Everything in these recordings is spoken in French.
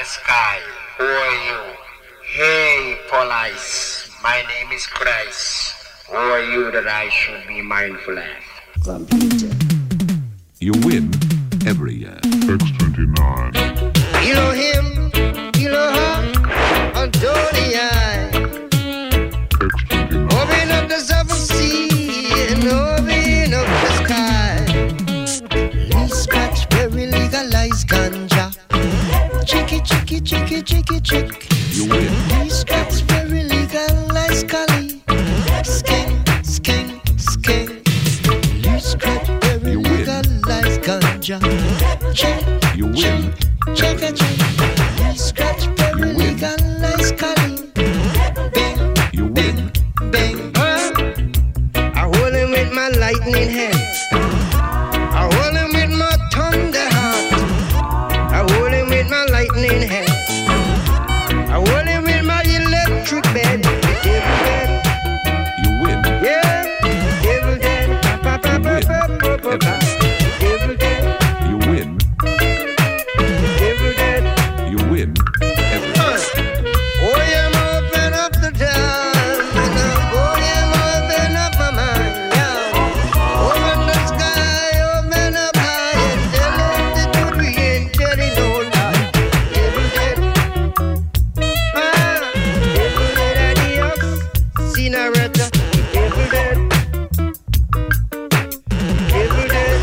sky. Who are you? Hey, police. My name is Christ. Who are you that I should be mindful of? Computer. You win every year. X29. Elohim, Elohim, Adonai. X29. Open up the seven sea and open up the sky. Lee Scratch, very legalized ganja. Chicky, chicky, chicky, chicky, chick. You win. Lee Scratch, very legalized Cali. Skin, skin, skin. Lee Scratch, very You win. legalized ganja. Check, You win. check, check, check. Lee Scratch, very You win. legalized Cali. Bang, You win. bang. I hold him with my lightning hand. I hold him with my thunder heart. I hold him with my lightning hand. I hold him with my electric bed. Devil dead, You win. yeah. Devil dead, pa pa pa pa pa pa pa. Devil dead, You win. devil dead. You win every year. Oh, yeah, open up the door. Oh, yeah, open up my mind. Yeah. Open the sky, open up high, and tell him the truth we ain't telling no lie. Devil dead. Devil dead, adios. Senorita. Devil dead. Devil dead.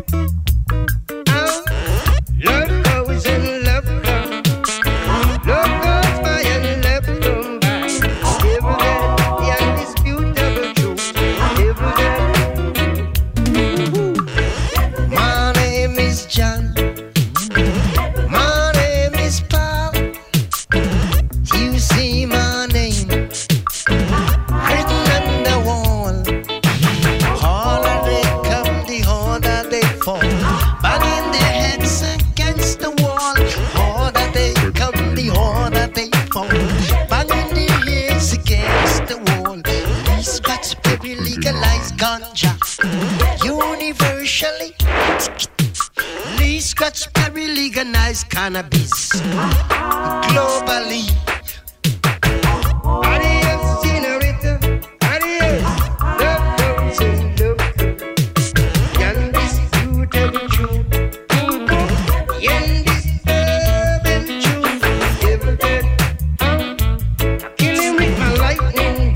Love goes and love comes. Love goes by and love come by. Devil dead, the undisputable truth. Devil dead. My name is John. My name is Paul. You see my name written on the wall. Harder they come, the harder they fall. Banging their heads against the wall. Harder they come, the harder they fall. Banging their heads against the wall. Lee Scratch, baby, legalize ganja universally. Lee Scratch, baby, legalize cannabis globally. Adios, senorita. Adios. Love comes and love comes. The undisputable truth. The undisturbable truth. Devil dead. I kill him with my lightning.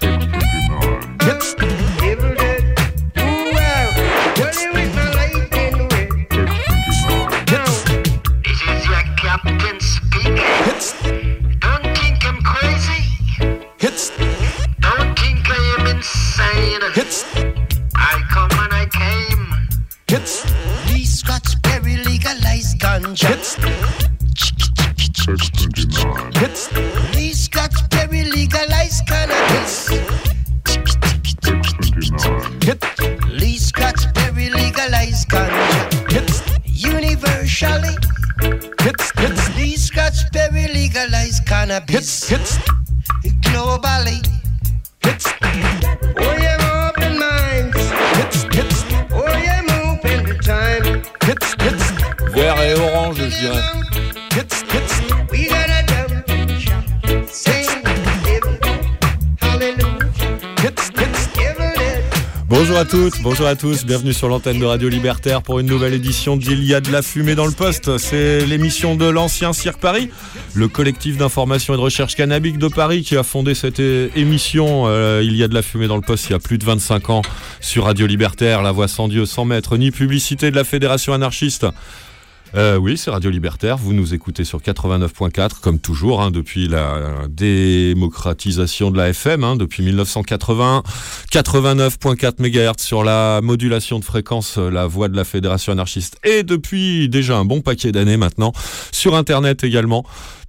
X29. Devil dead. Ooh, wow. Kill him with my lightning. X29. This is your captain speaking. Hits. Don't think I'm crazy. Hits. Don't think I am insane. Hits. I come and I came. Hits. Lee Scratch, very legalized ganja. Hits. X29. Hits. Lee Scratch, very legalized cannabis. X29. Hit. Lee Scratch, very legalized ganja. Hits. Universally. Hits. Hits. Lee Scratch, very legalized cannabis. Hits. Globally. Hits. Oh, yeah, open minds. Hits. Hits. Oh, yeah, open the time. Hits. Hits. Vert et orange, je dirais. Hits. Hits. We got a dump shop. Sing, hallelujah. Hits. Hits. Devil dead. Bonjour à toutes, bonjour à tous, bienvenue sur l'antenne de Radio Libertaire pour une nouvelle édition d'Il y a de la fumée dans le poste. C'est l'émission de l'Ancien Cirque Paris, le collectif d'information et de recherche cannabique de Paris qui a fondé cette émission Il y a de la fumée dans le poste il y a plus de 25 ans sur Radio Libertaire, la voix sans Dieu, sans maître, ni publicité de la Fédération anarchiste. Oui, c'est Radio Libertaire, vous nous écoutez sur 89.4 comme toujours, depuis la démocratisation de la FM, depuis 1980, 89.4 MHz sur la modulation de fréquence, la voix de la Fédération anarchiste, et depuis déjà un bon paquet d'années maintenant, sur Internet également,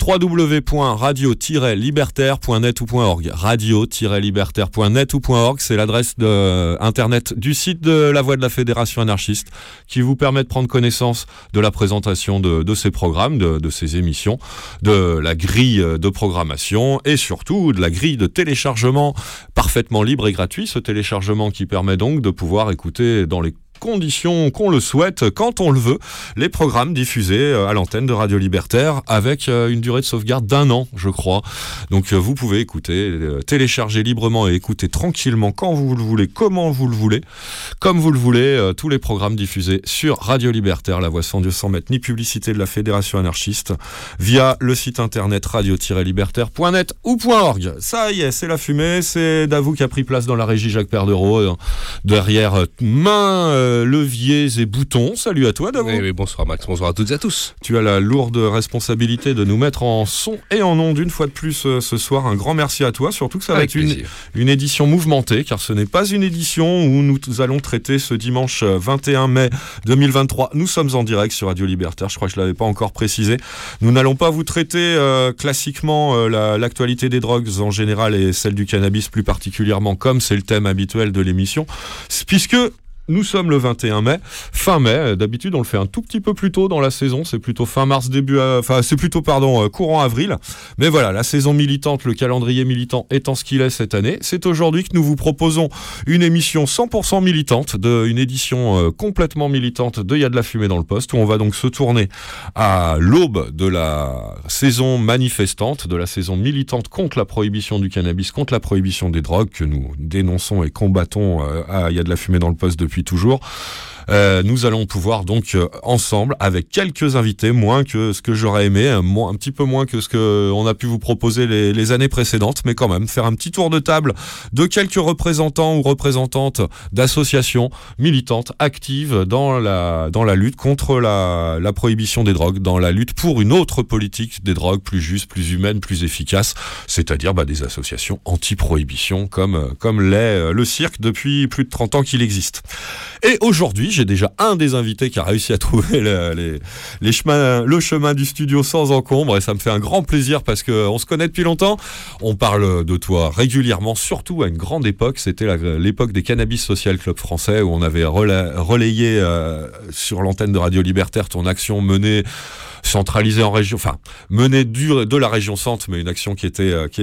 www.radio-libertaire.net ou .org. Radio-libertaire.net ou .org, c'est l'adresse de Internet du site de la voix de la Fédération anarchiste qui vous permet de prendre connaissance de la présentation de ces programmes, de ces émissions, de la grille de programmation et surtout de la grille de téléchargement parfaitement libre et gratuit. Ce téléchargement qui permet donc de pouvoir écouter dans les condition qu'on le souhaite, quand on le veut, les programmes diffusés à l'antenne de Radio Libertaire avec une durée de sauvegarde d'1 an, je crois. Donc vous pouvez écouter, télécharger librement et écouter tranquillement quand vous le voulez, comment vous le voulez, comme vous le voulez, tous les programmes diffusés sur Radio Libertaire, la voix sans Dieu sans maître ni publicité de la Fédération anarchiste, via le site internet radio-libertaire.net ou .org. Ça y est, c'est la fumée, c'est Davout qui a pris place dans la régie Jacques Perdereau, derrière mains, leviers et boutons. Salut à toi Davout. Oui, bonsoir Max, bonsoir à toutes et à tous. Tu as la lourde responsabilité de nous mettre en son et en onde une fois de plus ce soir. Un grand merci à toi, surtout que ça va être une édition mouvementée, car ce n'est pas une édition où nous allons traiter ce dimanche 21 mai 2023. Nous sommes en direct sur Radio Libertaire, je crois que je ne l'avais pas encore précisé. Nous n'allons pas vous traiter classiquement l'actualité des drogues en général et celle du cannabis plus particulièrement, comme c'est le thème habituel de l'émission, puisque nous sommes le 21 mai, fin mai. D'habitude, on le fait un tout petit peu plus tôt dans la saison. C'est plutôt fin mars, courant avril. Mais voilà, la saison militante, le calendrier militant étant ce qu'il est cette année, c'est aujourd'hui que nous vous proposons une émission 100% militante, une édition complètement militante de Y'a de la fumée dans le poste, où on va donc se tourner à l'aube de la saison manifestante, de la saison militante contre la prohibition du cannabis, contre la prohibition des drogues, que nous dénonçons et combattons à Y'a de la fumée dans le poste depuis toujours. Nous allons pouvoir donc ensemble, avec quelques invités, moins que ce que j'aurais aimé, un petit peu moins que ce qu'on a pu vous proposer les années précédentes, mais quand même faire un petit tour de table de quelques représentants ou représentantes d'associations militantes actives dans la lutte contre la prohibition des drogues, dans la lutte pour une autre politique des drogues plus juste, plus humaine, plus efficace, c'est-à-dire des associations anti-prohibition comme l'est le cirque depuis plus de 30 ans qu'il existe. Et aujourd'hui, j'ai déjà un des invités qui a réussi à trouver le chemin du studio sans encombre, et ça me fait un grand plaisir parce qu'on se connaît depuis longtemps. On parle de toi régulièrement, surtout à une grande époque. C'était l'époque des Cannabis Social Club français, où on avait relayé sur l'antenne de Radio Libertaire ton action menée centralisée en région, menée de la région centre, mais une action qui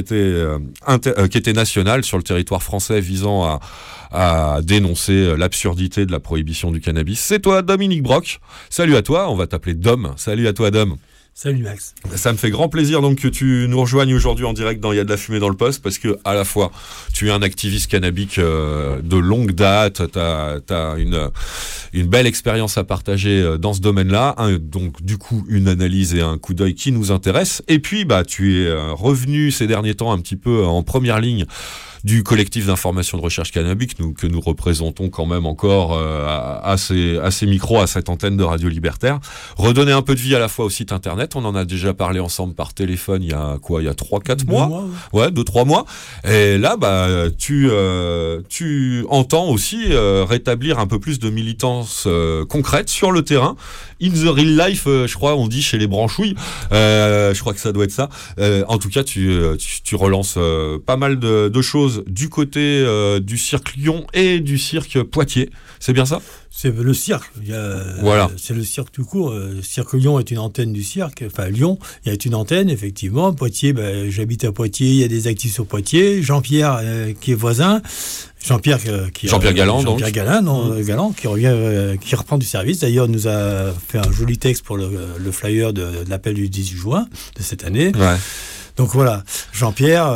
était nationale sur le territoire français, visant à dénoncer l'absurdité de la prohibition du cannabis. C'est toi, Dominique Brock. Salut à toi, on va t'appeler Dom. Salut à toi, Dom. Salut Max. Ça me fait grand plaisir donc que tu nous rejoignes aujourd'hui en direct dans Y'a de la fumée dans le poste, parce que à la fois tu es un activiste cannabique de longue date, t'as une belle expérience à partager dans ce domaine-là, donc du coup une analyse et un coup d'œil qui nous intéresse, et puis tu es revenu ces derniers temps un petit peu en première ligne du collectif d'information de recherche cannabique, que nous représentons quand même encore à ces micros, à cette antenne de Radio Libertaire. Redonner un peu de vie à la fois au site internet, on en a déjà parlé ensemble par téléphone il y a 3-4 mois. Ouais, 2-3 mois. Et là, tu entends aussi rétablir un peu plus de militance concrète sur le terrain. In the real life, je crois, on dit chez les branchouilles. Je crois que ça doit être ça. En tout cas, tu relances pas mal de choses du côté du cirque Lyon et du cirque Poitiers. C'est bien ça ? C'est le cirque. Voilà. C'est le cirque tout court. Cirque Lyon est une antenne du cirque. Enfin, Lyon, il y a une antenne, effectivement. Poitiers, j'habite à Poitiers, il y a des actifs sur Poitiers. Jean-Pierre, qui est voisin. Jean-Pierre Galland, Galland, qui reprend du service. D'ailleurs, nous a fait un joli texte pour le flyer de l'appel du 18 juin de cette année. Ouais. Donc voilà, Jean-Pierre,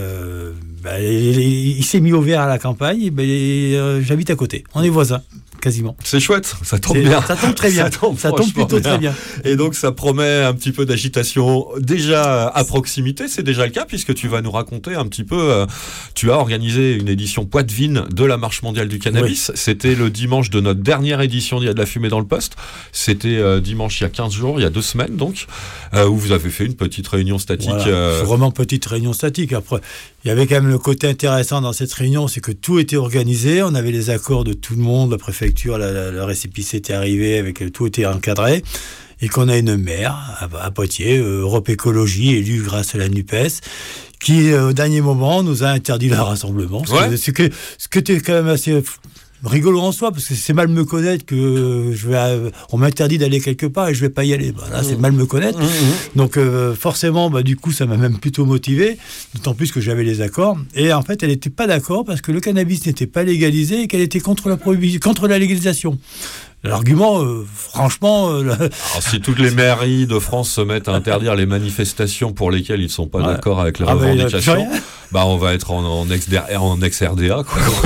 il s'est mis au vert à la campagne, j'habite à côté, on est voisins. Quasiment. C'est chouette, ça tombe bien. Ça tombe très bien. Ça tombe plutôt très bien. Et donc ça promet un petit peu d'agitation déjà à proximité. C'est déjà le cas, puisque tu vas nous raconter un petit peu. Tu as organisé une édition poitevine de la Marche mondiale du cannabis. Oui. C'était le dimanche de notre dernière édition d'Il y a de la fumée dans le poste. C'était dimanche il y a 15 jours, il y a 2 semaines donc, où vous avez fait une petite réunion statique. Voilà. Vraiment petite réunion statique. Après, il y avait quand même le côté intéressant dans cette réunion, c'est que tout était organisé. On avait les accords de tout le monde, la préfecture. Le récépissé était arrivé, tout était encadré, et qu'on a une maire à Poitiers, Europe Écologie, élue grâce à la NUPES, qui au dernier moment nous a interdit le rassemblement. Ouais. Ce que était quand même assez rigolo en soi, parce que c'est mal me connaître que on m'interdit d'aller quelque part et je vais pas y aller. Là, c'est mal me connaître. Donc, forcément, du coup, ça m'a même plutôt motivé, d'autant plus que j'avais les accords. Et en fait, elle n'était pas d'accord parce que le cannabis n'était pas légalisé et qu'elle était contre la légalisation. L'argument, franchement... Alors, si toutes les mairies de France se mettent à interdire les manifestations pour lesquelles ils ne sont pas d'accord avec les revendications, on va être en ex-RDA.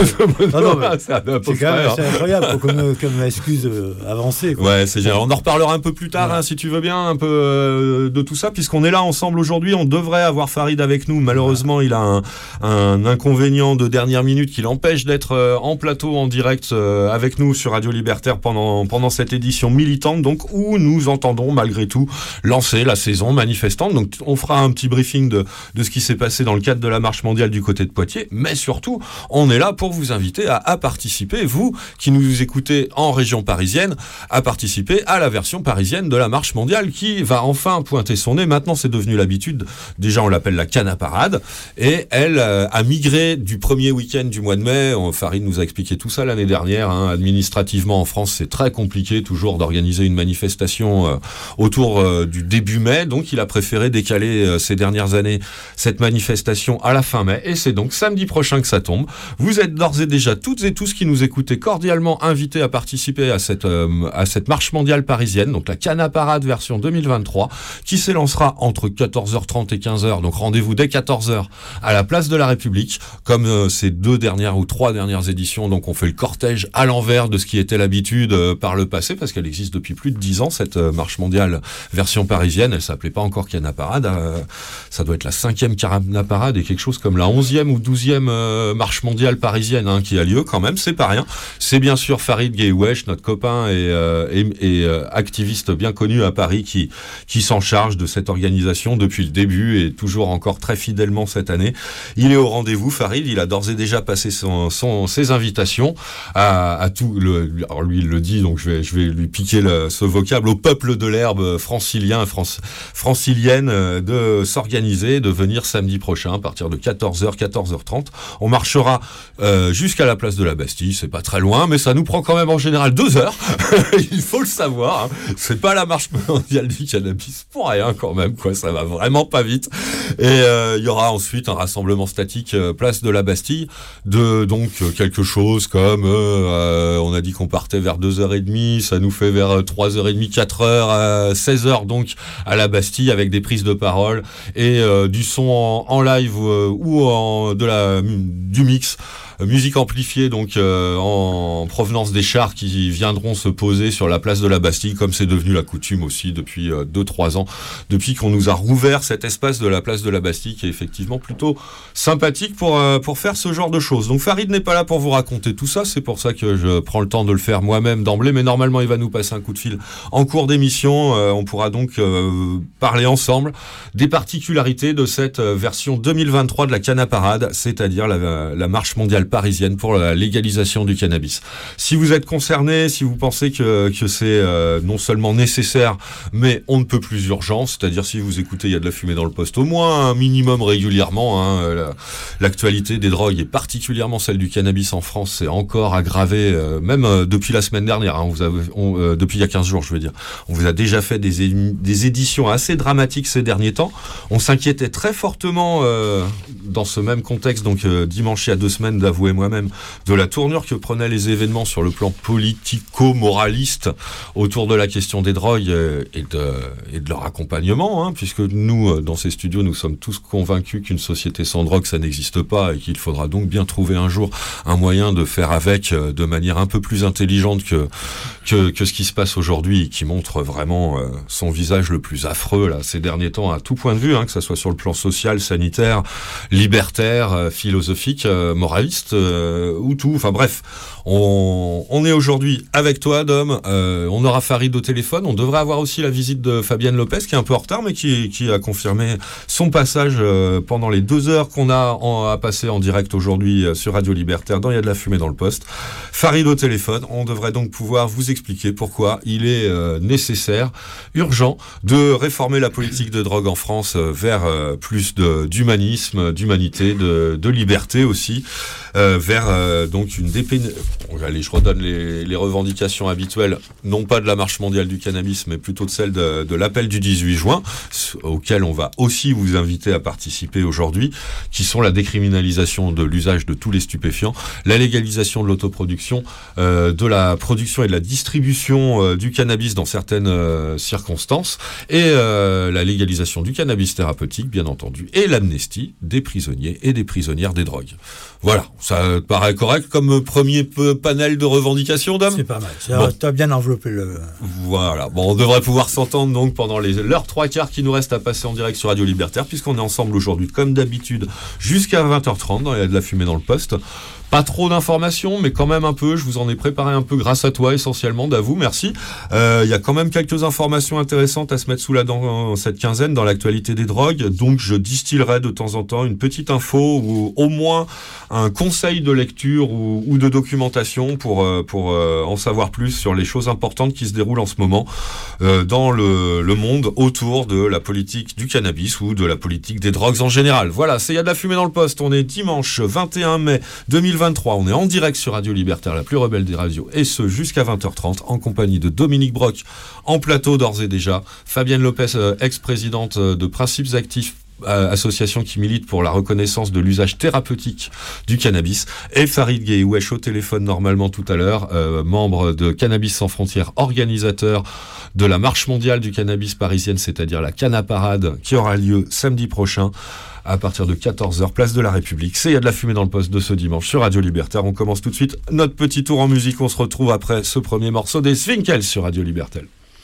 C'est incroyable comme excuse avancée. Ouais, c'est génial. On en reparlera un peu plus tard, si tu veux bien, un peu de tout ça, puisqu'on est là ensemble aujourd'hui. On devrait avoir Farid avec nous. Malheureusement, il a un inconvénient de dernière minute qui l'empêche d'être en plateau, en direct avec nous sur Radio Libertaire pendant cette édition militante, donc où nous entendons malgré tout lancer la saison manifestante. Donc on fera un petit briefing de ce qui s'est passé dans le cadre de la marche mondiale du côté de Poitiers, mais surtout on est là pour vous inviter à participer, vous qui nous écoutez en région parisienne, à participer à la version parisienne de la marche mondiale qui va enfin pointer son nez. Maintenant c'est devenu l'habitude, déjà on l'appelle la Canaparade, et elle a migré du premier week-end du mois de mai. Farid nous a expliqué tout ça l'année dernière, administrativement en France c'est très compliqué toujours d'organiser une manifestation autour du début mai, donc il a préféré décaler ces dernières années cette manifestation à la fin mai, et c'est donc samedi prochain que ça tombe. Vous êtes d'ores et déjà toutes et tous qui nous écoutez cordialement invités à participer à cette marche mondiale parisienne, donc la Canaparade version 2023, qui s'élancera entre 14h30 et 15h, donc rendez-vous dès 14h à la place de la République, comme ces 2 dernières ou 3 dernières éditions. Donc on fait le cortège à l'envers de ce qui était l'habitude par le passé, parce qu'elle existe depuis plus de 10 ans, cette marche mondiale version parisienne. Elle s'appelait pas encore Canaparade, ça doit être la 5e Canaparade et quelque chose comme la 11e ou 12e marche mondiale parisienne qui a lieu quand même, c'est pas rien. C'est bien sûr Farid Gay-Wesh, notre copain et activiste bien connu à Paris, qui s'en charge de cette organisation depuis le début et toujours encore très fidèlement cette année. Il est au rendez-vous, Farid, il a d'ores et déjà passé ses invitations à tout alors lui il le dit, donc je vais lui piquer ce vocable au peuple de l'herbe francilienne de s'organiser, de venir samedi prochain à partir de 14h, 14h30. On marchera jusqu'à la place de la Bastille, c'est pas très loin, mais ça nous prend quand même en général 2 heures. Il faut le savoir, c'est pas la marche mondiale du cannabis pour rien quand même, ça va vraiment pas vite. Et il y aura ensuite un rassemblement statique place de la Bastille, donc quelque chose comme on a dit qu'on partait vers 2h30, ça nous fait vers 3h30, 4h, 16h donc à la Bastille, avec des prises de parole et du son en live ou du mix. Musique amplifiée donc en provenance des chars qui viendront se poser sur la place de la Bastille, comme c'est devenu la coutume aussi depuis 2-3 ans, depuis qu'on nous a rouvert cet espace de la place de la Bastille, qui est effectivement plutôt sympathique pour faire ce genre de choses. Donc Farid n'est pas là pour vous raconter tout ça, c'est pour ça que je prends le temps de le faire moi-même d'emblée, mais normalement il va nous passer un coup de fil en cours d'émission. On pourra donc parler ensemble des particularités de cette version 2023 de la Canaparade, c'est-à-dire la marche mondiale parisienne pour la légalisation du cannabis. Si vous êtes concerné, si vous pensez que c'est non seulement nécessaire, mais on ne peut plus urgent, c'est-à-dire si vous écoutez Il y a de la fumée dans le poste au moins un minimum régulièrement, l'actualité des drogues et particulièrement celle du cannabis en France s'est encore aggravée, même depuis la semaine dernière, depuis il y a 15 jours je veux dire. On vous a déjà fait des éditions assez dramatiques ces derniers temps. On s'inquiétait très fortement dans ce même contexte, donc dimanche il y a 2 semaines, d'avouer moi-même, de la tournure que prenaient les événements sur le plan politico-moraliste autour de la question des drogues et de leur accompagnement, puisque nous, dans ces studios, nous sommes tous convaincus qu'une société sans drogue, ça n'existe pas, et qu'il faudra donc bien trouver un jour un moyen de faire avec de manière un peu plus intelligente que ce qui se passe aujourd'hui, et qui montre vraiment son visage le plus affreux là ces derniers temps à tout point de vue, que ça soit sur le plan social, sanitaire, libertaire, philosophique, moraliste ou tout. Enfin bref, on est aujourd'hui avec toi, Dom. On aura Farid au téléphone. On devrait avoir aussi la visite de Fabienne Lopez, qui est un peu en retard, mais qui a confirmé son passage pendant les 2 heures qu'on a à passer en direct aujourd'hui sur Radio Libertaire dans Il y a de la fumée dans le poste. Farid au téléphone. On devrait donc pouvoir vous expliquer pourquoi il est nécessaire, urgent, de réformer la politique de drogue en France vers plus d'humanisme, d'humanité, de liberté aussi. vers donc une allez, je redonne les revendications habituelles, non pas de la marche mondiale du cannabis, mais plutôt de celle de l'appel du 18 juin, auquel on va aussi vous inviter à participer aujourd'hui, qui sont la décriminalisation de l'usage de tous les stupéfiants, la légalisation de l'autoproduction, de la production et de la distribution du cannabis dans certaines circonstances, et la légalisation du cannabis thérapeutique, bien entendu, et l'amnistie des prisonniers et des prisonnières des drogues. Voilà, ça te paraît correct comme premier panel de revendications, Dom ? C'est pas mal. Bon. Tu as bien enveloppé le... Voilà, bon, on devrait pouvoir s'entendre donc pendant l'heure 3/4 qui nous reste à passer en direct sur Radio Libertaire, puisqu'on est ensemble aujourd'hui, comme d'habitude, jusqu'à 20h30 dans Il y a de la fumée dans le poste. Pas trop d'informations, mais quand même un peu. Je vous en ai préparé un peu grâce à toi, essentiellement, Davou, merci. Il y a quand même quelques informations intéressantes à se mettre sous la dent dans cette quinzaine, dans l'actualité des drogues. Donc, je distillerai de temps en temps une petite info ou au moins un conseil de lecture ou de documentation pour en savoir plus sur les choses importantes qui se déroulent en ce moment dans le monde autour de la politique du cannabis ou de la politique des drogues en général. Voilà, c'est Il y a de la fumée dans le poste. On est dimanche 21 mai 2023. On est en direct sur Radio Libertaire, la plus rebelle des radios, et ce jusqu'à 20h30, en compagnie de Dominique Brock, en plateau d'ores et déjà, Fabienne Lopez, ex-présidente de Principes Actifs, association qui milite pour la reconnaissance de l'usage thérapeutique du cannabis, et Farid Gueye-Wesh au téléphone normalement tout à l'heure, membre de Cannabis sans frontières, organisateur de la marche mondiale du cannabis parisienne, c'est-à-dire la Cannaparade, qui aura lieu samedi prochain à partir de 14h, place de la République. C'est Il y a de la fumée dans le poste de ce dimanche sur Radio Libertaire. On commence tout de suite notre petit tour en musique. On se retrouve après ce premier morceau des Swinkels sur Radio Libertaire.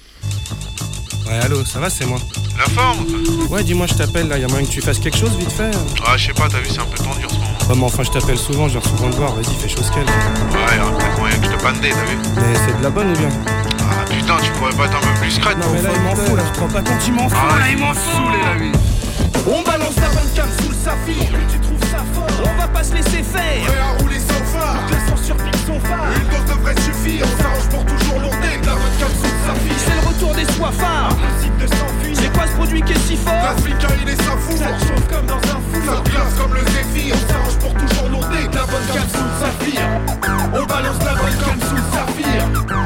Ouais, allô, ça va, c'est moi. La forme? Ouais, dis-moi, je t'appelle là, y'a moyen que tu fasses quelque chose vite fait? Ah, je sais pas, t'as vu, c'est un peu tendu en ce moment. Ouais, mais enfin, je t'appelle souvent, je viens souvent te voir, vas-y, fais chose qu'elle. Ouais, y'a peut-être moyen que je te bande, t'as vu? Mais c'est de la bonne ou bien? Ah putain, tu pourrais pas être un peu plus crête? Non, mais là, il m'en fout, là, je prends pas compte, il m'en fout, là, il m'en fout, la vie. On balance la bonne cam sous le saphir, tu trouves ça fort, on va pas se laisser faire. Prêt à rouler sans phare, toute la censure pique son phare. Une dose devrait suffire, on s'arrange pour toujours lourder. La bonne cam sous le saphir, c'est le retour des soifards. Impossible de s'enfuir, c'est quoi ce produit qui est si fort? La flicaille et sa four, ça chauffe comme dans un four, ça glace comme le zéphyr. On s'arrange pour toujours lourder. La bonne cam sous le saphir, on balance la bonne cam sous le saphir.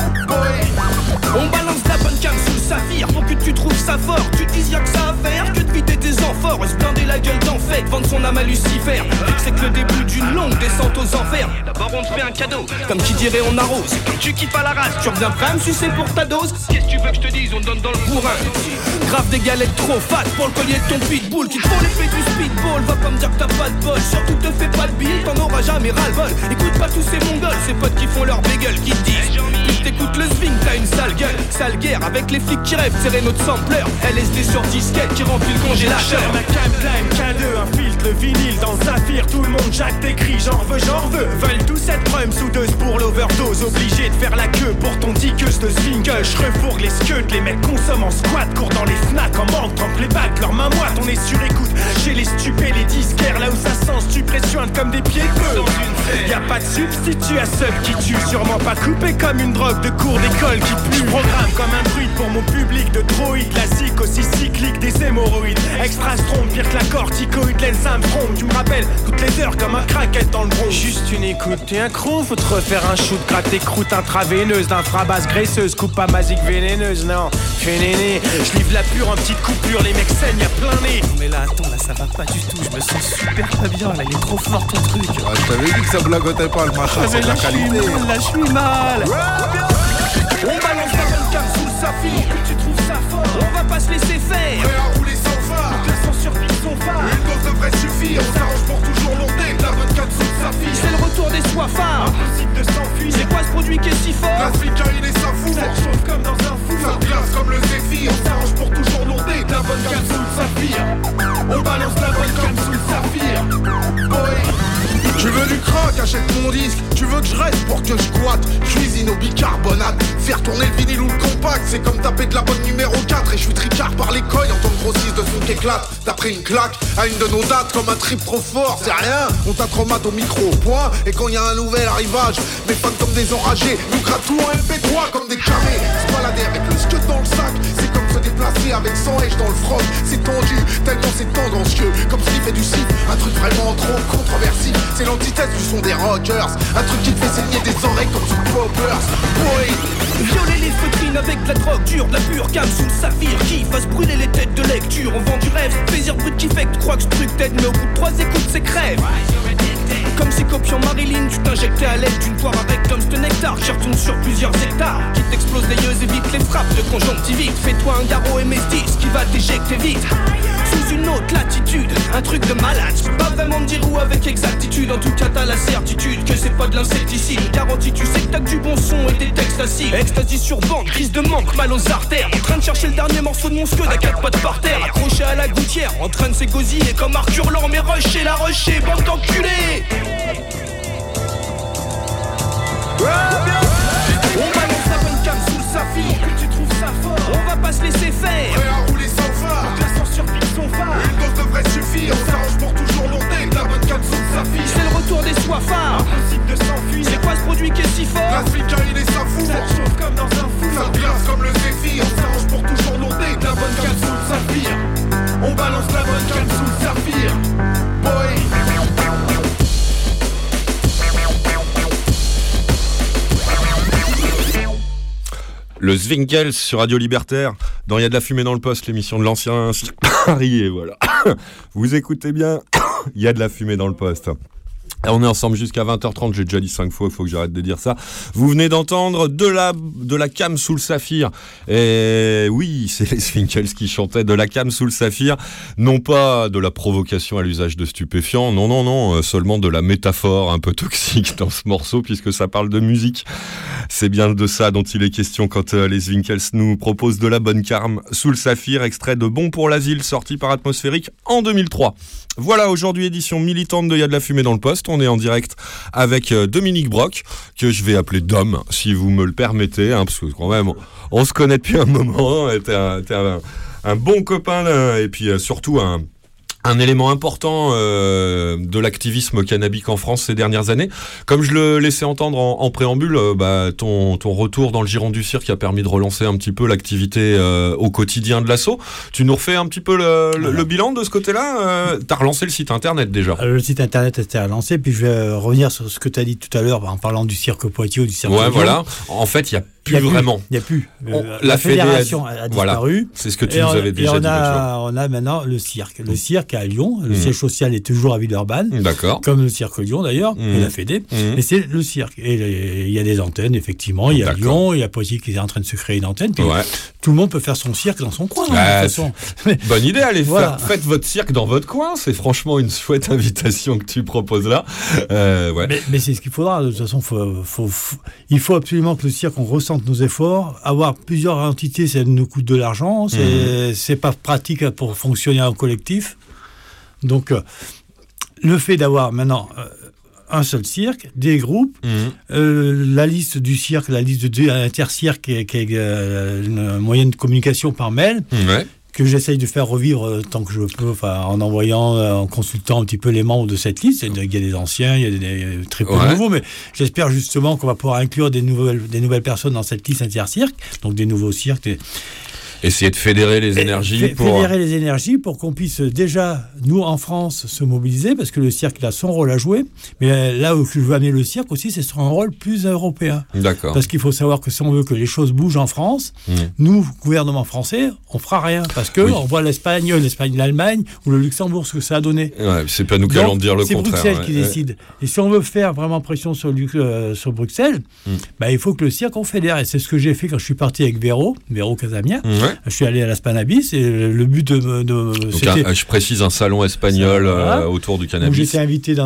On balance la bonne cam sous le saphir pour que tu trouves ça fort. Tu te dis y'a que ça à faire, que de vider tes amphores et se blinder la gueule d'en fait, vendre son âme à Lucifer. Vu que c'est que le début d'une longue descente aux enfers. D'abord on te fait un cadeau, comme qui dirait on arrose. Comme tu kiffes à la race, tu reviens prêt à me sucer pour ta dose. Qu'est-ce que tu veux que je te dise, on donne dans le bourrin. Grave des galettes trop fat pour le collier de ton pitbull. Qui te font l'effet du speedball, va pas me dire que t'as pas de bol. Surtout te fais pas de bille, t'en auras jamais ras-le-bol. Écoute pas tous ces mongols, ces potes qui font leur bégueule, qui te disent t'écoutes le swing, t'as une sale gueule. Sale guerre avec les flics qui rêvent, serrer notre sampleur. LSD sur disquette qui remplit le congélateur. Ma cam, K2, un filtre, le vinyle dans le saphir. Tout le monde jacque tes cris, j'en veux. Veulent tous être prums sous dose pour l'overdose. Obligé de faire la queue pour ton dickeuse de swingle. Je refourgue les skeutes, les mecs consomment en squat. Cours dans les Fnac en manque, trempe les bacs, leurs mains moites. On est sur écoute, chez les stupés, les disquaires. Là où ça sent, stupéfiante comme des pieds de feu. Y'a pas de substitut à sub qui tue. Sûrement pas coupé comme une drogue de cours d'école qui pue. Programme comme un druide pour mon public de droïdes. Classique aussi cyclique des hémorroïdes. Extra strong, pire que la corticoïde. L'ensamstrom, tu me rappelles toutes les heures comme un craquette dans le bronze. Juste une écoute et un cron, faut te refaire un shoot. Gratte tes croûtes intraveineuses d'infrabasse graisseuse. Coupe pas masique vénéneuse, non, fais néné. Je livre la pure en petite coupure, les mecs saignent, y'a plein nez. Non mais là attends, là ça va pas du tout. Je me sens super pas bien, là il est trop fort ton truc. Ah, je t'avais dit que ça blagotait pas le machin, c'est de la qualité. Là je suis mal. On balance la bonne cam sous le saphir, tu trouves ça fort, on va pas se laisser faire. Prêt à rouler sans phare, toute la censure pique son phare. Une dose devrait suffire, on s'arrange pour toujours lourder. La bonne cam sous le saphir, c'est le retour des soifards. Impossible de s'enfuir, c'est quoi ce produit qui est si fort? la flicaille et sa four, ça chauffe comme dans un four, ça glace comme le zéphyr. On s'arrange pour toujours lourder. La bonne cam sous le saphir, on balance la bonne cam sous le saphir. Tu veux du crack, achète mon disque. Tu veux que je reste pour que je squatte. Cuisine au bicarbonate. Faire tourner le vinyle ou le compact, c'est comme taper de la bonne numéro 4. Et je suis tricard par les couilles en tant que grossiste de son qui éclate. D'après une claque à une de nos dates comme un trip trop fort. C'est rien, on t'accromate au micro au point. Et quand y a un nouvel arrivage, mes fans comme des enragés nous grattent tout en MP3 comme des camés. Se balader avec le scud dans le sac, c'est comme se déplacer avec 100 H dans le froc. C'est tendu, tellement c'est tendancieux. Comme s'il fait du sif, un truc vraiment trop controversé. c'est l'antithèse du son des rockers. Un truc qui te fait saigner des oreilles comme sous poppers. Violer les feutrines avec de la drogue dure, de la pure cam sous le saphir qui fasse brûler les têtes de lecture. On vend du rêve, plaisir brut qui fait que tu crois que ce truc t'aide, mais au bout de 3 écoutes c'est crève. Comme si copiant Marilyn, tu t'injectais à l'aide d'une poire avec comme ce nectar qui retourne sur plusieurs hectares, qui t'explose les yeux, évite les frappes de conjonctivite. Fais-toi un garrot MS10 qui va t'éjecter vite. Sous une autre latitude, un truc de malade. Je peux pas vraiment te dire où avec exactitude. En tout cas t'as la certitude que c'est pas de l'insecticide. Garantie tu sais que t'as que du bon son et des textes acides. Ecstasy sur bande, crise de manque, mal aux artères. En train de chercher le dernier morceau de mon scud à 4 pattes par terre. Accroché à la gouttière, en train de s'égosiller comme Arthur Lang. Mais rusher la rusher, bande d'enculés. On balance la bonne cam sous le saphir. Que tu trouves ça fort, on va pas se laisser faire. Prêt à rouler sans phare, donc l'ascenseur pique son phare. Une dose devrait suffire, on s'arrange pour toujours monter. La bonne cam sous le saphir. C'est le retour des soifards, impossible de s'enfuir. C'est quoi ce produit qui est si fort? L'asphicane et sa four. Ça te chauffe comme dans un four. Ça glace comme le zéphyr, on s'arrange pour toujours monter. La bonne cam sous le saphir. On balance la bonne cam sous le saphir. Boy. Le Zwinkels sur Radio Libertaire, dans Il y a de la fumée dans le poste, l'émission de l'ancien Cirque Paris, et voilà. Vous écoutez bien, il y a de la fumée dans le poste. Et on est ensemble jusqu'à 20h30, j'ai déjà dit 5 fois, il faut que j'arrête de dire ça. Vous venez d'entendre de la cam sous le saphir. Et oui, c'est les Zwinkels qui chantaient de la cam sous le saphir. Non pas de la provocation à l'usage de stupéfiants, non, seulement de la métaphore un peu toxique dans ce morceau, puisque ça parle de musique. C'est bien de ça dont il est question quand les Zwinkels nous proposent de la bonne cam sous le saphir, extrait de Bon pour l'asile, sorti par Atmosphérique en 2003. Voilà, aujourd'hui édition militante de Il y a de la fumée dans le poste. On est en direct avec Dominique Brock, que je vais appeler Dom, si vous me le permettez, hein, parce que quand même, on se connaît depuis un moment. T'es un bon copain, et puis surtout un élément important de l'activisme cannabique en France ces dernières années. Comme je le laissais entendre en préambule, ton retour dans le giron du cirque a permis de relancer un petit peu l'activité au quotidien de l'asso. Tu nous refais un petit peu le bilan de ce côté-là. T'as relancé le site internet déjà. Le site internet a été relancé, puis je vais revenir sur ce que tu as dit tout à l'heure en parlant du cirque Poitiers ou du cirque Lyon. Voilà. En fait, il y a plus vraiment. Il n'y a plus. La fédération a disparu. Voilà. C'est ce que tu nous avais déjà dit. On a maintenant le cirque. Le cirque à Lyon. Le siège social est toujours à Villeurbanne. D'accord. Comme le cirque Lyon d'ailleurs, et la Fédé. Mais c'est le cirque. Et il y a des antennes, effectivement. Il y a Lyon, il y a Poitiers qui est en train de se créer une antenne. Puis tout le monde peut faire son cirque dans son coin. De toute façon. Bonne idée, allez, faites votre cirque dans votre coin. C'est franchement une chouette invitation que tu proposes là. Mais c'est ce qu'il faudra. De toute façon, il faut absolument que le cirque, on ressente nos efforts. Avoir plusieurs entités, ça nous coûte de l'argent. C'est pas pratique pour fonctionner en collectif. Donc, le fait d'avoir maintenant un seul cirque, des groupes, la liste du cirque, la liste de l'intercirque, qui est une moyenne de communication par mail, que j'essaye de faire revivre tant que je peux, en envoyant, en consultant un petit peu les membres de cette liste. Il y a des anciens, il y a des très peu de nouveaux, mais j'espère justement qu'on va pouvoir inclure des nouvelles personnes dans cette liste intercirque, donc des nouveaux cirques. Essayer de fédérer les énergies fédérer les énergies pour qu'on puisse déjà, nous en France, se mobiliser, parce que le cirque il a son rôle à jouer, mais là où je veux amener le cirque aussi, c'est sur un rôle plus européen. D'accord. Parce qu'il faut savoir que si on veut que les choses bougent en France, nous, gouvernement français, on fera rien, parce que on voit l'Espagne, l'Allemagne ou le Luxembourg, ce que ça a donné. Ouais, c'est pas nous qui allons dire le contraire. C'est Bruxelles qui décide. Et si on veut faire vraiment pression sur Bruxelles, il faut que le cirque on fédère. Et c'est ce que j'ai fait quand je suis parti avec Véro Casamia. Je suis allé à la Spanabis et le but je précise un salon espagnol autour du cannabis. Où j'étais invité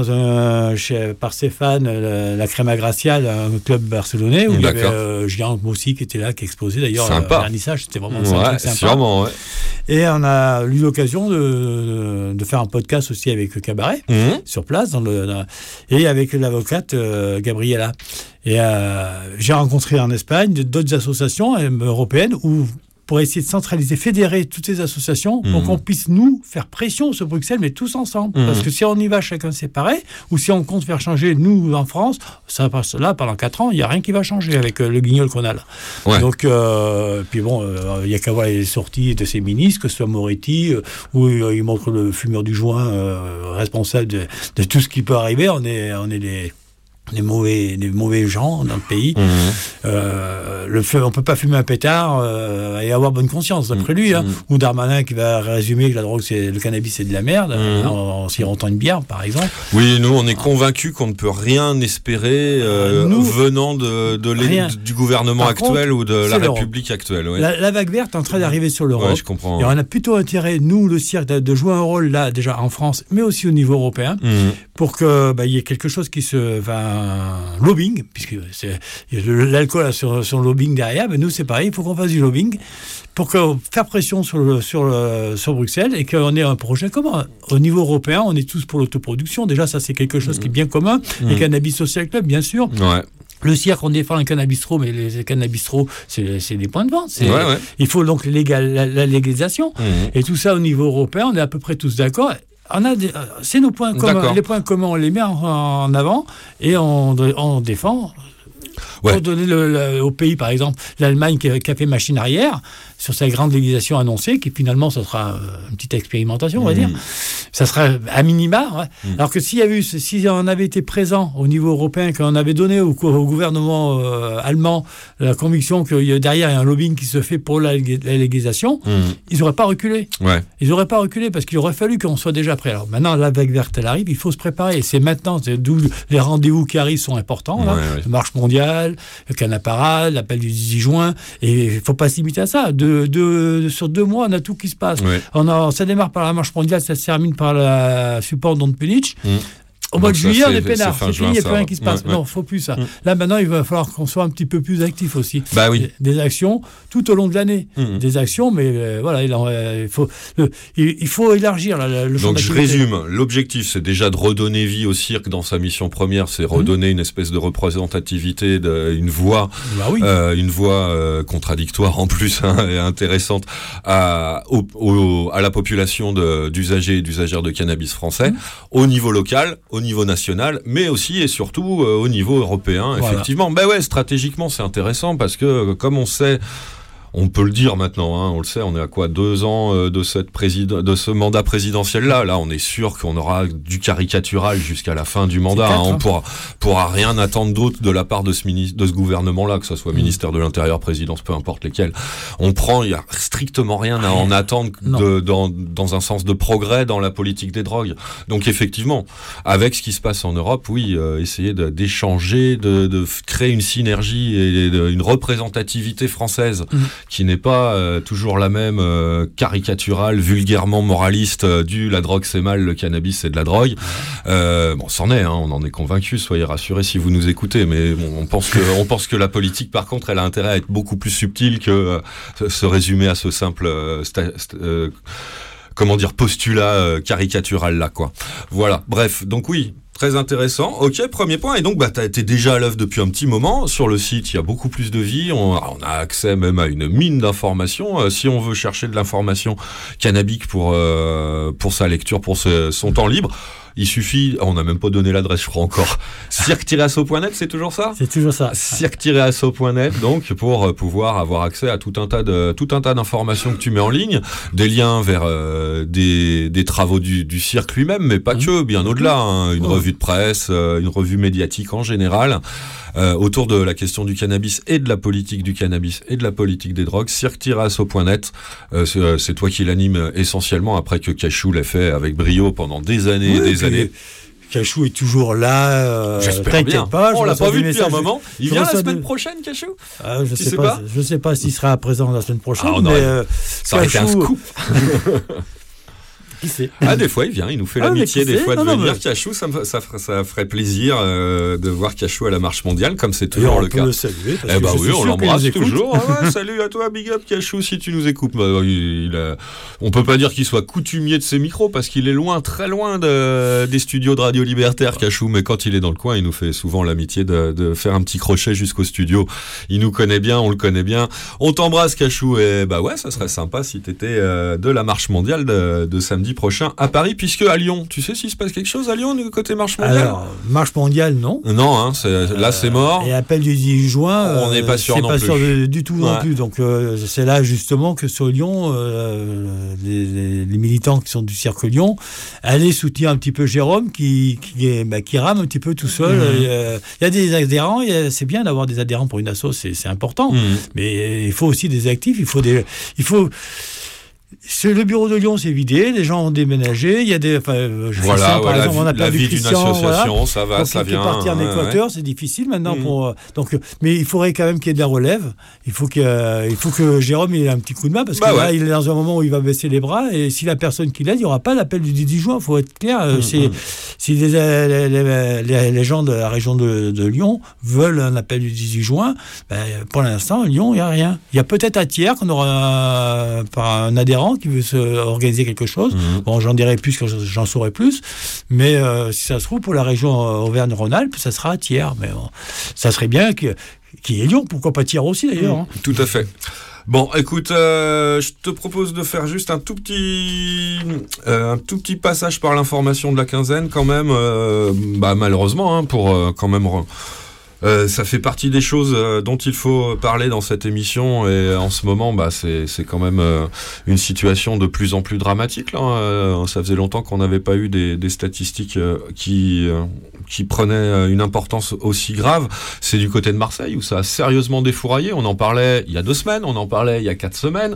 par Stéphane, la Crema Gracial, un club barcelonais, où il y avait Gian aussi qui était là, qui exposait d'ailleurs le vernissage, c'était vraiment sympa. Sûrement, Et on a eu l'occasion de faire un podcast aussi avec Cabaret, sur place, et avec l'avocate Gabriela. Et j'ai rencontré en Espagne d'autres associations européennes où pour essayer de centraliser, fédérer toutes ces associations pour qu'on puisse, nous, faire pression sur Bruxelles, mais tous ensemble. Parce que si on y va chacun séparé, ou si on compte faire changer, nous, en France, ça passe là, pendant 4 ans, il n'y a rien qui va changer avec le guignol qu'on a là. Ouais. Donc, puis bon, il n'y a qu'à voir les sorties de ces ministres, que ce soit Moretti, où il montre le fumeur du joint responsable de tout ce qui peut arriver. On est des mauvais gens dans le pays. On peut pas fumer un pétard et avoir bonne conscience, d'après lui. Ou Darmanin qui va résumer que la drogue, le cannabis, c'est de la merde, en sirotant une bière, par exemple. Oui, nous, on est convaincus qu'on ne peut rien espérer venant du gouvernement actuel ou de la République actuelle. Ouais. La vague verte est en train d'arriver sur l'Europe. Ouais, je comprends. Et on a plutôt intérêt, nous, le cirque, de jouer un rôle là, déjà en France, mais aussi au niveau européen, pour que y ait quelque chose qui se... lobbying, puisque l'alcool a son lobbying derrière, mais nous c'est pareil, il faut qu'on fasse du lobbying pour faire pression sur Bruxelles et qu'on ait un projet commun. Au niveau européen, on est tous pour l'autoproduction, déjà ça c'est quelque chose qui est bien commun, les Cannabis Social Club bien sûr. Ouais. Le cirque, on défend un cannabistro, mais les cannabistros, c'est des points de vente. Ouais. Il faut donc la légalisation. Et tout ça au niveau européen, on est à peu près tous d'accord. C'est nos points communs. D'accord. Les points communs, on les met en avant et on défend. Ouais. Pour donner au pays, par exemple, l'Allemagne qui a fait machine arrière sur sa grande législation annoncée, qui finalement, ça sera une petite expérimentation, on va dire. Ça sera à minima. Ouais. Alors que si on avait été présent au niveau européen, qu'on avait donné au gouvernement allemand la conviction que derrière il y a un lobbying qui se fait pour la légalisation, ils n'auraient pas reculé. Ouais. Ils n'auraient pas reculé parce qu'il aurait fallu qu'on soit déjà prêt. Alors maintenant, la vague verte, elle arrive, il faut se préparer. Et c'est maintenant, d'où les rendez-vous qui arrivent sont importants. Là. Ouais. La marche mondiale, le Canaparade, l'appel du 10 juin. Et il ne faut pas se limiter à ça. Sur 2 mois, on a tout qui se passe. Ouais. Ça démarre par la marche mondiale, ça se termine par le support Don't Punish. Au mois de juillet, on est peinard. C'est fini, il n'y a plus rien qui se passe. Non, il ne faut plus ça. Là, maintenant, il va falloir qu'on soit un petit peu plus actif aussi. Bah oui. Des actions tout au long de l'année. Des actions, mais voilà, il faut élargir le champ d'activité. Donc, je résume. L'objectif, c'est déjà de redonner vie au cirque dans sa mission première. C'est redonner une espèce de représentativité, une voix, une voix contradictoire en plus et intéressante à la population d'usagers et d'usagères de cannabis français au niveau local, au niveau national, mais aussi et surtout au niveau européen, effectivement. Ben ouais, stratégiquement, c'est intéressant parce que, comme on sait, on peut le dire maintenant, on le sait, on est à quoi 2 ans de ce mandat présidentiel-là. Là, on est sûr qu'on aura du caricatural jusqu'à la fin du mandat. On pourra rien attendre d'autre de la part de ce gouvernement-là, que ce soit ministère de l'Intérieur, présidence, peu importe lesquels. Il y a strictement rien à en attendre dans un sens de progrès dans la politique des drogues. Donc effectivement, avec ce qui se passe en Europe, essayer d'échanger, de créer une synergie et une représentativité française qui n'est pas toujours la même, caricaturale, vulgairement moraliste, la drogue c'est mal, le cannabis c'est de la drogue. C'en est, on en est convaincus, soyez rassurés si vous nous écoutez, mais on pense que la politique, par contre, elle a intérêt à être beaucoup plus subtile que se résumer à ce simple postulat caricatural là, quoi. Voilà, bref, donc oui. Très intéressant. Ok, premier point. Et donc, tu as été déjà à l'œuvre depuis un petit moment. Sur le site, il y a beaucoup plus de vie. On a accès même à une mine d'informations. Si on veut chercher de l'information cannabique pour sa lecture, pour son temps libre, il suffit, on n'a même pas donné l'adresse, je crois encore, cirque-asso.net, c'est toujours ça ? C'est toujours ça. Cirque-asso.net, donc, pour pouvoir avoir accès à tout un tas d'informations que tu mets en ligne, des liens vers des travaux du cirque lui-même, mais pas que, bien au-delà, une revue de presse, une revue médiatique en général, autour de la question du cannabis et de la politique du cannabis et de la politique des drogues, cirque-asso.net, c'est toi qui l'anime essentiellement, après que Cachou l'ait fait avec brio pendant des années et des années. Cachou est toujours là. J'espère bien. Pas, on l'a pas vu depuis un moment. Il vient la semaine prochaine, Cachou ? Je sais pas s'il sera présent la semaine prochaine. Ça aurait été un scoop. Qui sait? Ah, des fois, il vient, il nous fait l'amitié mais des fois de non, venir. mais- Cachou, ça ferait plaisir de voir Cachou à la marche mondiale, comme c'est Et toujours on le peut cas. le saluer. Parce Eh que bah je oui, suis on sûr qu'il l'embrasse nous écoute. toujours. Ah ouais, salut à toi, big up Cachou, si tu nous écoutes. Bah, on peut pas dire qu'il soit coutumier de ses micros, parce qu'il est loin, très loin des studios de Radio Libertaire, Cachou, mais quand il est dans le coin, il nous fait souvent l'amitié de faire un petit crochet jusqu'au studio. Il nous connaît bien, on le connaît bien. On t'embrasse, Cachou, et bah ouais, ça serait sympa si t'étais de la marche mondiale de samedi prochain à Paris, puisque à Lyon, tu sais s'il se passe quelque chose à Lyon, du côté marche mondiale? Alors, marche mondiale, non. Non, hein, là c'est mort. Et appel du 10 juin, On n'est pas sûr c'est non pas plus. sûr du tout non Ouais. plus. Donc c'est là justement que sur Lyon, les militants qui sont du Cirque Lyon allaient soutenir un petit peu Jérôme qui rame un petit peu tout seul. Il y a des adhérents, c'est bien d'avoir des adhérents pour une asso, c'est important. Mais il faut aussi des actifs, le bureau de Lyon s'est vidé, les gens ont déménagé, il y a des... Voilà, par exemple, on a la perdu vie d'une Christian, association, voilà. ça va, Donc, ça il est vient. parti en Équateur, c'est difficile maintenant mais il faudrait quand même qu'il y ait de la relève. Il faut que Jérôme ait un petit coup de main parce que là, il est dans un moment où il va baisser les bras et si la personne qui l'aide, il n'y aura pas l'appel du 10 juin. Il faut être clair. Si les gens de la région de Lyon veulent un appel du 18 juin, pour l'instant, à Lyon, il n'y a rien. Il y a peut-être à Thiers qu'on aura par un adhérent qui veut organiser quelque chose. Bon, j'en dirai plus quand j'en saurai plus. Mais si ça se trouve, pour la région Auvergne-Rhône-Alpes, ça sera à Thiers. Mais bon, ça serait bien qu'il y ait Lyon. Pourquoi pas Thiers aussi, d'ailleurs. Tout à fait. Bon, écoute, je te propose de faire juste un tout petit passage par l'information de la quinzaine, quand même. Malheureusement, pour quand même... ça fait partie des choses dont il faut parler dans cette émission et en ce moment c'est quand même une situation de plus en plus dramatique là. Ça faisait longtemps qu'on n'avait pas eu des statistiques qui prenaient une importance aussi grave. C'est du côté de Marseille où ça a sérieusement défouraillé. On en parlait il y a 2 semaines, on en parlait il y a 4 semaines.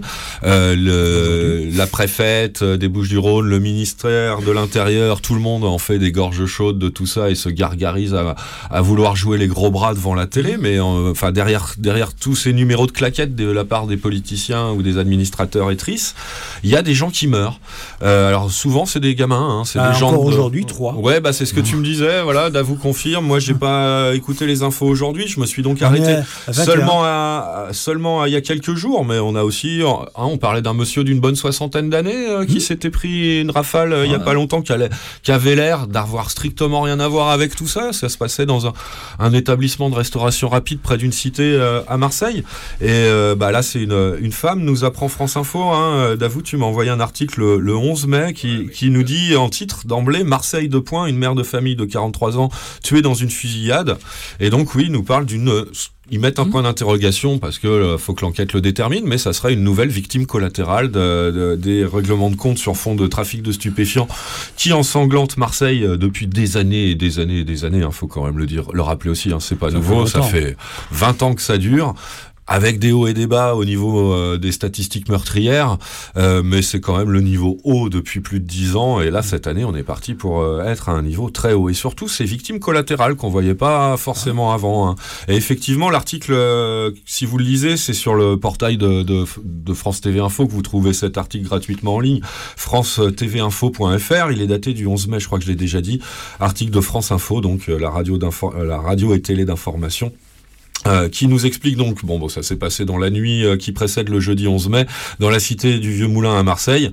La préfète des Bouches-du-Rhône, le ministère de l'Intérieur, tout le monde en fait des gorges chaudes de tout ça et se gargarise à vouloir jouer les gros bras devant la télé, mais derrière tous ces numéros de claquettes de la part des politiciens ou des administrateurs et tristes, il y a des gens qui meurent. Alors souvent c'est des gamins, c'est des gens aujourd'hui 3. Ouais, c'est ce que tu me disais. Voilà, Davou confirme. Moi, j'ai pas écouté les infos aujourd'hui. Je me suis donc arrêté seulement il y a quelques jours. Mais on a aussi, on parlait d'un monsieur d'une bonne 60aine d'années qui s'était pris une rafale il y a pas longtemps, qui avait l'air d'avoir strictement rien à voir avec tout ça. Ça se passait dans un établissement de restauration rapide près d'une cité à Marseille. Et là, c'est une femme, nous apprend France Info. Davou, tu m'as envoyé un article le 11 mai qui nous dit en titre d'emblée: Marseille de Point, une mère de famille de 43 ans tuée dans une fusillade. Et donc oui, il nous parle ils mettent un point d'interrogation parce que faut que l'enquête le détermine, mais ça serait une nouvelle victime collatérale des règlements de compte sur fond de trafic de stupéfiants qui ensanglantent Marseille depuis des années et des années et des années. Faut quand même le rappeler aussi. C'est pas nouveau. Ça fait 20 ans que ça dure. Avec des hauts et des bas au niveau des statistiques meurtrières, mais c'est quand même le niveau haut depuis plus de 10 ans, et là cette année on est parti pour être à un niveau très haut, et surtout ces victimes collatérales qu'on voyait pas forcément avant. Et effectivement l'article, si vous le lisez, c'est sur le portail de France TV Info que vous trouvez cet article gratuitement en ligne, france-tv-info.fr, il est daté du 11 mai, je crois que je l'ai déjà dit, article de France Info, donc la radio et télé d'information. Qui nous explique donc, ça s'est passé dans la nuit qui précède le jeudi 11 mai, dans la cité du Vieux Moulin à Marseille,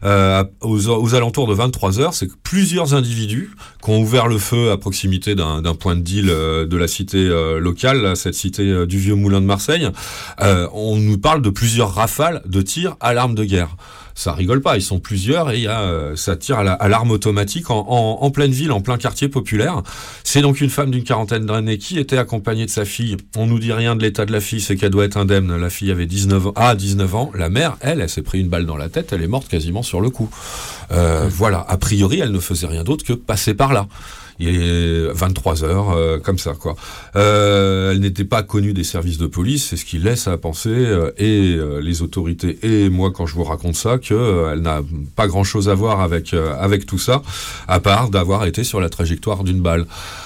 aux alentours de 23h, c'est que plusieurs individus qui ont ouvert le feu à proximité d'un point de deal de la cité locale, cette cité du Vieux Moulin de Marseille. On nous parle de plusieurs rafales de tirs à l'arme de guerre. Ça rigole pas, ils sont plusieurs et ça tire à l'arme automatique en pleine ville, en plein quartier populaire. C'est donc une femme d'une 40aine d'années qui était accompagnée de sa fille. On nous dit rien de l'état de la fille, c'est qu'elle doit être indemne. La fille avait 19 ans. La mère, elle s'est pris une balle dans la tête, elle est morte quasiment sur le coup. Voilà, a priori, elle ne faisait rien d'autre que passer par là. Il est 23h, comme ça, quoi. Elle n'était pas connue des services de police, c'est ce qui laisse à penser, et les autorités, et moi, quand je vous raconte ça, qu'elle n'a pas grand-chose à voir avec tout ça, à part d'avoir été sur la trajectoire d'une balle.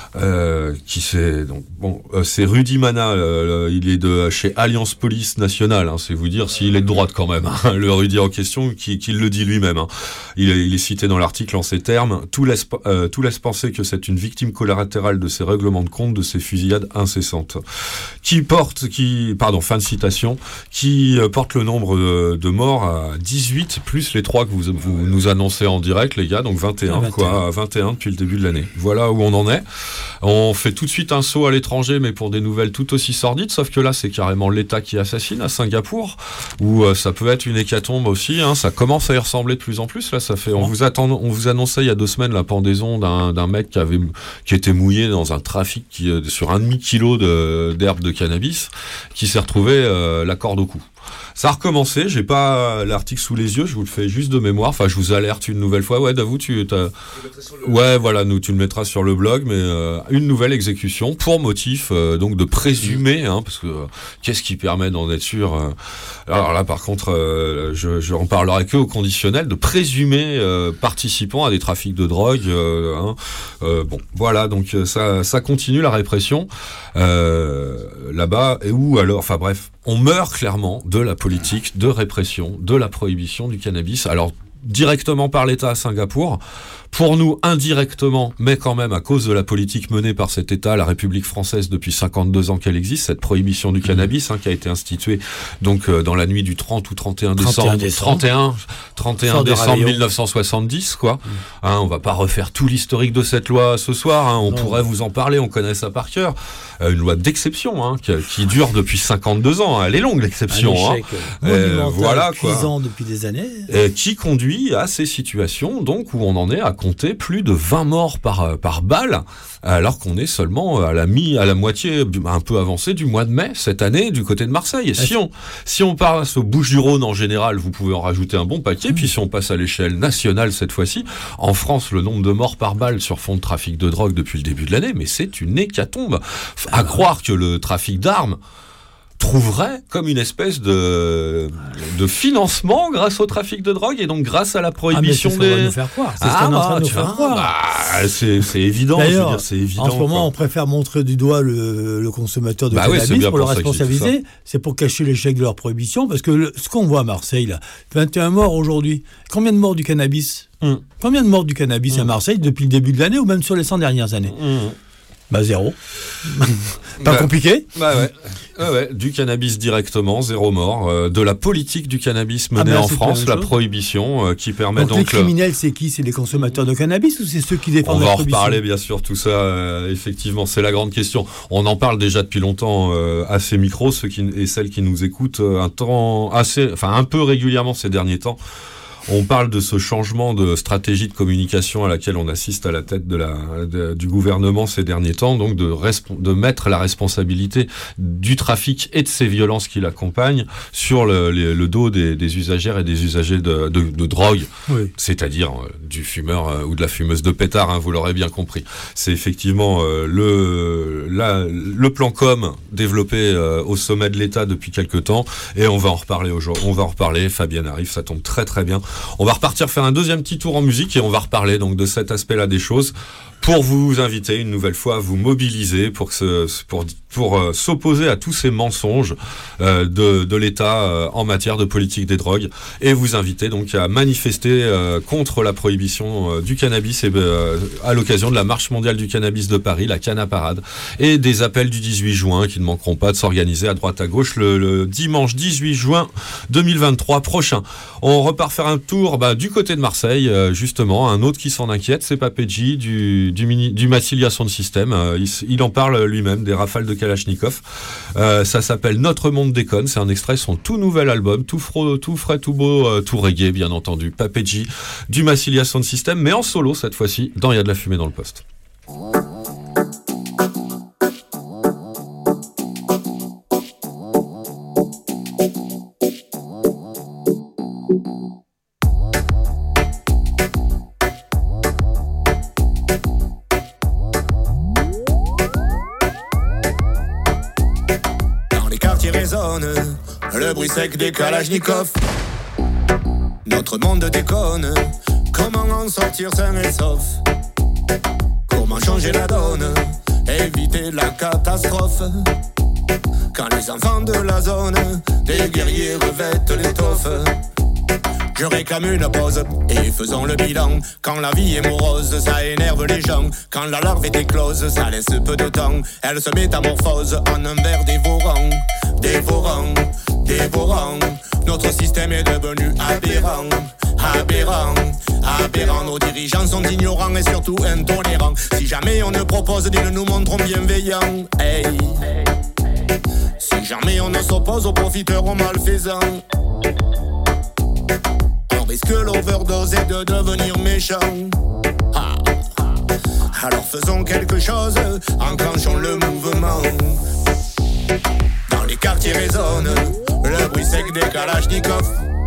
C'est Rudy Mana, il est de chez Alliance Police Nationale, hein, c'est vous dire s'il est de droite quand même, hein, le Rudy en question, qui le dit lui-même. Hein. Il est cité dans l'article en ces termes: tout laisse penser que c'est une victime collatérale de ces règlements de compte, de ces fusillades incessantes, fin de citation, qui porte le nombre de morts à 18 plus les 3 que vous nous annoncez en direct, les gars, donc 21, 21 depuis le début de l'année. Voilà où on en est. On fait tout de suite un saut à l'étranger, mais pour des nouvelles tout aussi sordides, sauf que là, c'est carrément l'État qui assassine à Singapour, où ça peut être une hécatombe aussi, hein, ça commence à y ressembler de plus en plus. Là, on vous annonçait il y a 2 semaines la pendaison d'un mec qui était mouillé dans un trafic sur 1,5 kilo d'herbe de cannabis, qui s'est retrouvé la corde au cou. Ça a recommencé, j'ai pas l'article sous les yeux, je vous le fais juste de mémoire, enfin je vous alerte une nouvelle fois. Ouais, Davou, tu le mettras sur le blog, mais une nouvelle exécution pour motif donc de présumer, hein, parce que qu'est-ce qui permet d'en être sûr alors là par contre je en parlerai que au conditionnel, de présumer participant à des trafics de drogue, bon voilà, donc ça continue la répression là-bas, et où alors, enfin bref, on meurt clairement de la politique de répression, de la prohibition du cannabis. Alors, directement par l'État à Singapour, pour nous indirectement, mais quand même à cause de la politique menée par cet État, la République française, depuis 52 ans qu'elle existe, cette prohibition du cannabis, hein, qui a été instituée donc dans la nuit du 30 ou 31 décembre 1970, quoi. Hein, on va pas refaire tout l'historique de cette loi ce soir, hein, on pourrait vous en parler, on connaît ça par cœur. Une loi d'exception, hein, qui dure depuis 52 ans, hein, elle est longue l'exception, un échec voilà, cuisant depuis des années, qui conduit à ces situations donc où on en est à compter plus de 20 morts par balle, alors qu'on est seulement à la moitié un peu avancée du mois de mai cette année du côté de Marseille. Et si on passe aux Bouches-du-Rhône en général, vous pouvez en rajouter un bon paquet. Puis si on passe à l'échelle nationale cette fois-ci, en France, le nombre de morts par balle sur fond de trafic de drogue depuis le début de l'année, mais c'est une hécatombe. À croire que le trafic d'armes trouverait comme une espèce de financement grâce au trafic de drogue, et donc grâce à la prohibition c'est ce qu'on va nous faire croire. C'est ce qu'on est en train de nous faire croire. C'est évident. D'ailleurs, c'est évident, en ce moment, on préfère montrer du doigt le consommateur de cannabis pour le responsabiliser. C'est pour cacher l'échec de leur prohibition, parce que ce qu'on voit à Marseille, là, 21 morts aujourd'hui. Combien de morts du cannabis Combien de morts du cannabis à Marseille depuis le début de l'année, ou même sur les 100 dernières années 0. Pas compliqué. Ouais, du cannabis directement, 0 mort. De la politique du cannabis menée en France, la prohibition qui permet donc... les criminels, c'est qui ? C'est les consommateurs de cannabis, ou c'est ceux qui défendent la prohibition ? On va en reparler, bien sûr, tout ça. Effectivement, c'est la grande question. On en parle déjà depuis longtemps à ces micros, ceux et celles qui nous écoutent un peu régulièrement ces derniers temps. On parle de ce changement de stratégie de communication à laquelle on assiste à la tête du gouvernement ces derniers temps, donc de mettre la responsabilité du trafic et de ces violences qui l'accompagnent sur le dos des usagères et des usagers de drogue, c'est-à-dire du fumeur ou de la fumeuse de pétard, hein, vous l'aurez bien compris. C'est effectivement le plan com développé au sommet de l'État depuis quelque temps, et on va en reparler aujourd'hui. On va en reparler, Fabienne arrive, ça tombe très très bien. On va repartir faire un deuxième petit tour en musique, et on va reparler donc de cet aspect-là des choses, pour vous inviter une nouvelle fois à vous mobiliser pour s'opposer à tous ces mensonges de l'État en matière de politique des drogues, et vous inviter donc à manifester contre la prohibition du cannabis, et à l'occasion de la marche mondiale du cannabis de Paris, la Canna Parade, et des appels du 18 juin qui ne manqueront pas de s'organiser à droite à gauche le dimanche 18 juin 2023 prochain. On repart faire un tour du côté de Marseille, justement, un autre qui s'en inquiète, c'est Papedji du Massilia Sound System. Il en parle lui-même, des rafales de Kalachnikov. Ça s'appelle Notre Monde déconne, c'est un extrait de son tout nouvel album, tout frais, tout beau, tout reggae, bien entendu. Papedji du Massilia Sound System, mais en solo cette fois-ci, dans Il y a de la fumée dans le poste. le bruit sec des kalachnikovs. Notre monde déconne, comment en sortir sain et sauf? Comment changer la donne, éviter la catastrophe? Quand les enfants de la zone, des guerriers revêtent l'étoffe. Je réclame une pause et faisons le bilan. Quand la vie est morose, ça énerve les gens. Quand la larve est éclose, ça laisse peu de temps. Elle se métamorphose en un ver dévorant. Dévorant, dévorant. Notre système est devenu aberrant. Aberrant, aberrant. Nos dirigeants sont ignorants et surtout intolérants. Si jamais on ne propose, ils nous montrons bienveillants. Hey. Si jamais on ne s'oppose aux profiteurs, aux malfaisants, on risque l'overdose et de devenir méchant. Ah. Alors faisons quelque chose, enclenchons le mouvement. Dans les quartiers résonne le bruit sec des kalachnikovs.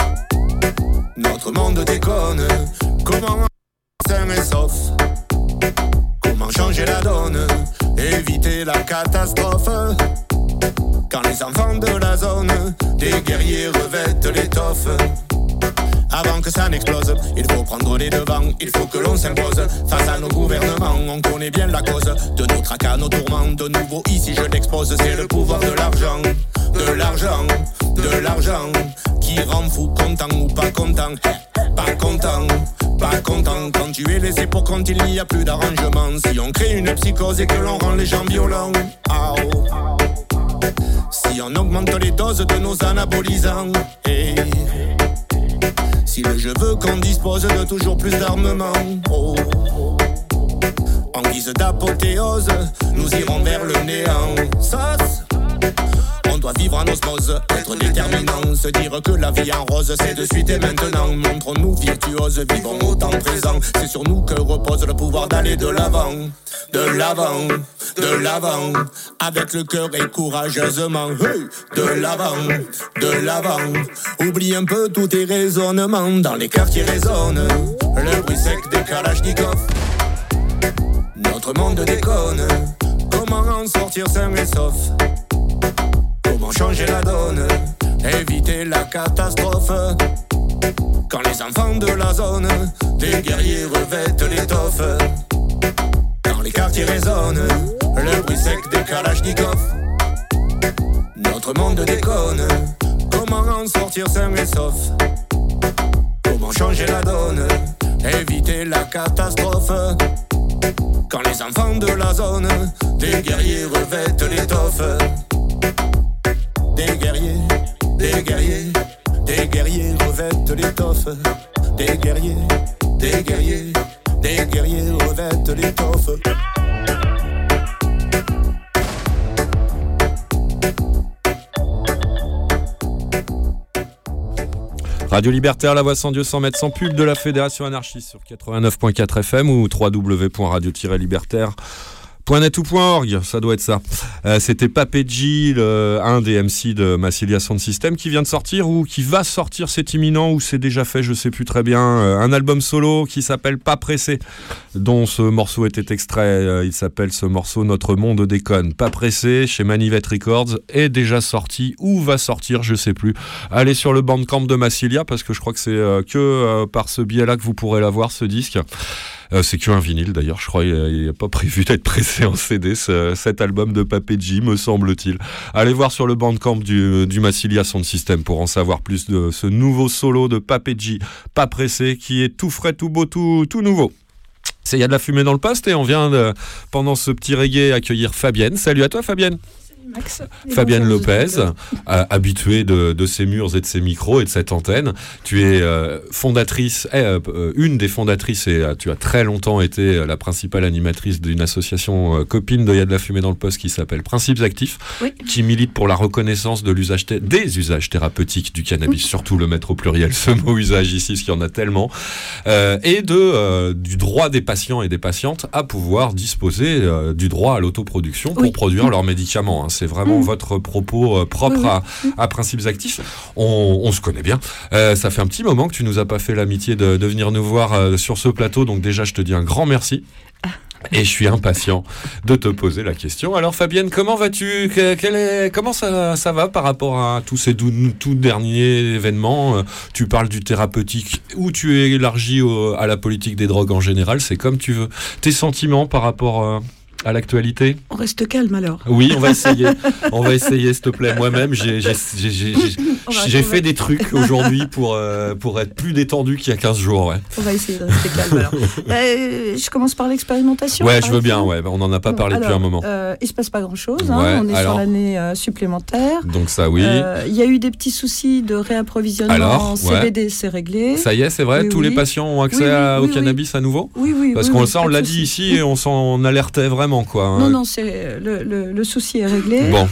Notre monde déconne, comment sain et sauf? Comment changer la donne, éviter la catastrophe? Quand les enfants de la zone, des guerriers revêtent l'étoffe. Avant que ça n'explose, il faut prendre les devants. Il faut que l'on s'impose face à nos gouvernements. On connaît bien la cause de nos tracas, nos tourments. De nouveau ici je l'expose, c'est le pouvoir de l'argent. De l'argent, de l'argent qui rend fou, content ou pas content. Pas content, pas content. Quand tu es laissé pour compte, il n'y a plus d'arrangement. Si on crée une psychose et que l'on rend les gens violents. Oh. Si on augmente les doses de nos anabolisants. Hey. Si le jeu veut qu'on dispose de toujours plus d'armement. Oh. En guise d'apothéose, nous irons vers le néant. Sauce. On doit vivre en osmose, être déterminant. Se dire que la vie en rose c'est de suite et maintenant. Montrons-nous virtuoses, vivons au temps présent. C'est sur nous que repose le pouvoir d'aller de l'avant. De l'avant, de l'avant. Avec le cœur et courageusement. Hey. De l'avant, de l'avant. Oublie un peu tous tes raisonnements. Dans les quartiers résonne le bruit sec des kalachnikovs. Notre monde déconne, comment en sortir sain et sauf? Comment changer la donne, éviter la catastrophe? Quand les enfants de la zone, des guerriers revêtent l'étoffe. Dans les quartiers résonne le bruit sec des kalachnikovs. Notre monde déconne, comment en sortir sain et sauf? Comment changer la donne, éviter la catastrophe? Quand les enfants de la zone, des guerriers revêtent l'étoffe. Des guerriers, des guerriers, des guerriers revêtent l'étoffe. Des guerriers, des guerriers, des guerriers revêtent l'étoffe. Radio Libertaire, la voix sans Dieu, sans maître, sans pub de la Fédération anarchiste sur 89.4 FM ou www.radio-libertaire.net ou .org, ça doit être ça. C'était Papedji, un des MC de Massilia Sound System, qui vient de sortir ou qui va sortir, c'est imminent ou c'est déjà fait, je sais plus très bien, un album solo qui s'appelle Pas Pressé, dont ce morceau était extrait. Il s'appelle ce morceau Notre Monde déconne. Pas Pressé, chez Manivette Records, est déjà sorti ou va sortir, je sais plus. Allez sur le Bandcamp de Massilia, parce que je crois que c'est que par ce biais-là que vous pourrez l'avoir, ce disque. C'est qu'un vinyle d'ailleurs, je crois qu'il n'y a pas prévu d'être pressé en CD cet album de Papedji, me semble-t-il. Allez voir sur le Bandcamp du Massilia Sound System pour en savoir plus de ce nouveau solo de Papedji, Pas Pressé, qui est tout frais, tout beau, tout nouveau. Il y a de la fumée dans le poste et on vient pendant ce petit reggae accueillir Fabienne. Salut à toi Fabienne. Max. Fabienne Lopez, habituée de ces murs et de ces micros et de cette antenne. Tu es fondatrice, une des fondatrices et tu as très longtemps été la principale animatrice d'une association copine de Y'a de la fumée dans le poste qui s'appelle Principes Actifs, oui, qui milite pour la reconnaissance de des usages thérapeutiques du cannabis, surtout le mettre au pluriel, ce mot usage ici, parce qu'il y en a tellement, et du droit des patients et des patientes à pouvoir disposer du droit à l'autoproduction pour produire leurs médicaments. Hein. C'est vraiment votre propos propre à Principes Actifs. On se connaît bien. Ça fait un petit moment que tu nous as pas fait l'amitié de venir nous voir sur ce plateau. Donc déjà, je te dis un grand merci. Et je suis impatient de te poser la question. Alors Fabienne, comment vas-tu ? Comment ça va par rapport à tous ces tout derniers événements ? Tu parles du thérapeutique ou tu es élargi à la politique des drogues en général, c'est comme tu veux. Tes sentiments par rapport à l'actualité ? On reste calme alors. Oui, on va essayer. On va essayer, s'il te plaît. Moi-même, j'ai fait des trucs aujourd'hui pour être plus détendu qu'il y a 15 jours. Ouais. On va essayer de rester calme alors. Je commence par l'expérimentation. Ouais, je veux bien. Ouais. On n'en a pas parlé depuis un moment. Il se passe pas grand-chose. Ouais, on est sur l'année supplémentaire. Donc ça, oui. Il y a eu des petits soucis de réapprovisionnement en CBD, c'est réglé. Ça y est, c'est vrai. Oui, tous les patients ont accès au cannabis à nouveau. Oui. Parce on l'a dit ici et on s'en alertait vraiment. Quoi, Non, c'est le souci est réglé. Bon.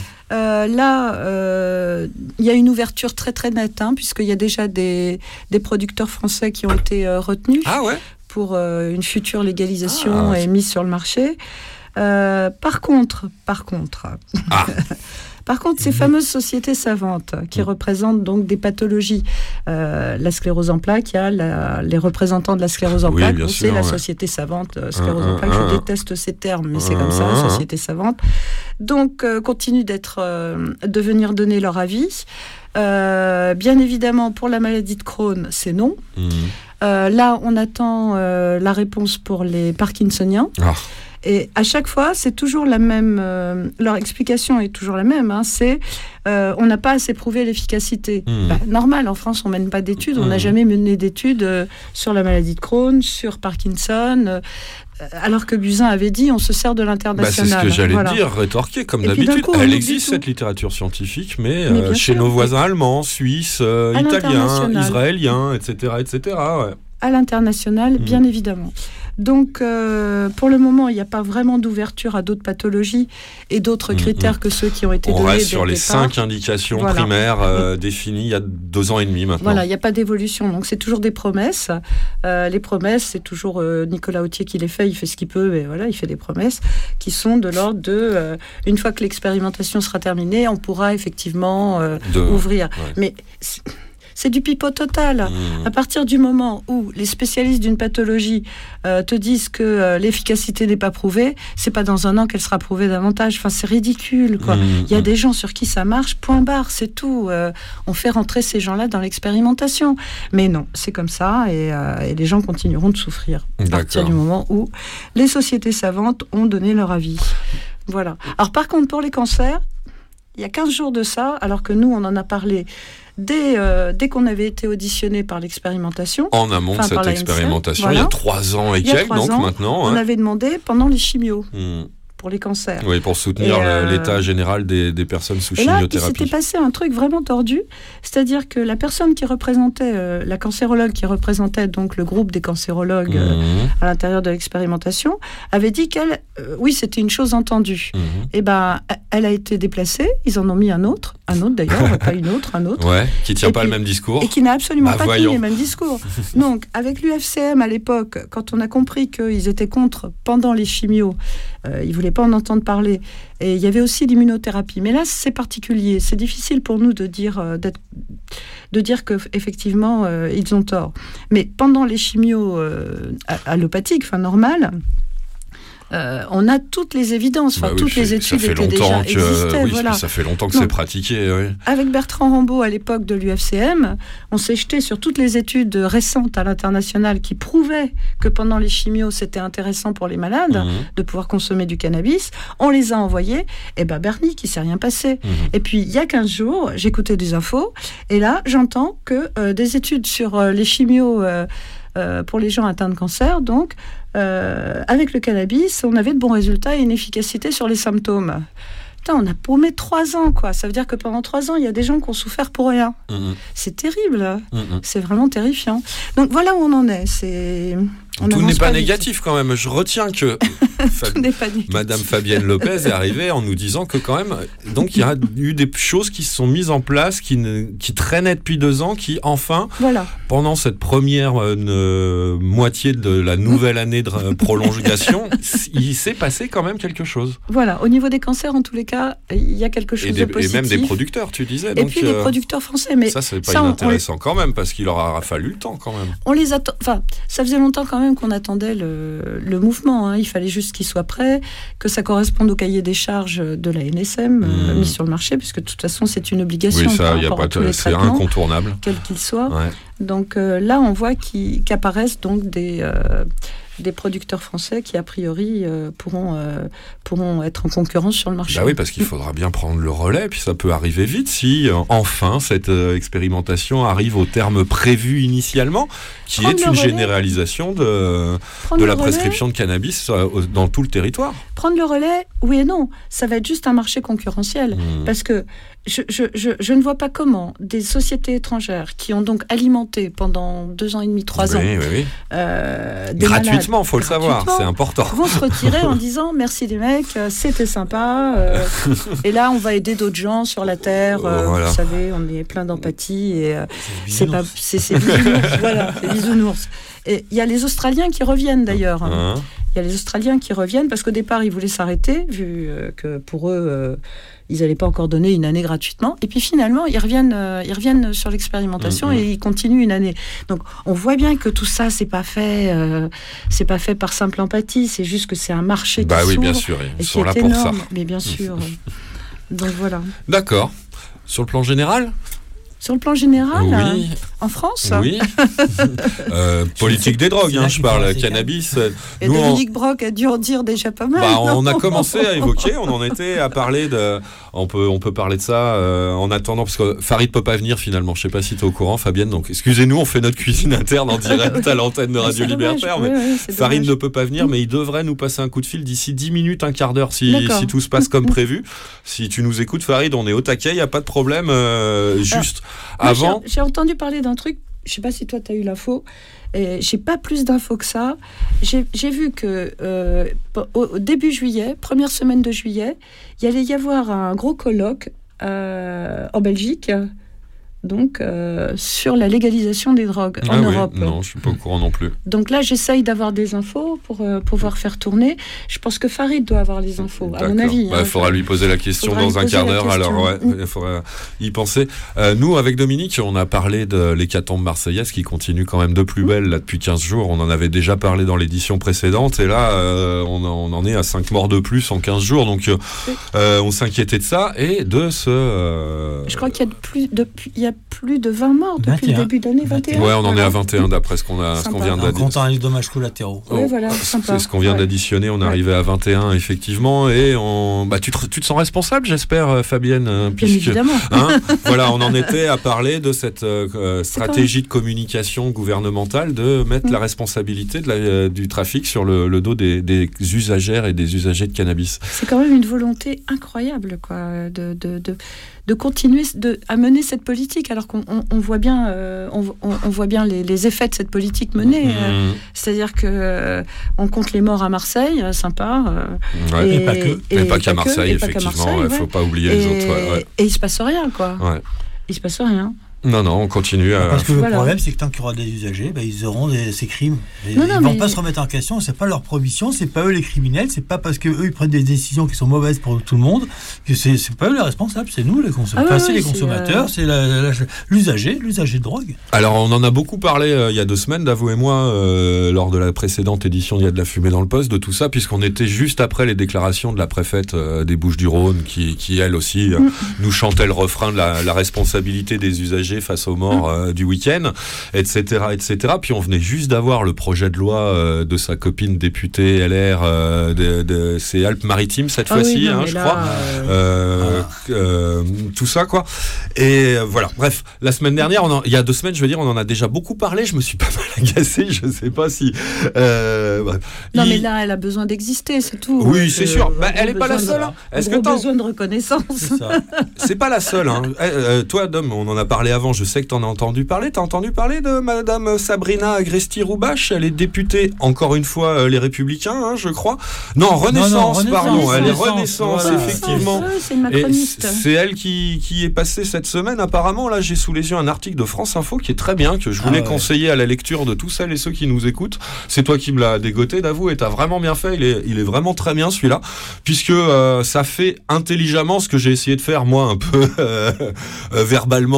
Là, il y a une ouverture très très nette, puisqu'il y a déjà des producteurs français qui ont été retenus pour une future légalisation et mise sur le marché. Par contre, ces fameuses sociétés savantes qui représentent donc des pathologies, la sclérose en plaques, il y a les représentants de la sclérose en plaques, c'est la société savante sclérose en plaques. Je déteste ces termes, mais c'est comme ça, la société savante. Donc, continuent de venir donner leur avis. Bien évidemment, pour la maladie de Crohn, c'est non. Là, on attend la réponse pour les Parkinsoniens. Et à chaque fois, c'est toujours la même. Leur explication est toujours la même. C'est on n'a pas assez prouvé l'efficacité. Normal, en France, on mène pas d'études. On n'a jamais mené d'études sur la maladie de Crohn, sur Parkinson. Alors que Buzyn avait dit, on se sert de l'international. C'est ce que j'allais dire, rétorquer comme d'habitude. Elle existe cette littérature scientifique, mais chez nos voisins allemands, suisses, italiens, israéliens, etc., etc. Ouais. À l'international, bien évidemment. Donc, pour le moment, il n'y a pas vraiment d'ouverture à d'autres pathologies et d'autres critères que ceux qui ont été donnés. On reste sur les 5 indications primaires définies il y a 2 ans et demi maintenant. Voilà, il n'y a pas d'évolution. Donc, c'est toujours des promesses. Les promesses, c'est toujours Nicolas Autier qui les fait. Il fait ce qu'il peut, et voilà, il fait des promesses qui sont de l'ordre de... une fois que l'expérimentation sera terminée, on pourra effectivement ouvrir. Ouais. Mais... c'est du pipeau total. À partir du moment où les spécialistes d'une pathologie te disent que l'efficacité n'est pas prouvée, c'est pas dans un an qu'elle sera prouvée davantage. Enfin, c'est ridicule, quoi. Il y a des gens sur qui ça marche, point barre, c'est tout. On fait rentrer ces gens-là dans l'expérimentation. Mais non, c'est comme ça et les gens continueront de souffrir. À partir du moment où les sociétés savantes ont donné leur avis. Voilà. Alors, par contre, pour les cancers, il y a 15 jours de ça, alors que nous, on en a parlé dès qu'on avait été auditionné par l'expérimentation. En amont de cette expérimentation, il y a 3 ans et quelques, donc maintenant. On avait demandé pendant les chimios. Pour les cancers. Oui, pour soutenir l'état général des personnes sous chimiothérapie. Et là, il s'était passé un truc vraiment tordu, c'est-à-dire que la personne qui représentait, la cancérologue qui représentait donc le groupe des cancérologues à l'intérieur de l'expérimentation, avait dit qu'elle, oui, c'était une chose entendue. Et elle a été déplacée, ils en ont mis un autre d'ailleurs, pas une autre, un autre. Ouais, qui tient pas le même discours. Et qui n'a absolument pas tenu les mêmes discours. Donc, avec l'UFCM à l'époque, quand on a compris qu'ils étaient contre pendant les chimios, ils voulaient pas en entendre parler. Et il y avait aussi l'immunothérapie. Mais là, c'est particulier. C'est difficile pour nous de dire qu'effectivement, ils ont tort. Mais pendant les chimios allopathiques, normales, on a toutes les évidences, toutes les études étaient déjà existaient. Ça fait longtemps que c'est pratiqué. Oui. Avec Bertrand Rambaud, à l'époque de l'UFCM, on s'est jeté sur toutes les études récentes à l'international qui prouvaient que pendant les chimios, c'était intéressant pour les malades de pouvoir consommer du cannabis. On les a envoyés, et Bernic, il ne s'est rien passé. Et puis, il y a 15 jours, j'écoutais des infos, et là, j'entends que des études sur les chimios pour les gens atteints de cancer, donc, avec le cannabis, on avait de bons résultats et une efficacité sur les symptômes. Putain, on a paumé 3 ans, quoi. Ça veut dire que pendant 3 ans, il y a des gens qui ont souffert pour rien. C'est terrible. C'est vraiment terrifiant. Donc voilà où on en est. Tout n'est pas négatif quand même. Je retiens que Madame Fabienne Lopez est arrivée en nous disant que quand même, donc il y a eu des choses qui se sont mises en place, qui traînaient depuis 2 ans, qui enfin, pendant cette première moitié de la nouvelle année de prolongation, il s'est passé quand même quelque chose. Voilà, au niveau des cancers, en tous les cas, il y a quelque chose de positif. Et même des producteurs, tu disais. Et donc, puis des producteurs français. Mais ça, c'est pas inintéressant quand même, parce qu'il leur a fallu le temps quand même. On les attend. Enfin, ça faisait longtemps quand même même qu'on attendait le mouvement. Hein. Il fallait juste qu'il soit prêt, que ça corresponde au cahier des charges de la NSM mis sur le marché, puisque de toute façon, c'est une obligation. Oui, ça, par y a rapport pas à tous les c'est traitements, incontournable. quels qu'ils soient. Ouais. Donc là, on voit qu'apparaissent donc des producteurs français qui, a priori, pourront être en concurrence sur le marché. Bah oui, parce qu'il faudra bien prendre le relais, puis ça peut arriver vite si, enfin, cette expérimentation arrive au terme prévu initialement, qui Prendre est le une relais. généralisation de le la relais. prescription de cannabis dans tout le territoire. Prendre le relais, oui et non. Ça va être juste un marché concurrentiel. Parce que je ne vois pas comment des sociétés étrangères qui ont donc alimenté pendant 2 ans et demi, 3 ans Oui. des Gratuitement, malades, faut le savoir, c'est important. vont se retirer en disant merci les mecs, c'était sympa. Et là, on va aider d'autres gens sur la terre. Voilà. Vous savez, on est plein d'empathie et c'est bisounours. Voilà, c'est bisounours. Et il y a les Australiens qui reviennent d'ailleurs. Il y a les Australiens qui reviennent parce qu'au départ, ils voulaient s'arrêter, vu que pour eux, ils n'allaient pas encore donner une année gratuitement. Et puis finalement, ils reviennent sur l'expérimentation et ils continuent une année. Donc, on voit bien que tout ça, c'est pas fait par simple empathie. C'est juste que c'est un marché qui Oui, s'ouvre bien sûr, et ils qui sont est là pour ça. énorme. Mais bien sûr. Donc voilà. D'accord. Sur le plan général ? Sur le plan général, Oui. en France, Oui. Politique des drogues, je parle. Cannabis. et Dominique Brock a dû en dire déjà pas mal. On a commencé à évoquer, on en était à parler de... On peut parler de ça en attendant, parce que Farid peut pas venir finalement. Je sais pas si tu es au courant, Fabienne. Donc excusez-nous, on fait notre cuisine interne en direct à l'antenne de Radio Libertaire. Mais Farid ne peut pas venir, mais il devrait nous passer un coup de fil d'ici 10 minutes, un quart d'heure, si tout se passe comme prévu. Si tu nous écoutes, Farid, on est au taquet, il n'y a pas de problème. Juste avant... J'ai entendu parler d'un truc, je sais pas si toi tu as eu l'info, et j'ai pas plus d'infos que ça. J'ai vu que au début juillet, première semaine de juillet, il y allait y avoir un gros colloque en Belgique, donc sur la légalisation des drogues en Europe. Non, je suis pas au courant non plus. Donc là, j'essaye d'avoir des infos pour pouvoir faire tourner. Je pense que Farid doit avoir les infos, à mon avis. Il faudra lui poser la question dans un quart d'heure. Alors, il faudra y penser. Nous, avec Dominique, on a parlé de l'hécatombe marseillaise qui continue quand même de plus belle là depuis 15 jours. On en avait déjà parlé dans l'édition précédente. Et là, on en est à 5 morts de plus en 15 jours. Donc, on s'inquiétait de ça et de ce... Je crois qu'il y a plus de 20 morts depuis le début d'année, 21. Ouais, on en est à 21 d'après ce qu'on vient d'additionner. En comptant les dommages collatéraux. Oui, voilà, sympa. C'est ce qu'on vient d'additionner, on est arrivé à 21 effectivement, et tu te sens responsable, j'espère, Fabienne, bien évidemment. Voilà, on en était à parler de cette stratégie de communication gouvernementale de mettre la responsabilité du trafic sur le dos des usagères et des usagers de cannabis. C'est quand même une volonté incroyable, quoi, de continuer à mener cette politique, alors qu'on voit bien, on voit bien les effets de cette politique menée. C'est-à-dire que on compte les morts à Marseille, sympa. Et pas que. Et pas qu'à Marseille, effectivement. Il ne faut pas oublier les autres. Et il se passe rien, quoi. Ouais. Il se passe rien. Non, on continue. Parce que le problème, c'est que tant qu'il y aura des usagers, ils auront ces crimes. Ils ne vont pas se remettre en question, c'est pas leur prohibition, c'est pas eux les criminels, c'est pas parce qu'eux ils prennent des décisions qui sont mauvaises pour tout le monde que c'est pas eux les responsables, c'est nous les consommateurs. C'est les consommateurs, c'est l'usager de drogue. Alors on en a beaucoup parlé il y a 2 semaines, Davo et moi, lors de la précédente édition d'Il y a de la fumée dans le poste, de tout ça, puisqu'on était juste après les déclarations de la préfète des Bouches-du-Rhône, qui elle aussi nous chantait le refrain de la responsabilité des usagers face aux morts du week-end, etc. Puis on venait juste d'avoir le projet de loi de sa copine députée LR c'est Alpes-Maritimes cette fois-ci, je crois. Tout ça, quoi. Et voilà. Bref, la semaine dernière, il y a 2 semaines, je veux dire, on en a déjà beaucoup parlé. Je me suis pas mal agacé. Je sais pas si. Bref. Non, mais là, elle a besoin d'exister, c'est tout. Oui, c'est sûr. Elle est pas la seule. Est-ce que t'as besoin de reconnaissance? C'est pas la seule. Toi, Dom, on en a parlé avant. Je sais que t'en as entendu parler. T'as entendu parler de Madame Sabrina Agresti-Roubache? Elle est députée, encore une fois, les Républicains, je crois. Non, Renaissance, pardon. Elle est Renaissance, voilà. Effectivement. C'est une macroniste. Et c'est elle qui est passée cette semaine. Apparemment, là, j'ai sous les yeux un article de France Info qui est très bien, que je voulais conseiller à la lecture de tous celles et ceux qui nous écoutent. C'est toi qui me l'as dégoté, Davou, et t'as vraiment bien fait. Il est vraiment très bien, celui-là, puisque ça fait intelligemment ce que j'ai essayé de faire, moi, un peu verbalement, il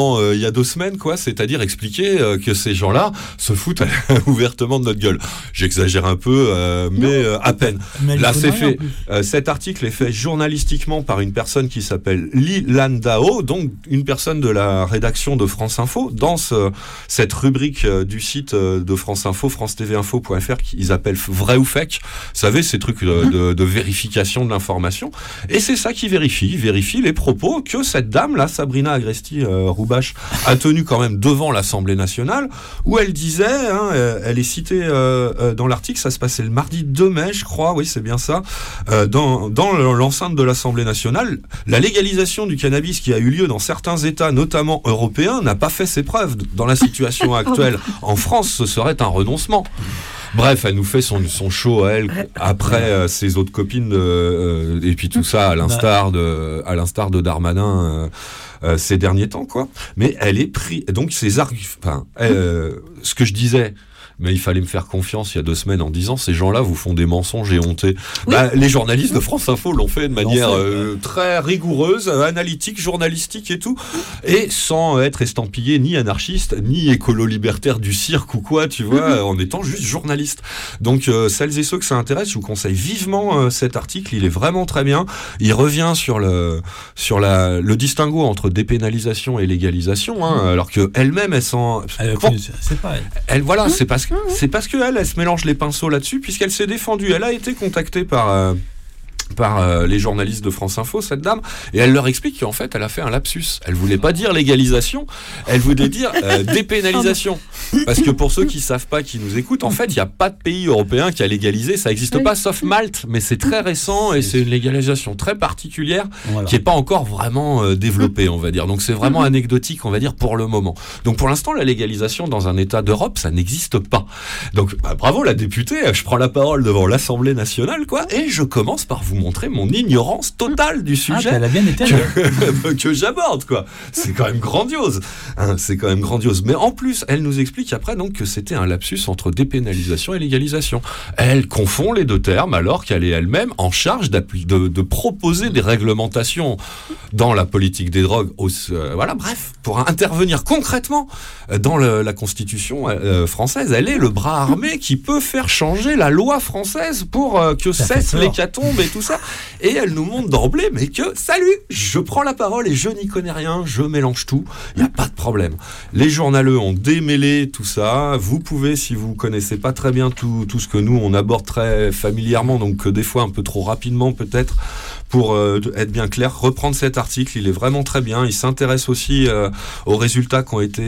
y a 2 semaines, quoi, c'est-à-dire expliquer que ces gens-là se foutent ouvertement de notre gueule. J'exagère un peu, mais à peine. Mais Là, c'est rien, fait. Cet article est fait journalistiquement par une personne qui s'appelle Li Landau, donc une personne de la rédaction de France Info, dans cette rubrique du site de France Info, france-tv-info.fr, qu'ils appellent vrai ou fake. Vous savez, ces trucs de vérification de l'information. Et c'est ça qui vérifie les propos que cette dame-là, Sabrina Agresti-Roubache, a tenus quand même devant l'Assemblée nationale, où elle disait, elle est citée dans l'article, ça se passait le mardi 2 mai, je crois, oui, c'est bien ça, dans l'enceinte de l'Assemblée nationale. La légalisation du cannabis qui a eu lieu dans certains États, notamment européens, n'a pas fait ses preuves. Dans la situation actuelle en France, ce serait un renoncement. Bref, elle nous fait son show à elle après ses autres copines et puis tout ça à l'instar de Darmanin ces derniers temps, quoi. Mais elle est prise. Donc ces arguments, ce que je disais. Mais il fallait me faire confiance il y a 2 semaines en disant ces gens-là vous font des mensonges éhontés. Oui. Les journalistes de France Info l'ont fait de manière très rigoureuse, analytique, journalistique et tout, et sans être estampillé ni anarchiste, ni écolo-libertaire du cirque ou quoi, tu vois, en étant juste journaliste. Donc celles et ceux que ça intéresse, je vous conseille vivement cet article, il est vraiment très bien. Il revient sur le distinguo entre dépénalisation et légalisation, alors que elle-même elle s'en... c'est pas elle. Voilà, c'est parce qu'elle se mélange les pinceaux là-dessus, puisqu'elle s'est défendue. Elle a été contactée par les journalistes de France Info, cette dame, et elle leur explique qu'en fait, elle a fait un lapsus. Elle voulait pas dire légalisation, elle voulait dire dépénalisation. Parce que pour ceux qui savent pas, qui nous écoutent, en fait, il n'y a pas de pays européen qui a légalisé, ça n'existe pas, sauf Malte, mais c'est très récent et c'est une légalisation très particulière qui n'est pas encore vraiment développée, on va dire. Donc c'est vraiment anecdotique, on va dire, pour le moment. Donc pour l'instant, la légalisation dans un État d'Europe, ça n'existe pas. Donc bravo la députée, je prends la parole devant l'Assemblée nationale, quoi, et je commence par vous montrer mon ignorance totale du sujet elle a bien été que j'aborde, quoi. C'est quand même grandiose. C'est quand même grandiose. Mais en plus, elle nous explique après donc que c'était un lapsus entre dépénalisation et légalisation. Elle confond les 2 termes alors qu'elle est elle-même en charge de proposer des réglementations dans la politique des drogues. Voilà, bref, pour intervenir concrètement dans la Constitution française. Elle est le bras armé qui peut faire changer la loi française pour que cesse l'hécatombe et tout ça. Et elle nous montre d'emblée, mais que, salut, je prends la parole et je n'y connais rien, je mélange tout, il n'y a pas de problème. Les journaleux ont démêlé tout ça, vous pouvez, si vous connaissez pas très bien tout ce que nous, on aborde très familièrement, donc des fois un peu trop rapidement peut-être, pour être bien clair, reprendre cet article, il est vraiment très bien, il s'intéresse aussi aux résultats qui ont été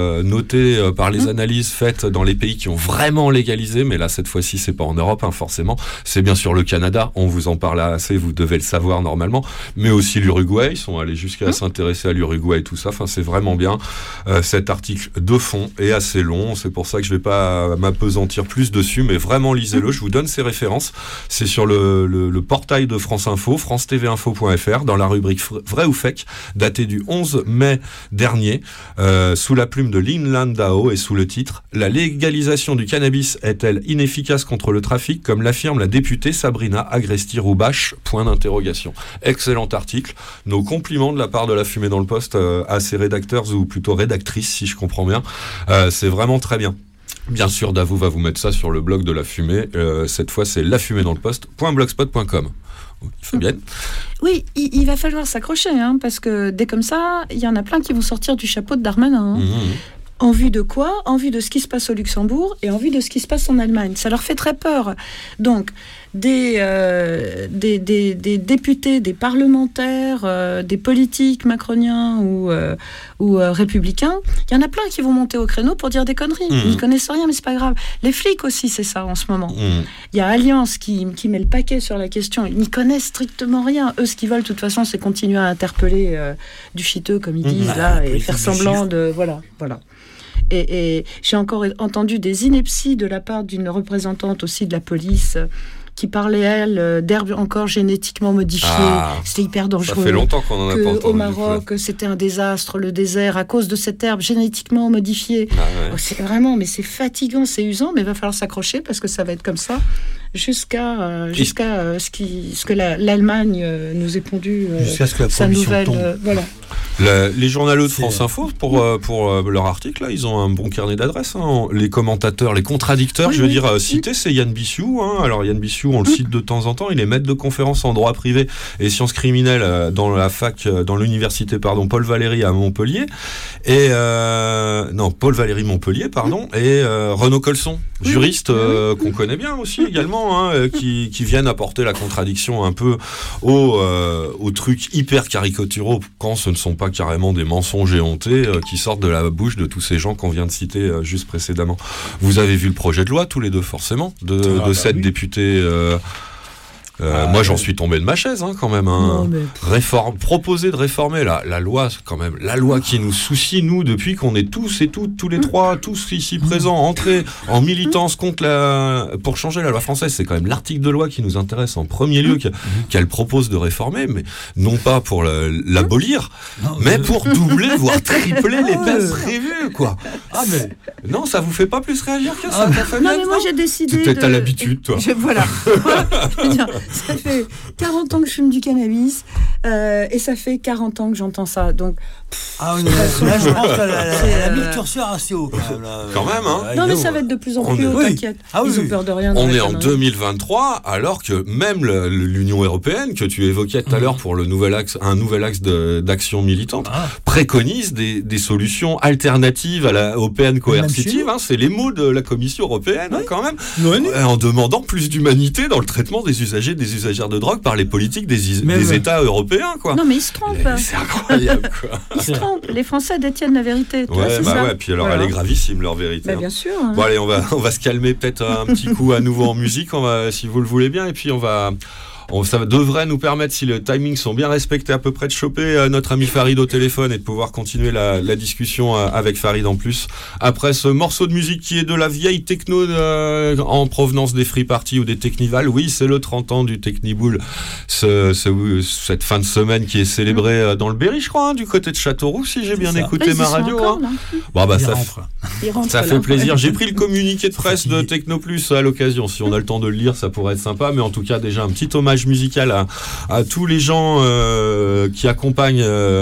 notés par les analyses faites dans les pays qui ont vraiment légalisé, mais là cette fois-ci c'est pas en Europe, forcément, c'est bien sûr le Canada, on vous en parle assez, vous devez le savoir normalement, mais aussi l'Uruguay, ils sont allés jusqu'à s'intéresser à l'Uruguay et tout ça, c'est vraiment bien. Cet article de fond est assez long, c'est pour ça que je vais pas m'apesantir plus dessus, mais vraiment lisez-le, je vous donne ces références, c'est sur le portail de France Info, france-tv-info.fr, dans la rubrique vrai ou fake, daté du 11 mai dernier, sous la plume de Li Landau et sous le titre « La légalisation du cannabis est-elle inefficace contre le trafic ?» comme l'affirme la députée Sabrina Agresti-Roubache, point d'interrogation. Excellent article. Nos compliments de la part de La Fumée dans le Poste à ses rédacteurs, ou plutôt rédactrices, si je comprends bien. C'est vraiment très bien. Bien sûr, Davou va vous mettre ça sur le blog de La Fumée. Cette fois, c'est lafumédansleposte.blogspot.com. Il fait bien. Oui, il va falloir s'accrocher, parce que dès comme ça, il y en a plein qui vont sortir du chapeau de Darmanin. En vue de quoi ? En vue de ce qui se passe au Luxembourg et en vue de ce qui se passe en Allemagne. Ça leur fait très peur. Donc, des députés, des parlementaires, des politiques macroniens ou républicains, il y en a plein qui vont monter au créneau pour dire des conneries. Ils ne connaissent rien, mais c'est pas grave. Les flics aussi, c'est ça en ce moment. Il y a Alliance qui met le paquet sur la question. Ils n'y connaissent strictement rien. Eux, ce qu'ils veulent, de toute façon, c'est continuer à interpeller du chiteux, comme ils disent, là, et faire semblant de... Voilà. Et j'ai encore entendu des inepties de la part d'une représentante aussi de la police qui parlait, elle, d'herbes encore génétiquement modifiées. C'était hyper dangereux. Ça fait longtemps qu'on en a pas entendu. Au Maroc, c'était un désastre, le désert, à cause de cette herbe génétiquement modifiée. C'est vraiment, mais c'est fatigant, c'est usant, mais il va falloir s'accrocher parce que ça va être comme ça jusqu'à ce que l'Allemagne nous ait pondu jusqu'à ce que la sa nouvelle... tombe. Voilà. Les journaleux de France Info, pour leur article, là, ils ont un bon carnet d'adresses. Hein. Les commentateurs, les contradicteurs, je veux dire, cités, c'est Yann Bissiou. Hein. Alors Yann Bissiou, on le cite de temps en temps, il est maître de conférence en droit privé et sciences criminelles dans la fac, dans l'université, Paul Valéry à Montpellier. Et Paul Valéry Montpellier, et Renaud Colson, juriste qu'on connaît bien aussi également, hein, qui viennent apporter la contradiction un peu aux trucs hyper caricaturaux quand ce ne sont pas carrément des mensonges éhontés qui sortent de la bouche de tous ces gens qu'on vient de citer juste précédemment. Vous avez vu le projet de loi tous les deux forcément de 7 députés. Moi, j'en suis tombé de ma chaise, hein, quand même. Hein. Proposer de réformer la loi, quand même, la loi qui nous soucie, nous, depuis qu'on est tous et toutes, tous les trois, tous ici présents, entrés en militance pour changer la loi française. C'est quand même l'article de loi qui nous intéresse en premier lieu, qu'elle propose de réformer, mais non pas pour l'abolir, mais pour doubler, voire tripler les peines prévues, quoi. Non, ça vous fait pas plus réagir que ça? Non, mais moi, j'ai décidé. Peut-être à l'habitude, toi. Voilà. Ça fait 40 ans que je fume du cannabis et ça fait 40 ans que j'entends ça. Donc, là, je pense que la bille curseur assez haut quand même. Quand même, hein. Non, mais ça va être de plus en plus haut, t'inquiète. Ils ont peur de rien. On est en 2023, alors que même l'Union européenne, que tu évoquais tout à l'heure pour un nouvel axe d'action militante, préconise des solutions alternatives aux peines coercitives. Hein, c'est les mots de la Commission européenne, quand même, en demandant plus d'humanité dans le traitement des usagers, des usagères de drogue par les politiques des États européens, quoi. Non, mais ils se trompent. C'est incroyable, quoi. Ils se trompent. Les Français détiennent la vérité. Puis alors, elle est gravissime, leur vérité. Bien sûr. Bon, allez, on va se calmer peut-être un petit coup à nouveau en musique, si vous le voulez bien, et puis ça devrait nous permettre, si les timings sont bien respectés, à peu près de choper notre ami Farid au téléphone et de pouvoir continuer la discussion avec Farid en plus. Après ce morceau de musique qui est de la vieille techno en provenance des Free Party ou des Technival. Oui, c'est le 30 ans du Techniboule. Cette fin de semaine qui est célébrée dans le Berry, je crois, du côté de Châteauroux, si j'ai bien écouté ma radio. Ça fait plaisir. J'ai pris le communiqué de presse de Techno Plus à l'occasion. Si on a le temps de le lire, ça pourrait être sympa. Mais en tout cas, déjà un petit hommage musical à tous les gens qui accompagnent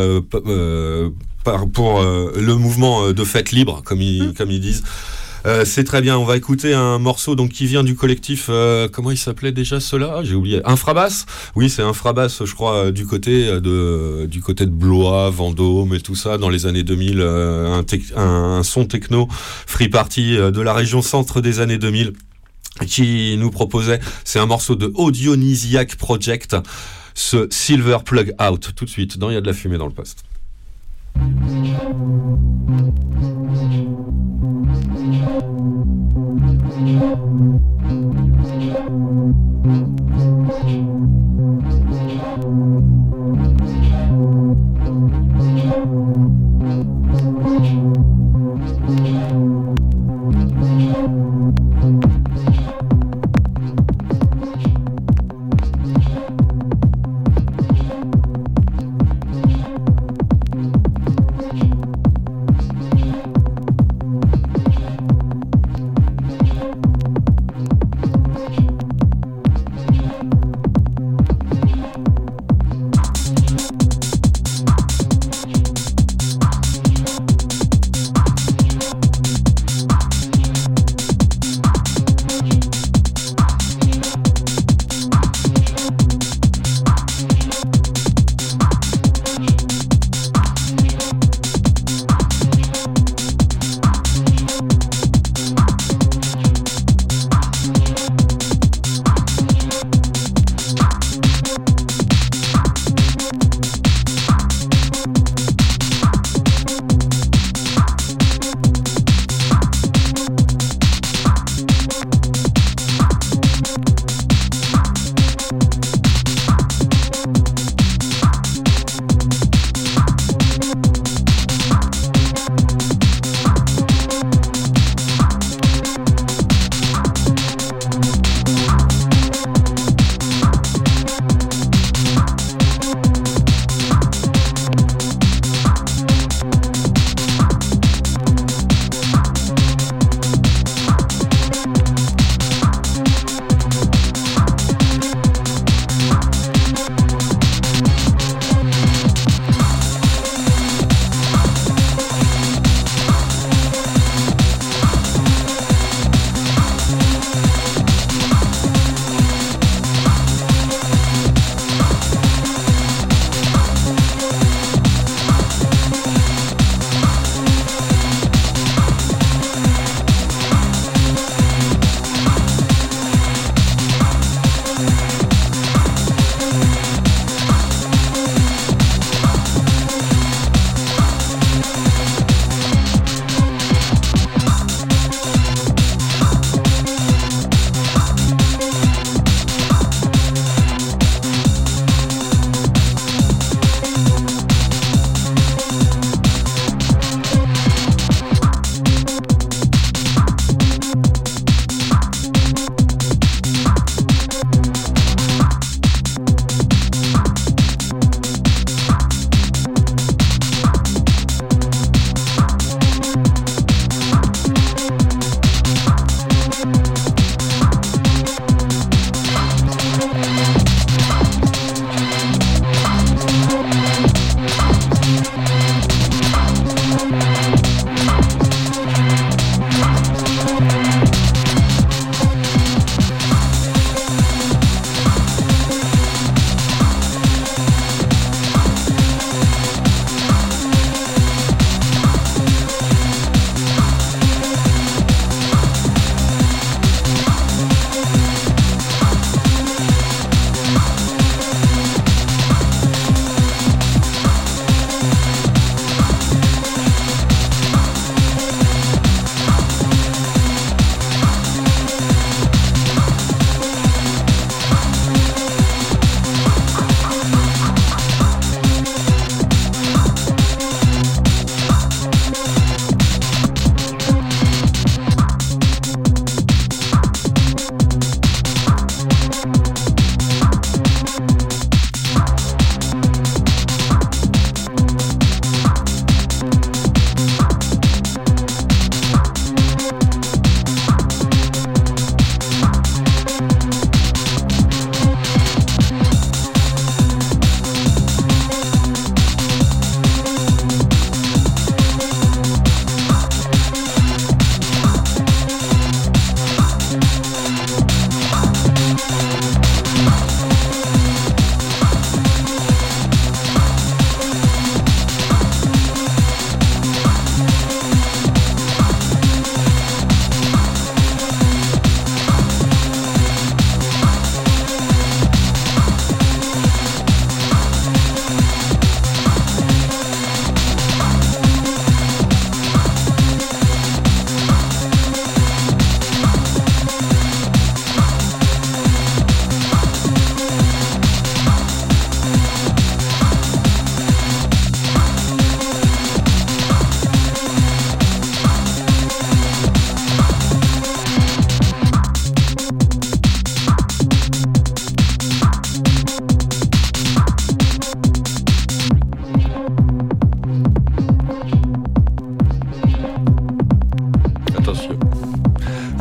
pour le mouvement de fête libre, comme ils disent. C'est très bien. On va écouter un morceau qui vient du collectif. Comment il s'appelait déjà cela? J'ai oublié. Infrabass. Oui, c'est Infrabass, je crois, du côté de Blois, Vendôme et tout ça dans les années 2000. Un son techno Free Party de la région centre des années 2000. Qui nous proposait, c'est un morceau de Audionisiac Project, ce Silver Plug Out, tout de suite, dans Il y a de la fumée dans le poste.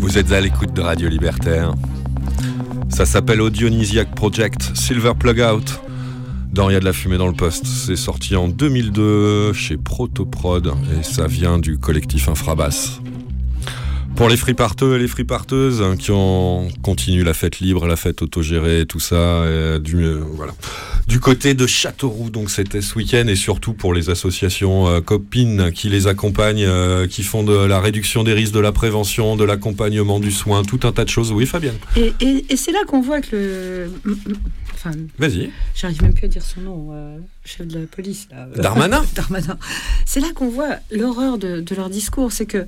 Vous êtes à l'écoute de Radio Libertaire. Ça s'appelle Audionisiac Project, Silver Plug Out. Dans Il y a de la fumée dans le poste. C'est sorti en 2002 chez Protoprod et ça vient du collectif Infrabass. Pour les friparteux et les friparteuses qui ont continué la fête libre, la fête autogérée, tout ça, voilà. Du côté de Châteauroux, donc c'était ce week-end, et surtout pour les associations copines qui les accompagnent, qui font de la réduction des risques, de la prévention, de l'accompagnement du soin, tout un tas de choses. Oui, Fabienne. Et c'est là qu'on voit que Vas-y. J'arrive même plus à dire son nom, chef de la police. Là. Darmanin. Darmanin. C'est là qu'on voit l'horreur de leur discours, c'est que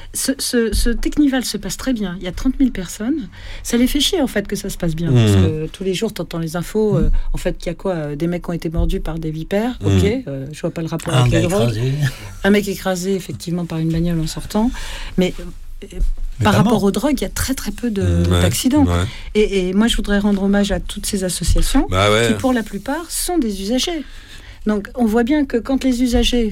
ce Technival se passe très bien. Il y a 30 000 personnes. Ça les fait chier, en fait, que ça se passe bien. Parce que tous les jours, tu entends les infos. En fait, qu'il y a quoi Des mecs qui ont été mordus par des vipères. Ok. Je vois pas le rapport avec les drogues. Un mec écrasé, effectivement, par une bagnole en sortant. Mais par rapport aux drogues, il y a très très peu d'accidents. Ouais. Et moi, je voudrais rendre hommage à toutes ces associations qui, pour la plupart, sont des usagers. Donc, on voit bien que quand les usagers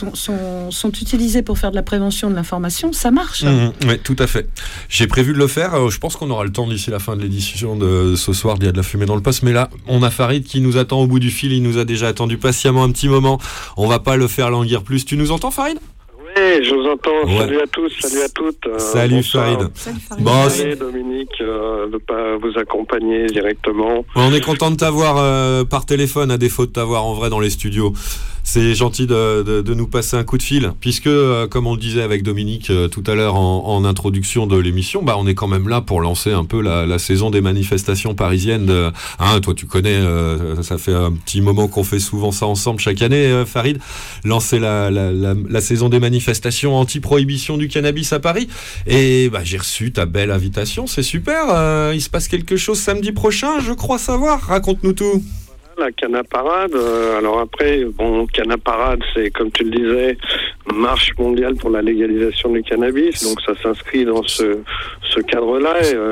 sont utilisés pour faire de la prévention, de l'information, ça marche. Oui, tout à fait. J'ai prévu de le faire. Je pense qu'on aura le temps d'ici la fin de l'édition de ce soir. Il y a de la fumée dans le poste. Mais là, on a Farid qui nous attend au bout du fil. Il nous a déjà attendu patiemment un petit moment. On va pas le faire languir plus. Tu nous entends, Farid ? Oui, je vous entends. Ouais. Salut à tous, salut à toutes. Salut Farid. Salut Farid. Désolé Dominique de ne pas vous accompagner directement. On est content de t'avoir par téléphone, à défaut de t'avoir en vrai dans les studios. C'est gentil de nous passer un coup de fil, puisque, comme on le disait avec Dominique tout à l'heure en introduction de l'émission, on est quand même là pour lancer un peu la saison des manifestations parisiennes. Toi, tu connais, ça fait un petit moment qu'on fait souvent ça ensemble chaque année, Farid, lancer la saison des manifestations anti-prohibition du cannabis à Paris. Et j'ai reçu ta belle invitation, c'est super. Il se passe quelque chose samedi prochain, je crois savoir. Raconte-nous tout. La Canaparade, alors après, Canaparade, c'est, comme tu le disais, marche mondiale pour la légalisation du cannabis, donc ça s'inscrit dans ce cadre-là.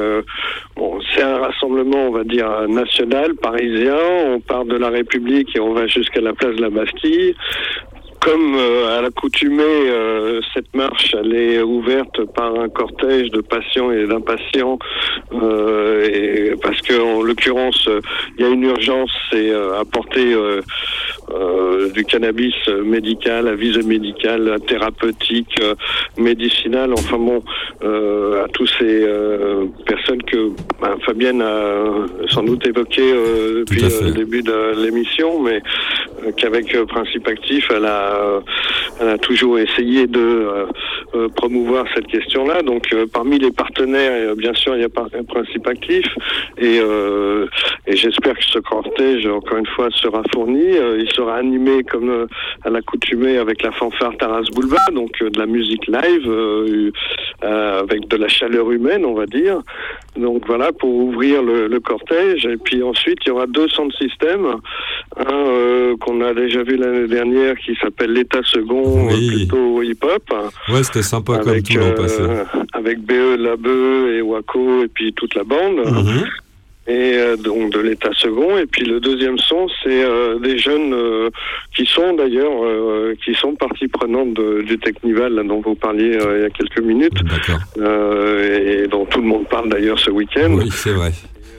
C'est un rassemblement, on va dire, national, parisien. On part de la République et on va jusqu'à la place de la Bastille. Comme à l'accoutumée, cette marche, elle est ouverte par un cortège de patients et d'impatients, parce que en l'occurrence, il y a une urgence, c'est apporter du cannabis médical, à visée médicale, thérapeutique, médicinale, à tous ces personnes que Fabienne a sans doute évoquées depuis le début de l'émission, mais qu'avec Principe Actif, elle a toujours essayé de promouvoir cette question-là. Donc, parmi les partenaires, bien sûr, il y a Principe Actif, et j'espère que ce cortège, encore une fois, sera fourni. Il sera animé, comme à l'accoutumée, avec la fanfare Taras Bulba, donc de la musique live, avec de la chaleur humaine, on va dire. Donc voilà, pour ouvrir le cortège. Et puis ensuite, il y aura 2 centres systèmes. Un qu'on a déjà vu l'année dernière, qui s'appelle l'État second, plutôt hip-hop. Ouais, c'était sympa comme tout l'an passé. Avec BE, Labeu et Waco, et puis toute la bande. Et donc de l'État second. Et puis le deuxième son, c'est des jeunes qui sont d'ailleurs qui sont partie prenante du Technival, là, dont vous parliez il y a quelques minutes. Et dont tout le monde parle d'ailleurs ce week-end. Oui, c'est vrai.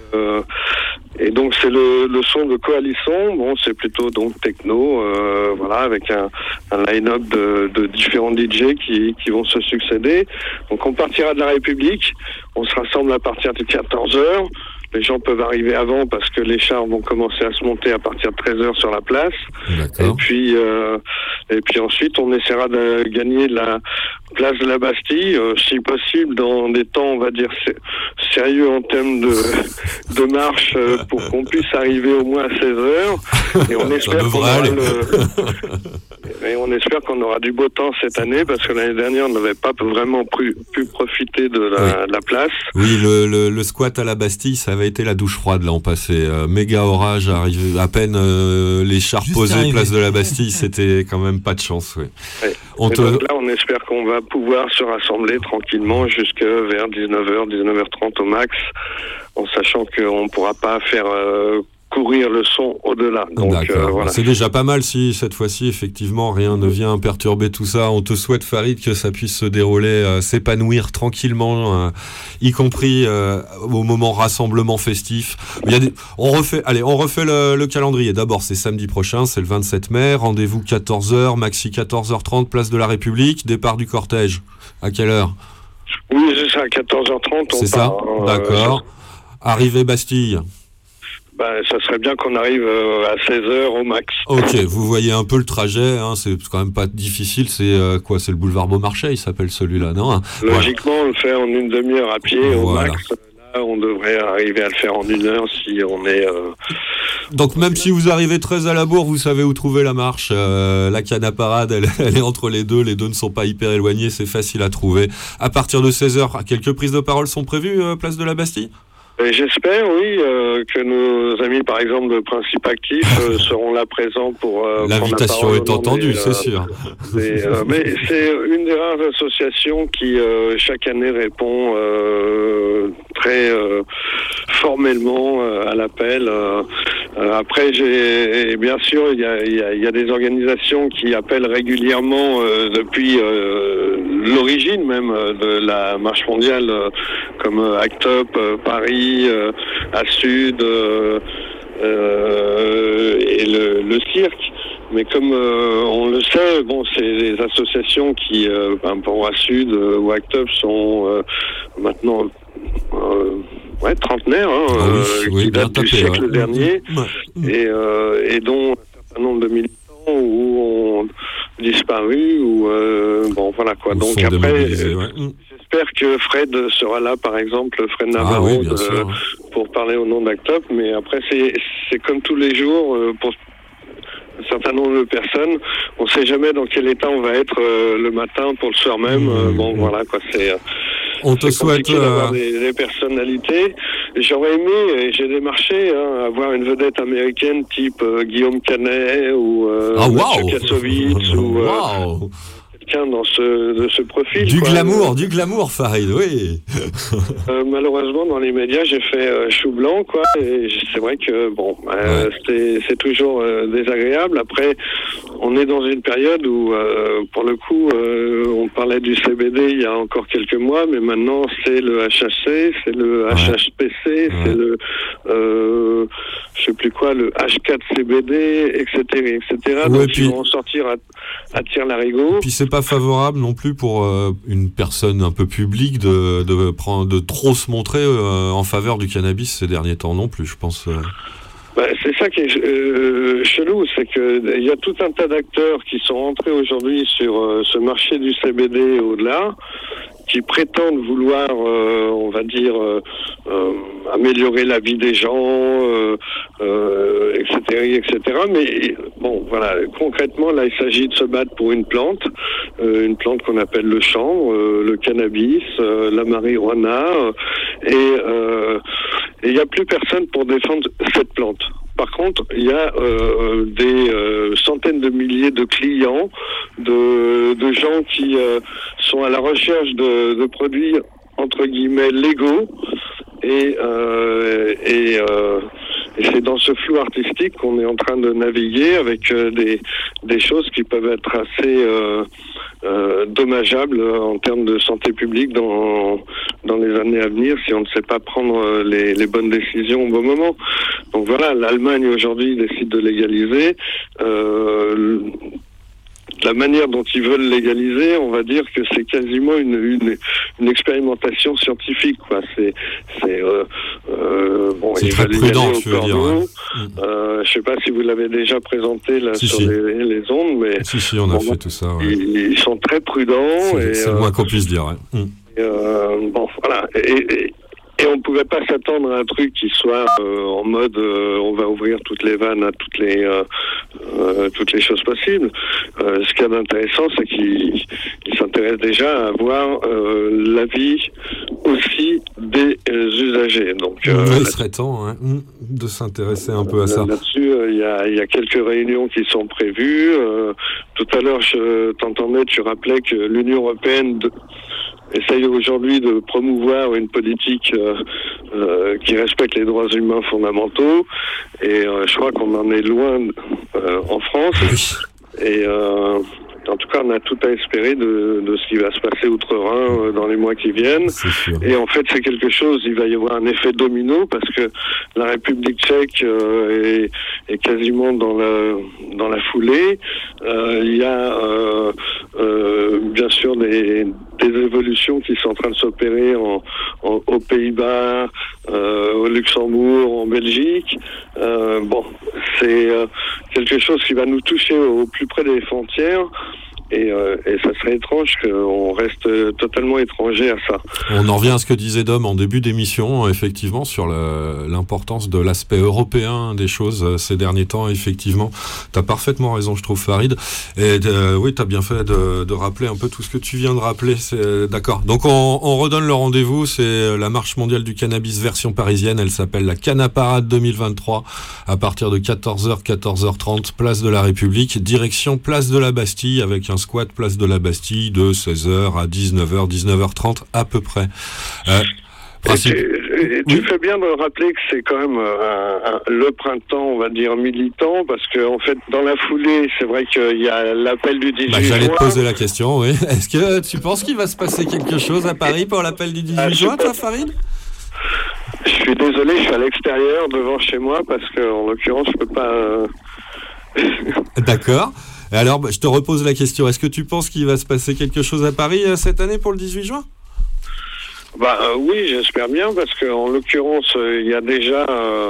Et donc c'est le son de Coalisson. Bon, c'est plutôt donc techno, avec un line-up de différents DJ qui vont se succéder. Donc on partira de la République, on se rassemble à partir de 14h. Les gens peuvent arriver avant parce que les chars vont commencer à se monter à partir de 13h sur la place. Et puis ensuite, on essaiera de gagner la place de la Bastille, si possible, dans des temps, on va dire, sérieux en termes de marche, pour qu'on puisse arriver au moins à 16h. Et on espère qu'on aura du beau temps cette année, parce que l'année dernière, on n'avait pas vraiment pu profiter de la place. Oui, le squat à la Bastille, ça avait été la douche froide l'an passé. Méga orage, arrivé à peine les chars posés place de la Bastille, c'était quand même pas de chance. Oui. Donc là, on espère qu'on va pouvoir se rassembler tranquillement jusque vers 19h, 19h30 au max, en sachant qu'on ne pourra pas faire parcourir le son au-delà. Donc, D'accord. voilà. C'est déjà pas mal si cette fois-ci, effectivement, rien ne vient perturber tout ça. On te souhaite, Farid, que ça puisse se dérouler, s'épanouir tranquillement, y compris au moment rassemblement festif. On refait le calendrier. D'abord, c'est samedi prochain, c'est le 27 mai. Rendez-vous 14h, maxi 14h30, place de la République. Départ du cortège. À quelle heure ? Oui, c'est ça, à 14h30. C'est ça ? D'accord. Arrivée Bastille. Ça serait bien qu'on arrive à 16h au max. Ok, vous voyez un peu le trajet, hein, c'est quand même pas difficile, c'est quoi ? C'est le boulevard Beaumarchais, il s'appelle celui-là, non ? Logiquement, on le fait en une demi-heure à pied au max. Là, on devrait arriver à le faire en 1 heure si on est... Donc même si vous arrivez très à la bourre, vous savez où trouver la marche. La canne à parade, elle est entre les deux ne sont pas hyper éloignés, c'est facile à trouver. À partir de 16h, quelques prises de parole sont prévues, place de la Bastille ? J'espère, oui, que nos amis, par exemple, de Principe Actif seront là présents pour... L'invitation est entendue, c'est sûr. Mais c'est une des rares associations qui, chaque année, répond très formellement à l'appel. Après, bien sûr, il y a des organisations qui appellent régulièrement depuis l'origine même de la marche mondiale, comme Act Up, Paris, à Sud et le cirque. Mais comme on le sait, c'est des associations qui, pour à Sud ou Act Up, sont maintenant trentenaires, qui datent du siècle dernier, et dont un certain nombre de militants ont disparu, ou voilà quoi. Donc après, j'espère que Fred sera là, par exemple, Fred Navarro, pour parler au nom d'Act Up, mais après c'est comme tous les jours, pour un certain nombre de personnes, on ne sait jamais dans quel état on va être le matin pour le soir même. Voilà quoi, on te souhaite d'avoir des personnalités. J'aurais aimé, et j'ai démarché, avoir une vedette américaine type Guillaume Canet ou Kassovitz ou quelqu'un de ce profil. Du glamour, Farid, oui. Malheureusement, dans les médias, j'ai fait chou blanc, quoi. Et c'est vrai que c'est toujours désagréable. Après, on est dans une période où, pour le coup, on parlait du CBD il y a encore quelques mois, mais maintenant c'est le HHC, c'est le HHPC, c'est le je sais plus quoi, le H4 CBD, etc., etc. Donc ils vont sortir à tire-larigot. Puis c'est pas favorable non plus pour une personne un peu publique de trop se montrer en faveur du cannabis ces derniers temps non plus, je pense. C'est ça qui est chelou, c'est que il y a tout un tas d'acteurs qui sont entrés aujourd'hui sur ce marché du CBD et au-delà, qui prétendent vouloir, on va dire, améliorer la vie des gens, etc., etc. Mais voilà, concrètement, là, il s'agit de se battre pour une plante qu'on appelle le chanvre, le cannabis, la marijuana, et il n'y a plus personne pour défendre cette plante. Par contre, il y a des centaines de milliers de clients, de gens qui sont à la recherche de produits entre guillemets légaux, et c'est dans ce flou artistique qu'on est en train de naviguer avec des choses qui peuvent être assez dommageables en termes de santé publique dans les années à venir si on ne sait pas prendre les bonnes décisions au bon moment. Donc voilà, l'Allemagne aujourd'hui décide de légaliser. La manière dont ils veulent légaliser, on va dire que c'est quasiment une expérimentation scientifique, quoi. C'est très prudent, tu veux dire. Je sais pas si vous l'avez déjà présenté là sur les ondes, mais si, on a fait tout ça. Ouais. Ils sont très prudents. C'est le moins qu'on puisse dire. Ouais. Voilà. Et on ne pouvait pas s'attendre à un truc qui soit en mode on va ouvrir toutes les vannes à toutes les choses possibles. Ce qu'il y a d'intéressant, c'est qu'ils s'intéressent déjà à voir l'avis aussi des usagers. Donc, il serait temps de s'intéresser un peu à ça. Là-dessus, il y a quelques réunions qui sont prévues. Tout à l'heure, je t'entendais, tu rappelais que l'Union européenne essaye aujourd'hui de promouvoir une politique qui respecte les droits humains fondamentaux. Et je crois qu'on en est loin en France. Et en tout cas, on a tout à espérer de ce qui va se passer outre-Rhin dans les mois qui viennent. Et en fait, c'est quelque chose, il va y avoir un effet domino parce que la République tchèque est quasiment dans la foulée. Il y a bien sûr des évolutions qui sont en train de s'opérer aux Pays-Bas, au Luxembourg, en Belgique. C'est quelque chose qui va nous toucher au plus près des frontières. Et ça serait étrange qu'on reste totalement étranger à ça. On en revient à ce que disait Dom en début d'émission, effectivement, sur l'importance de l'aspect européen des choses ces derniers temps. Effectivement, tu as parfaitement raison, je trouve, Farid. Et oui, tu as bien fait de rappeler un peu tout ce que tu viens de rappeler. D'accord. Donc, on redonne le rendez-vous. C'est la marche mondiale du cannabis version parisienne. Elle s'appelle la Canaparade 2023 à partir de 14h, 14h30, place de la République, direction place de la Bastille avec un squat place de la Bastille de 16h à 19h, 19h30 à peu près. Tu fais bien de rappeler que c'est quand même le printemps, on va dire, militant, parce que en fait, dans la foulée, c'est vrai qu'il y a l'appel du 18 juin. J'allais te poser la question, oui. Est-ce que tu penses qu'il va se passer quelque chose à Paris pour l'appel du 18 juin, toi, Farid ? Je suis désolé, je suis à l'extérieur, devant chez moi, parce que en l'occurrence, je peux pas... D'accord. Alors, je te repose la question. Est-ce que tu penses qu'il va se passer quelque chose à Paris cette année pour le 18 juin ? Oui, j'espère bien, parce qu'en l'occurrence, il y a déjà,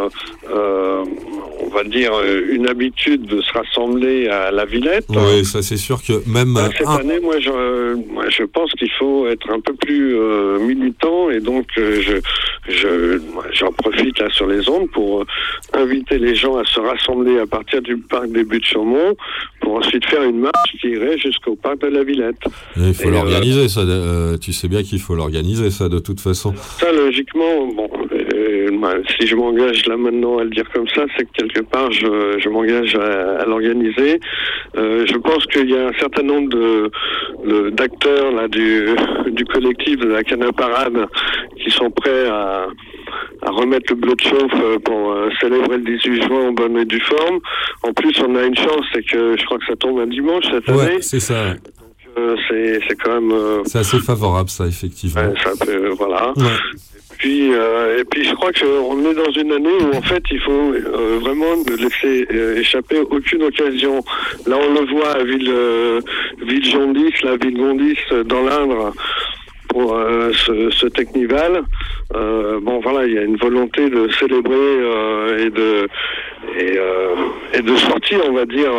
on va dire, une habitude de se rassembler à la Villette. Oui, ça c'est sûr que même... Cette année, moi, je pense qu'il faut être un peu plus militant, et donc j'en profite là sur les ondes pour inviter les gens à se rassembler à partir du parc des Buttes-Chaumont, pour ensuite faire une marche qui irait jusqu'au parc de la Villette. Il faut l'organiser, ça. Tu sais bien qu'il faut l'organiser, ça, de toute façon. Ça, logiquement, si je m'engage là maintenant à le dire comme ça, c'est que quelque part, je m'engage à l'organiser. Je pense qu'il y a un certain nombre d'acteurs là du collectif de la Canaparade qui sont prêts à remettre le bleu de chauffe pour célébrer le 18 juin en bonne et due forme. En plus, on a une chance, c'est que je crois que ça tombe un dimanche cette année. Ouais, c'est ça. C'est quand même... c'est assez favorable, ça, effectivement. Voilà. Ouais. Et puis je crois qu'on est dans une année où en fait il faut vraiment ne laisser échapper aucune occasion. Là on le voit à Villegondis, la Villegondis dans l'Indre, pour ce Technival. Il y a une volonté de célébrer et de sortir, on va dire,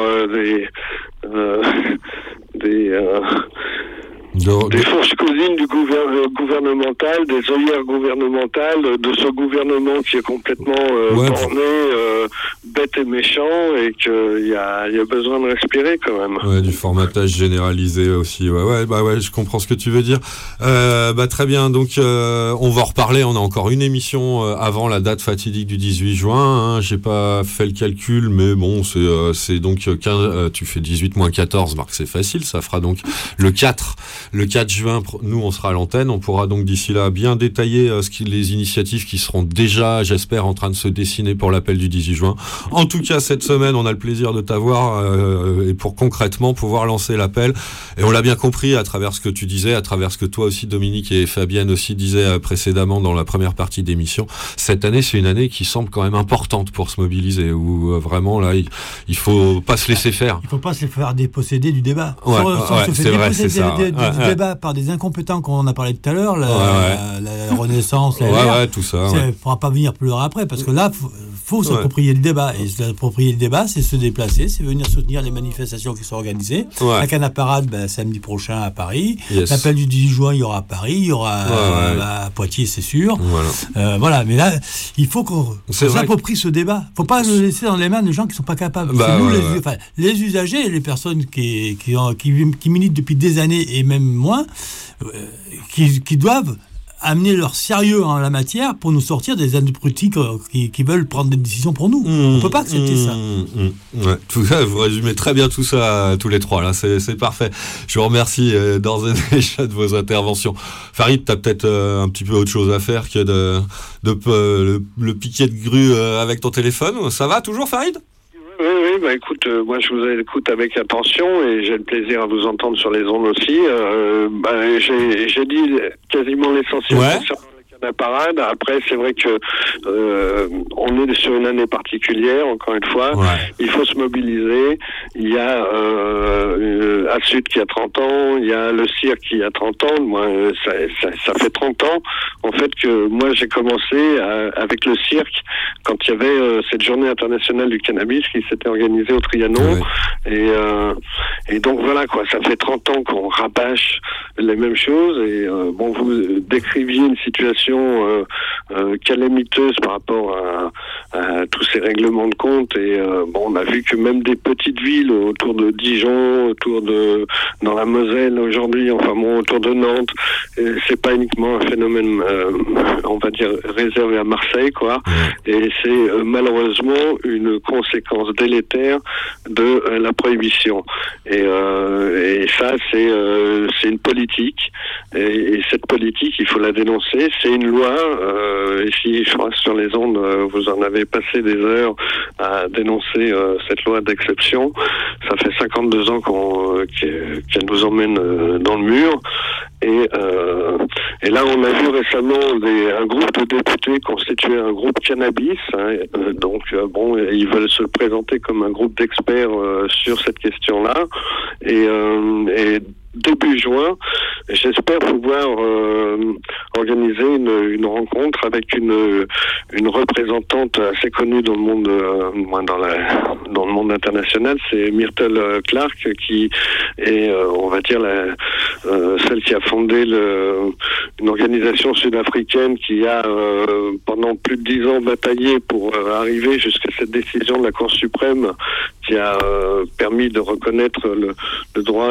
des fourches cousines du gouvernemental, des œillères gouvernementales, de ce gouvernement qui est complètement borné, bête et méchant, et qu'il y a besoin de respirer quand même. Ouais, du formatage généralisé aussi. Ouais, je comprends ce que tu veux dire. Très bien. Donc, on va en reparler. On a encore une émission avant la date fatidique du 18 juin. J'ai pas fait le calcul, mais bon, c'est donc 15. Tu fais 18 moins 14, Marc, c'est facile. Ça fera donc le 4 juin, nous on sera à l'antenne, on pourra donc d'ici là bien détailler les initiatives qui seront déjà, j'espère, en train de se dessiner pour l'appel du 18 juin. En tout cas, cette semaine, on a le plaisir de t'avoir et pour concrètement pouvoir lancer l'appel. Et on l'a bien compris à travers ce que tu disais, à travers ce que toi aussi, Dominique et Fabienne aussi disaient précédemment dans la première partie d'émission. Cette année, c'est une année qui semble quand même importante pour se mobiliser, où vraiment là, il faut pas se laisser faire. Il faut pas se faire déposséder du débat. C'est vrai, c'est ça. Du débat par des incompétents, comme on a parlé tout à l'heure, la Renaissance, tout ça. Ça ne pourra pas venir pleurer après, parce que là, faut s'approprier le débat. Et s'approprier le débat, c'est se déplacer, c'est venir soutenir les manifestations qui sont organisées. La Canaparade, samedi prochain à Paris. Yes. L'appel du 18 juin, il y aura à Paris, il y aura à Poitiers, c'est sûr. Mais là, il faut qu'on s'approprie ce débat. Il ne faut pas le laisser dans les mains de gens qui ne sont pas capables. C'est nous, les usagers, les personnes qui militent depuis des années et même moins, qui doivent amener leur sérieux en la matière pour nous sortir des abrutis qui veulent prendre des décisions pour nous. On peut pas accepter ça. Ouais, tout ça, vous résumez très bien tout ça tous les trois là, c'est parfait. Je vous remercie d'ores et déjà de vos interventions. Farid, t'as peut-être un petit peu autre chose à faire que le piquet de grue avec ton téléphone. Ça va toujours, Farid ? Oui, bah écoute, moi je vous écoute avec attention et j'ai le plaisir à vous entendre sur les ondes aussi. J'ai dit quasiment l'essentiel concernant la parade. Après, c'est vrai que on est sur une année particulière, encore une fois. Il faut se mobiliser. Il y a Assud qui a 30 ans, il y a le cirque qui a 30 ans. Moi, ça fait 30 ans, en fait, que moi j'ai commencé avec le cirque quand il y avait cette journée internationale du cannabis qui s'était organisée au Trianon. Et donc voilà quoi, ça fait 30 ans qu'on rabâche les mêmes choses. Et vous décriviez une situation calamiteuse par rapport à tous ces règlements de compte et on a vu que même des petites villes autour de Dijon, dans la Moselle aujourd'hui, autour de Nantes, c'est pas uniquement un phénomène on va dire réservé à Marseille quoi, et c'est malheureusement une conséquence délétère de la prohibition et ça c'est une politique et cette politique il faut la dénoncer. C'est une loi, ici je crois sur les ondes vous en avez passé des heures à dénoncer cette loi d'exception. Ça fait 52 ans qu'elle nous emmène dans le mur et là on a vu récemment un groupe de députés constituer un groupe cannabis ils veulent se présenter comme un groupe d'experts sur cette question-là et début juin, j'espère pouvoir organiser une rencontre avec une représentante assez connue dans le monde, dans le monde international. C'est Myrtle Clark qui est, on va dire, celle qui a fondé une organisation sud-africaine qui a pendant plus de 10 ans bataillé pour arriver jusqu'à cette décision de la Cour suprême qui a permis de reconnaître le droit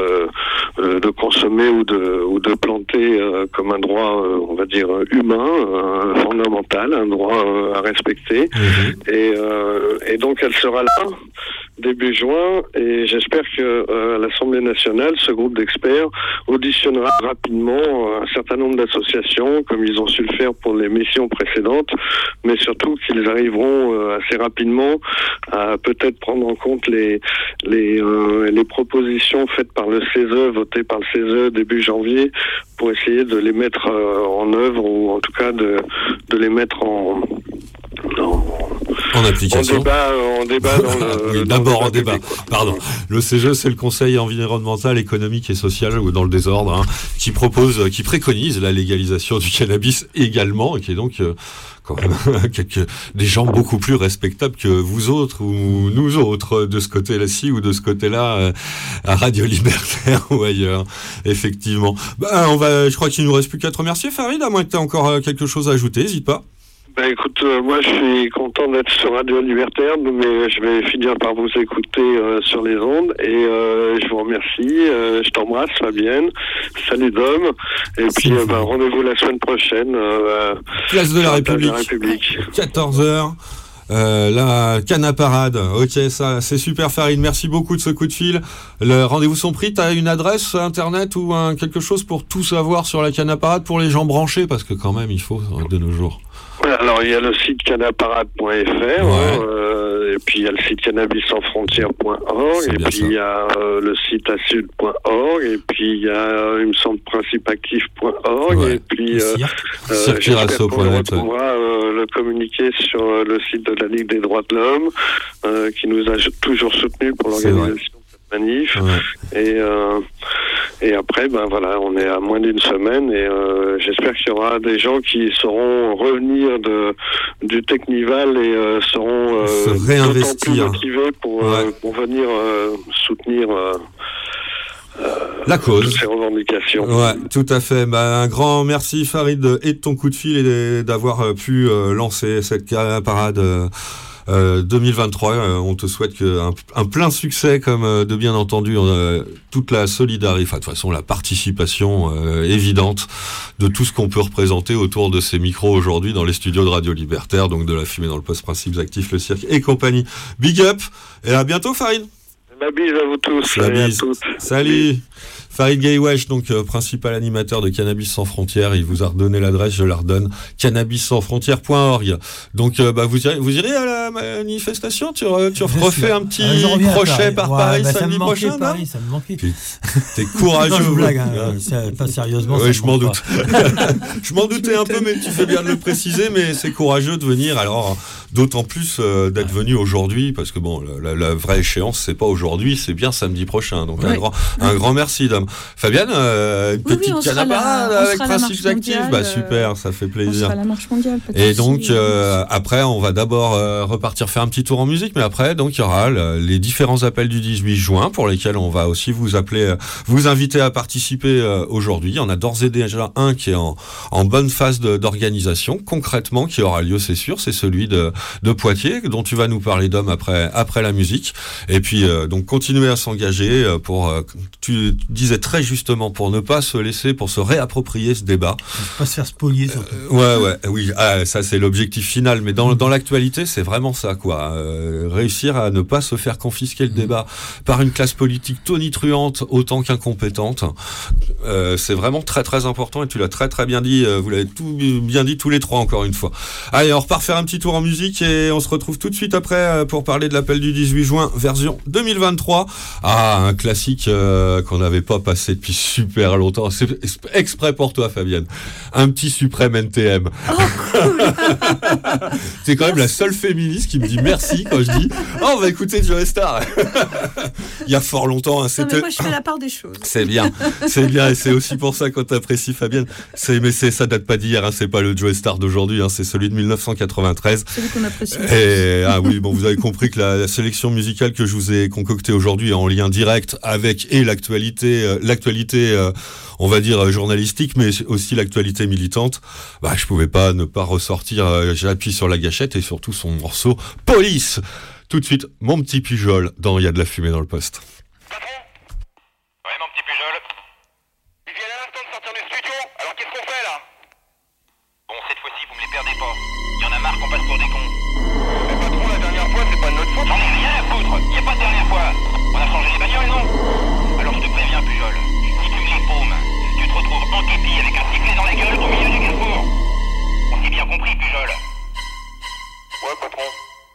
de consommer ou de planter comme un droit, on va dire, humain, fondamental, un droit à respecter. Et donc elle sera là début juin et j'espère que à l'Assemblée nationale, ce groupe d'experts auditionnera rapidement un certain nombre d'associations comme ils ont su le faire pour les missions précédentes, mais surtout qu'ils arriveront assez rapidement à peut-être prendre en compte les propositions faites par le CESE, votées par le CESE début janvier, pour essayer de les mettre en œuvre ou en tout cas de les mettre en application. En débat oui, d'abord en débat. Pardon. Le CESE, c'est le Conseil environnemental, économique et social, ou dans le désordre, qui préconise la légalisation du cannabis également, et qui est donc quand même des gens beaucoup plus respectables que vous autres ou nous autres de ce côté-là-ci ou de ce côté-là à Radio Libertaire ou ailleurs. Effectivement. Je crois qu'il nous reste plus qu'à te remercier, Farid, à moins que tu aies encore quelque chose à ajouter, n'hésite pas. Écoute, moi je suis content d'être sur Radio Libertaire, mais je vais finir par vous écouter sur les ondes et je vous remercie, je t'embrasse Fabienne, salut Dom, et puis rendez-vous la semaine prochaine Place de la République. 14h. La Canaparade, ok, ça c'est super Farid, merci beaucoup de ce coup de fil. Le rendez-vous sont pris, t'as une adresse internet ou quelque chose pour tout savoir sur la Canaparade pour les gens branchés, parce que quand même il faut de nos jours. Alors il y a le site canaparade.fr, et puis il y a le site cannabisansfrontières.org, et puis il y a le site assud.org, et puis il y a, il me semble, principeactif.org, et puis j'espère qu'on retrouvera le communiqué sur le site de la Ligue des droits de l'homme, qui nous a toujours soutenus pour l'organisation de cette manif, et après, on est à moins d'une semaine et j'espère qu'il y aura des gens qui sauront revenir du Technival et seront se réinvestir, d'autant plus motivés pour venir soutenir la cause, toutes ces revendications. Ouais, tout à fait. Un grand merci Farid et de ton coup de fil et d'avoir pu lancer cette parade 2023. On te souhaite un plein succès, comme de bien entendu toute la solidarité, enfin de toute façon la participation évidente de tout ce qu'on peut représenter autour de ces micros aujourd'hui dans les studios de Radio Libertaire, donc de la fumée dans le poste, Principes Actifs, le cirque et compagnie. Big up et à bientôt Farid. La bise à vous tous. La et à bise. toutes. Salut. Farid Gaywesh, donc principal animateur de Cannabis Sans Frontières, il vous a redonné l'adresse, je la redonne, cannabissansfrontières.org. Donc vous irez à la manifestation, tu refais un petit crochet par Paris samedi prochain, Paris, ça me manquait. T'es courageux. Non, je blague, pas sérieusement. Oui, je m'en doute. Je m'en doutais un peu, mais tu fais bien de le préciser, mais c'est courageux de venir, alors d'autant plus d'être venu aujourd'hui, parce que bon, la vraie échéance, c'est pas aujourd'hui, c'est bien samedi prochain, donc un grand merci, dame. Fabienne, une petite canaparade avec Principes Actifs, super, ça fait plaisir. On sera à la marche mondiale. Et donc après, on va d'abord repartir faire un petit tour en musique, mais après, donc il y aura les différents appels du 18 juin pour lesquels on va aussi vous appeler, vous inviter à participer aujourd'hui. Il y en a d'ores et déjà un qui est en bonne phase d'organisation, concrètement, qui aura lieu, c'est sûr, c'est celui de Poitiers, dont tu vas nous parler, d'homme après la musique. Et puis donc continuer à s'engager pour tu disais très justement, pour ne pas se laisser, pour se réapproprier ce débat. Pas se faire spolier surtout. Oui, ça c'est l'objectif final, mais dans l'actualité c'est vraiment ça, quoi. Réussir à ne pas se faire confisquer le débat par une classe politique tonitruante autant qu'incompétente, c'est vraiment très très important, et tu l'as très très bien dit, vous l'avez tout bien dit tous les trois encore une fois. Allez, on repart faire un petit tour en musique et on se retrouve tout de suite après pour parler de l'appel du 18 juin version 2023. Un classique qu'on n'avait pas passé depuis super longtemps. C'est exprès pour toi, Fabienne. Un petit suprême NTM. Oh, cool. C'est quand même la seule féministe qui me dit merci quand je dis on va écouter Joe Star. Il y a fort longtemps. Non, mais moi, je fais la part des choses. C'est bien, et c'est aussi pour ça qu'on t'apprécie, Fabienne. Ça date pas d'hier, c'est pas le Joe Star d'aujourd'hui, c'est celui de 1993. Celui qu'on apprécie. Et oui, bon, vous avez compris que la sélection musicale que je vous ai concoctée aujourd'hui est en lien direct avec l'actualité, on va dire journalistique, mais aussi l'actualité militante. Je pouvais pas ne pas ressortir, j'appuie sur la gâchette, et surtout son morceau Police. Tout de suite, mon petit Pujol dans Il y a de la fumée dans le poste. Ouais, mon petit Pujol. Il vient à l'instant de sortir du studio, alors qu'est-ce qu'on fait là? Bon, cette fois-ci, vous me les perdez pas. Il y en a marre qu'on passe pour des cons. Mais patron, la dernière fois, c'est pas de notre faute. J'en ai rien à foutre, y a pas de dernière fois. On a changé les bagnoles, non? Alors je te préviens, Pujol, si tu me les paumes, tu te retrouves en képi avec un sifflet dans la gueule au milieu du carrefour. On s'est bien compris, Pujol. Ouais, patron.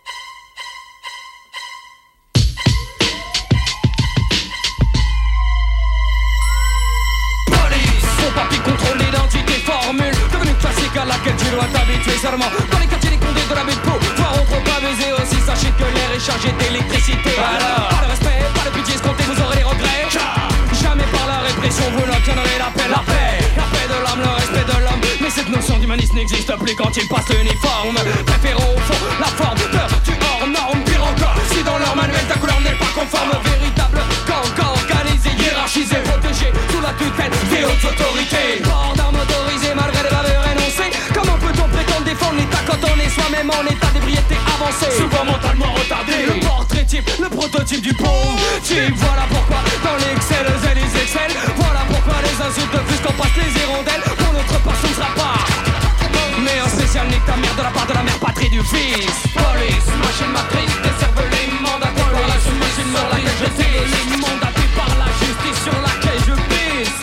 Papier contrôle l'identité formule devenu classique à laquelle tu dois t'habituer seulement. Dans les quartiers des condés de la baie de Pau, voir trop pas baiser aussi, sachez que l'air est chargé d'électricité. Alors, pas de respect, pas de pitié escompté, vous aurez des regrets. Jamais par la répression vous n'obtiendrez la paix. La paix de l'âme, le respect de l'homme. Mais cette notion d'humanisme n'existe plus quand il passe l'uniforme. Préférons au fond la forme, peur du hors norme. Pire encore, si dans leur manuel ta couleur n'est pas conforme. Véritable camp organisé, hiérarchisé, protégé sous la tutelle des hautes autorités. Port d'armes autorisées malgré les bavures énoncées. Comment peut-on prétendre défendre l'État quand on est soi-même en état d'ébriété avancé, souvent mentalement retardé? Le portrait type, le prototype du pauvre type. Voilà pourquoi dans les Excel et les Excel, voilà pourquoi les insultes fusent qu'on passe les hirondelles. Pour notre part ce ne sera pas mais un spécial nique ta mère de la part de la mère patrie du fils. Police, machine matrice, décervelée, mandatée par la justice sur laquelle je pisse. Mandatée par la justice sur laquelle je pisse.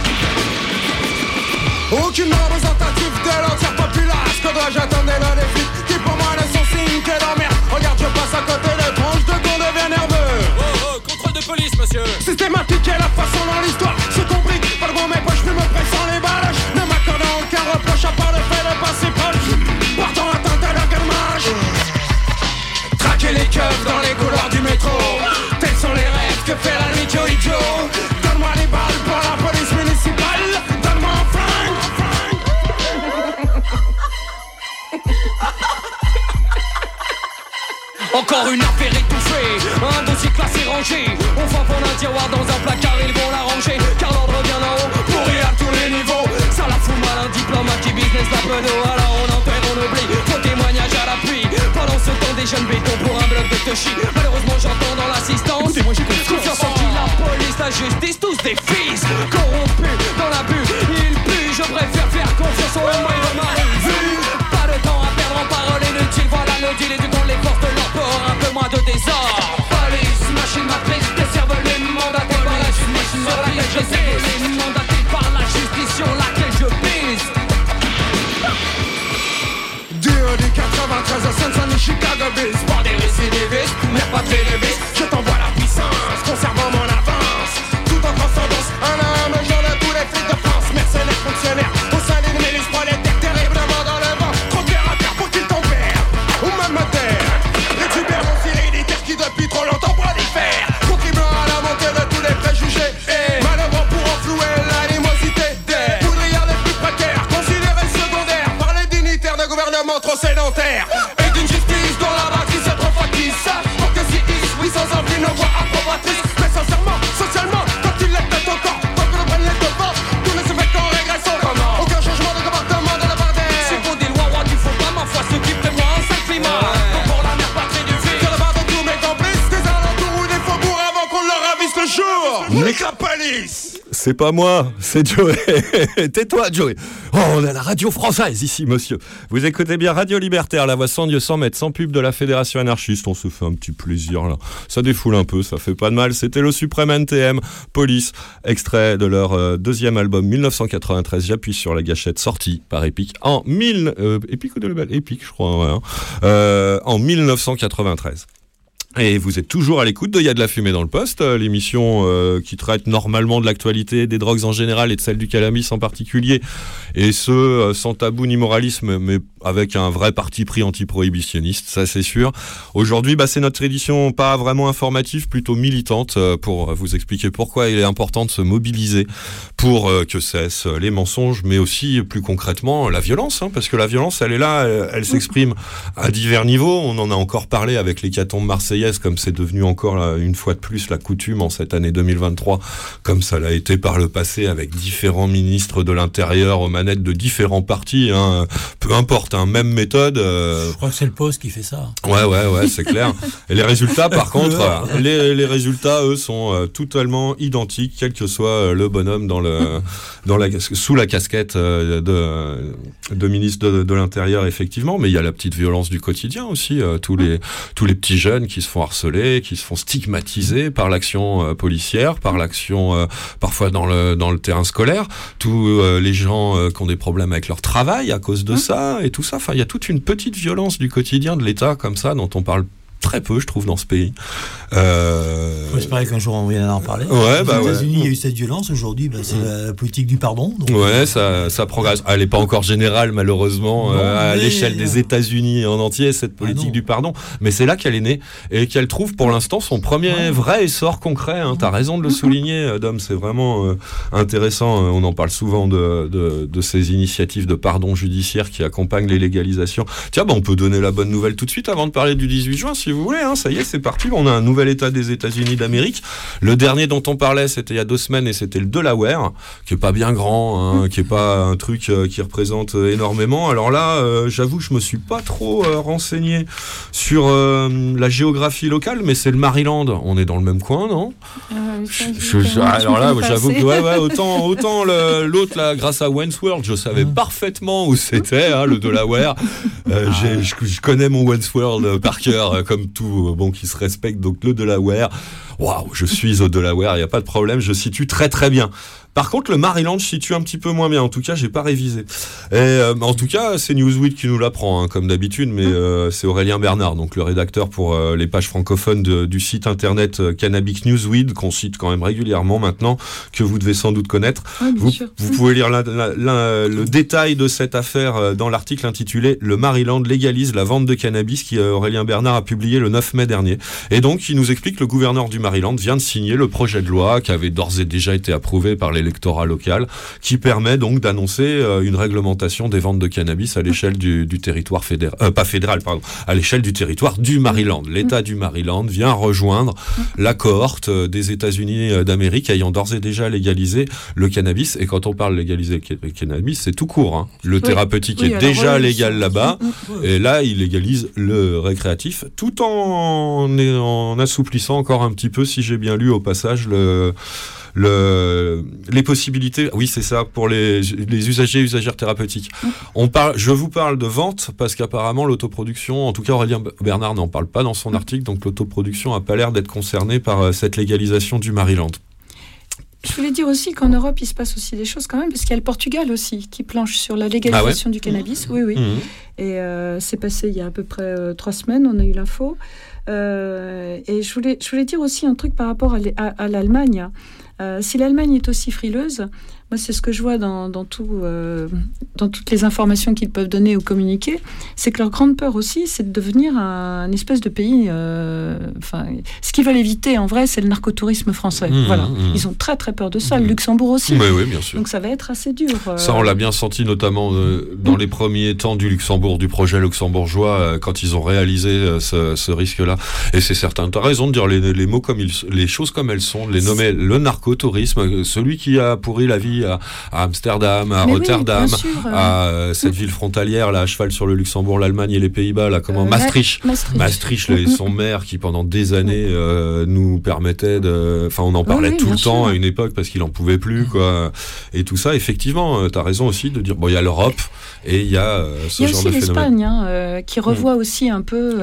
Aucune représentative de l'entière populace. Que dois-je attendre des flics qui pour moi ne sont signes que dormir. Regarde, je passe à côté des tranches de qu'on devient nerveux. Contrôle de police, monsieur. Systématique est la façon dans l'histoire. Je compris, pas le bon mes poches, plus me pressant les baloches. Ne m'accordant aucun reproche à part le fait de passer proche. Portant atteinte à leur calmage. Traquer les keufs dans les couloirs du métro. Tels sont les rêves que fait la nuit Joe Joe. Donne-moi les balles pour la police municipale. Donne-moi un flingue. Encore une affaire étouffée, un dossier classé rangé. On fanfonne un tiroir dans un placard, ils vont l'arranger. Car l'ordre vient d'en haut, pourri à tous les niveaux. Ça la fout mal, un diplomate qui business la penaud. Alors on enterre, on oublie, faux témoignage à l'appui. Pendant ce temps des jeunes bétons pour un bloc de touchy. Malheureusement j'entends dans l'assistance. Écoutez-moi j'ai confiance en qui, la police, la justice, tous des fils corrompus dans l'abus. Ils puent, je préfère faire confiance au moins de ma vue. Pas de temps à perdre en paroles inutiles. Voilà le deal et du temps les forces de l'emport. Un peu moins de désordre. Police, machine matrice, des cervelés mandatés par la justice sur laquelle je pise. Mandatés par la justice sur laquelle je pise. D.E.D. 93 à Saint-Denis, Chicago Bills. Pas des récidivistes, mais pas télévistes. Je t'envoie la puissance, conservant mon avance. Tout en transcendance, un à un, me genre de tous les flics de France. Mercenaires, fonctionnaires, au sein d'une milice prolétaire. Terriblement dans le vent, trop terre à terre pour qu'ils t'en perdent. Ou même à terre, les tubères non héréditaires qui depuis trop longtemps prolifèrent. Contribuant à la montée de tous les préjugés. Et malheureux pour enflouer l'animosité des poudrières les plus précaires. Considérés secondaires par les dignitaires de gouvernement trop sédentaires. Et d'une justice dont la matrice est trop factice. Pour que si oui sans envie nos voix approbatrices. Mais sincèrement, socialement, quand il est peut-être encore, tant que le prenne les devants, tout ne se fait qu'en régressant. Aucun changement de comportement dans la bardère. C'est pour des lois, roi du faux pas, ma foi, ce qui prévoit un sale climat. Donc pour la mère patrie du vide. Que la barre de tous mes complices, des alentours ou des faubourgs avant qu'on leur ravisse le jour. Nique la police. C'est pas moi, c'est Joey. Tais-toi, Joey. Oh, on est à la radio française ici, monsieur. Vous écoutez bien Radio Libertaire, la voix sans Dieu, sans maître, sans pub de la Fédération anarchiste. On se fait un petit plaisir, là. Ça défoule un peu, ça fait pas de mal. C'était le Suprême NTM, Police, extrait de leur deuxième album 1993. J'appuie sur la gâchette, sortie par Epic en Epic ou de Label Epic, je crois, ouais, hein. En 1993. Et vous êtes toujours à l'écoute de Y a de la fumée dans le poste, l'émission qui traite normalement de l'actualité, des drogues en général et de celle du cannabis en particulier, et ce sans tabou ni moralisme, mais avec un vrai parti pris anti-prohibitionniste, ça c'est sûr. Aujourd'hui, c'est notre édition pas vraiment informative, plutôt militante, pour vous expliquer pourquoi il est important de se mobiliser pour que cessent les mensonges, mais aussi plus concrètement la violence, hein, parce que la violence, elle est là, elle s'exprime à divers niveaux. On en a encore parlé avec l'hécatombe marseillaise, comme c'est devenu encore là, une fois de plus la coutume en cette année 2023, comme ça l'a été par le passé avec différents ministres de l'Intérieur aux manettes de différents partis, hein, peu importe, hein, même méthode. Je crois que c'est le Poste qui fait ça. Ouais, c'est clair. Et les résultats, par contre, les résultats, eux, sont totalement identiques, quel que soit le bonhomme sous la casquette de ministre de l'Intérieur, effectivement. Mais il y a la petite violence du quotidien aussi, tous les petits jeunes qui se font harceler, qui se font stigmatiser par l'action policière, par l'action parfois dans le terrain scolaire, tous les gens qui ont des problèmes avec leur travail à cause de ça et tout ça. Enfin, il y a toute une petite violence du quotidien de l'État comme ça dont on parle très peu, je trouve, dans ce pays. Faut espérer qu'un jour on viendra en parler. Ouais, aux États-Unis, il y a eu cette violence. Aujourd'hui, c'est la politique du pardon. Donc... Ouais, ça progresse. Elle n'est pas encore générale, malheureusement, à l'échelle des États-Unis en entier, cette politique du pardon. Mais c'est là qu'elle est née et qu'elle trouve pour l'instant son premier vrai essor concret. Hein. T'as raison de le souligner, Dom. C'est vraiment intéressant. On en parle souvent de ces initiatives de pardon judiciaire qui accompagnent les légalisations. Tiens, on peut donner la bonne nouvelle tout de suite avant de parler du 18 juin, si vous voulez, hein, ça y est, c'est parti. On a un nouvel État des États-Unis d'Amérique. Le dernier dont on parlait, c'était il y a 2 semaines et c'était le Delaware, qui est pas bien grand, hein, qui est pas un truc qui représente énormément. Alors là, j'avoue, je me suis pas trop renseigné sur la géographie locale, mais c'est le Maryland. On est dans le même coin, non ? Alors là, j'avoue que autant l'autre là, grâce à Wayne's World, je savais parfaitement où c'était, hein, le Delaware. Je connais mon Wayne's World par cœur, comme tout qui se respecte. Donc le Delaware, waouh, je suis au Delaware, il y a pas de problème, je situe très très bien. Par contre, le Maryland, je situe un petit peu moins bien. En tout cas, j'ai pas révisé. Et en tout cas, c'est Newsweek qui nous l'apprend, hein, comme d'habitude, mais c'est Aurélien Bernard, donc le rédacteur pour les pages francophones du site internet Cannabis Newsweek, qu'on cite quand même régulièrement maintenant, que vous devez sans doute connaître. Vous pouvez lire le détail de cette affaire dans l'article intitulé « Le Maryland légalise la vente de cannabis » qui Aurélien Bernard a publié le 9 mai dernier. Et donc, il nous explique que le gouverneur du Maryland vient de signer le projet de loi qui avait d'ores et déjà été approuvé par les électorat local, qui permet donc d'annoncer une réglementation des ventes de cannabis à l'échelle du territoire fédéral, pas fédéral, pardon, à l'échelle du territoire du Maryland. L'État du Maryland vient rejoindre la cohorte des États-Unis d'Amérique ayant d'ores et déjà légalisé le cannabis. Et quand on parle légaliser le cannabis, c'est tout court, hein. Le thérapeutique est déjà légal là-bas, et là, il légalise le récréatif, tout en assouplissant encore un petit peu, si j'ai bien lu au passage, les possibilités, oui c'est ça, pour les usagers et usagères thérapeutiques. Je vous parle de vente parce qu'apparemment l'autoproduction, en tout cas Aurélien Bernard n'en parle pas dans son article, donc l'autoproduction n'a pas l'air d'être concernée par cette légalisation du Maryland. Je voulais dire aussi qu'en Europe, il se passe aussi des choses quand même, parce qu'il y a le Portugal aussi qui planche sur la légalisation du cannabis. Oui. Et c'est passé il y a à peu près 3 semaines, on a eu l'info. Et je voulais dire aussi un truc par rapport à l'Allemagne. Si l'Allemagne est aussi frileuse, moi c'est ce que je vois dans toutes les informations qu'ils peuvent donner ou communiquer, c'est que leur grande peur aussi, c'est de devenir un espèce de pays. Ce qu'ils veulent éviter en vrai, c'est le narcotourisme français. Ils ont très très peur de ça. Le Luxembourg aussi. Oui, bien sûr. Donc ça va être assez dur. Ça, on l'a bien senti notamment dans les premiers temps du Luxembourg, du projet luxembourgeois, quand ils ont réalisé ce risque-là. Et c'est certain. Tu as raison de dire les mots les choses comme elles sont, de les nommer. Le narcotourisme, celui qui a pourri la vie à Amsterdam, à Rotterdam, à cette ville frontalière là, à cheval sur le Luxembourg, l'Allemagne et les Pays-Bas, là, comment Maastricht, son maire qui pendant des années nous permettait on en parlait tout le temps à une époque parce qu'il en pouvait plus, quoi. Et tout ça, effectivement, tu as raison aussi de dire, il y a l'Europe et il y a ce genre de phénomène. Il y a aussi l'Espagne qui revoit aussi un peu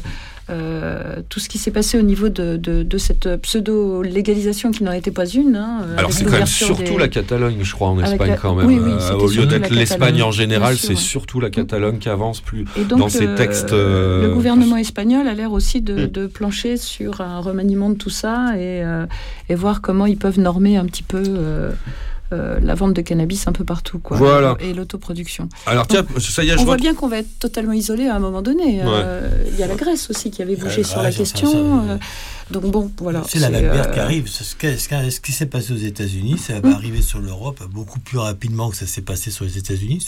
tout ce qui s'est passé au niveau de cette pseudo-légalisation qui n'en était pas une. Alors c'est quand même surtout la Catalogne, je crois, en Espagne quand même. Au lieu d'être l'Espagne en général, c'est surtout la Catalogne qui avance plus donc, dans ces textes. Le gouvernement espagnol a l'air aussi de plancher sur un remaniement de tout ça et voir comment ils peuvent normer un petit peu la vente de cannabis un peu partout, quoi. Voilà. Et l'autoproduction. Alors tiens, ça y est, on voit bien qu'on va être totalement isolé à un moment donné. Il y a la Grèce aussi qui avait bougé sur la question. Donc bon, voilà. C'est la vague qui arrive. Ce qui s'est passé aux États-Unis, ça va arriver sur l'Europe beaucoup plus rapidement que ça s'est passé sur les États-Unis.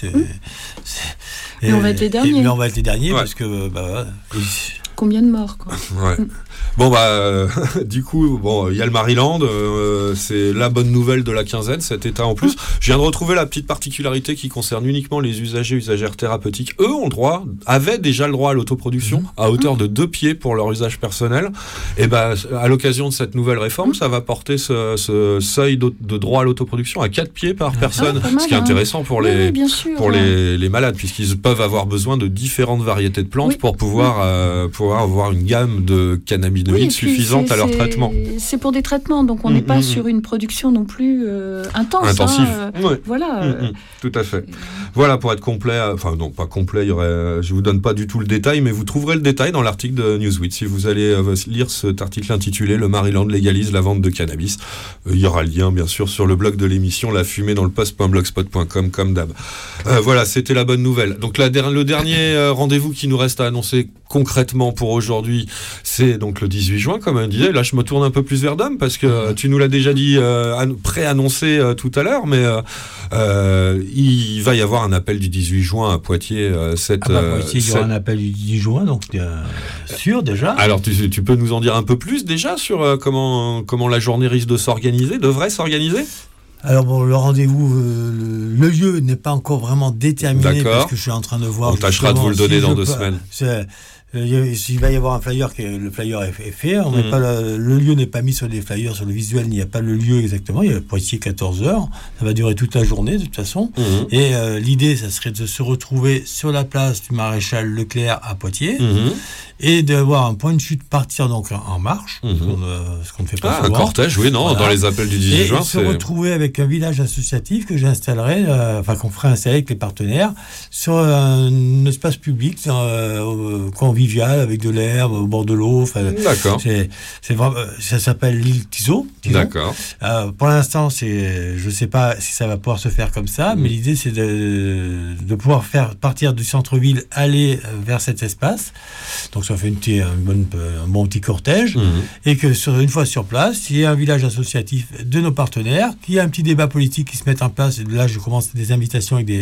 Mais on va être les derniers. Mais on va être les derniers parce que combien de morts, quoi. Bon du coup, il y a le Maryland, c'est la bonne nouvelle de la quinzaine, cet état en plus. Je viens de retrouver la petite particularité qui concerne uniquement les usagères thérapeutiques. Eux avaient déjà le droit à l'autoproduction à hauteur de 2 pieds pour leur usage personnel. Et à l'occasion de cette nouvelle réforme, ça va porter ce seuil de droit à l'autoproduction à 4 pieds par personne, ce qui est intéressant pour les malades, puisqu'ils peuvent avoir besoin de différentes variétés de plantes pour pouvoir avoir une gamme de cannabinoïdes suffisante à leur traitement. C'est pour des traitements, donc on n'est pas sur une production non plus intensive. Voilà. Tout à fait. Voilà, pour être complet, non, pas complet, je vous donne pas du tout le détail, mais vous trouverez le détail dans l'article de Newsweek. Si vous allez lire cet article intitulé « Le Maryland légalise la vente de cannabis », il y aura le lien, bien sûr, sur le blog de l'émission, lafumée-dans-le-post.blogspot.com, comme d'hab. Voilà, c'était la bonne nouvelle. Donc le dernier rendez-vous qui nous reste à annoncer concrètement pour aujourd'hui, c'est donc le 18 juin, comme on disait. Là, je me tourne un peu plus vers Dom, parce que tu nous l'as déjà dit, pré-annoncé tout à l'heure, mais il va y avoir un appel du 18 juin à Poitiers. Poitiers, il y aura un appel du 18 juin, donc sûr déjà. Alors, tu peux nous en dire un peu plus déjà sur comment la journée risque de devrait s'organiser? Alors le rendez-vous, le lieu n'est pas encore vraiment déterminé, parce que je suis en train de voir. On tâchera de vous le donner dans 2 semaines. Il va y avoir un flyer, le flyer est fait. Le lieu n'est pas mis sur les flyers, sur le visuel, il n'y a pas le lieu exactement. Il y a Poitiers 14h. Ça va durer toute la journée de toute façon. Et l'idée, ça serait de se retrouver sur la place du Maréchal Leclerc à Poitiers et d'avoir un point de chute, partir donc en marche, ce qu'on ne fait pas souvent. Un cortège, dans les appels du 18 juin. Et se retrouver avec un village associatif que j'installerai, qu'on ferait installer avec les partenaires sur un espace public qu'on convivial avec de l'herbe au bord de l'eau. D'accord. C'est vraiment, ça s'appelle l'île Tiso. D'accord. Pour l'instant, je sais pas si ça va pouvoir se faire comme ça, mais l'idée c'est de pouvoir faire partir du centre-ville, aller vers cet espace. Donc ça fait un bon petit cortège, et que une fois sur place, il y a un village associatif de nos partenaires, qu'il y a un petit débat politique qui se met en place. Et là, je commence des invitations avec des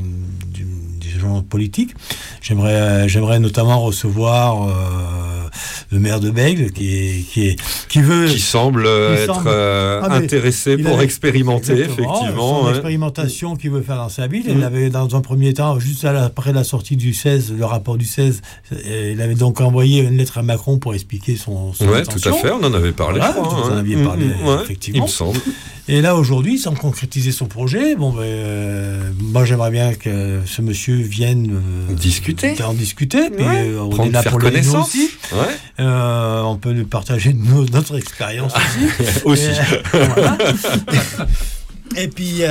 gens politiques. J'aimerais notamment recevoir le maire de Bègle qui semble être intéressé pour expérimenter, effectivement. Son expérimentation qu'il veut faire dans sa ville. Il avait, dans un premier temps, juste après la sortie du 16, le rapport du 16, il avait donc envoyé une lettre à Macron pour expliquer son intention. Tout à fait, on en avait parlé, je crois. Vous en aviez parlé, effectivement. Il me semble. Et là, aujourd'hui, sans concrétiser son projet, moi, j'aimerais bien que ce monsieur vienne en discuter. Puis, on est là pour le nous aussi. On peut lui partager notre expérience aussi. Voilà. Et puis, il y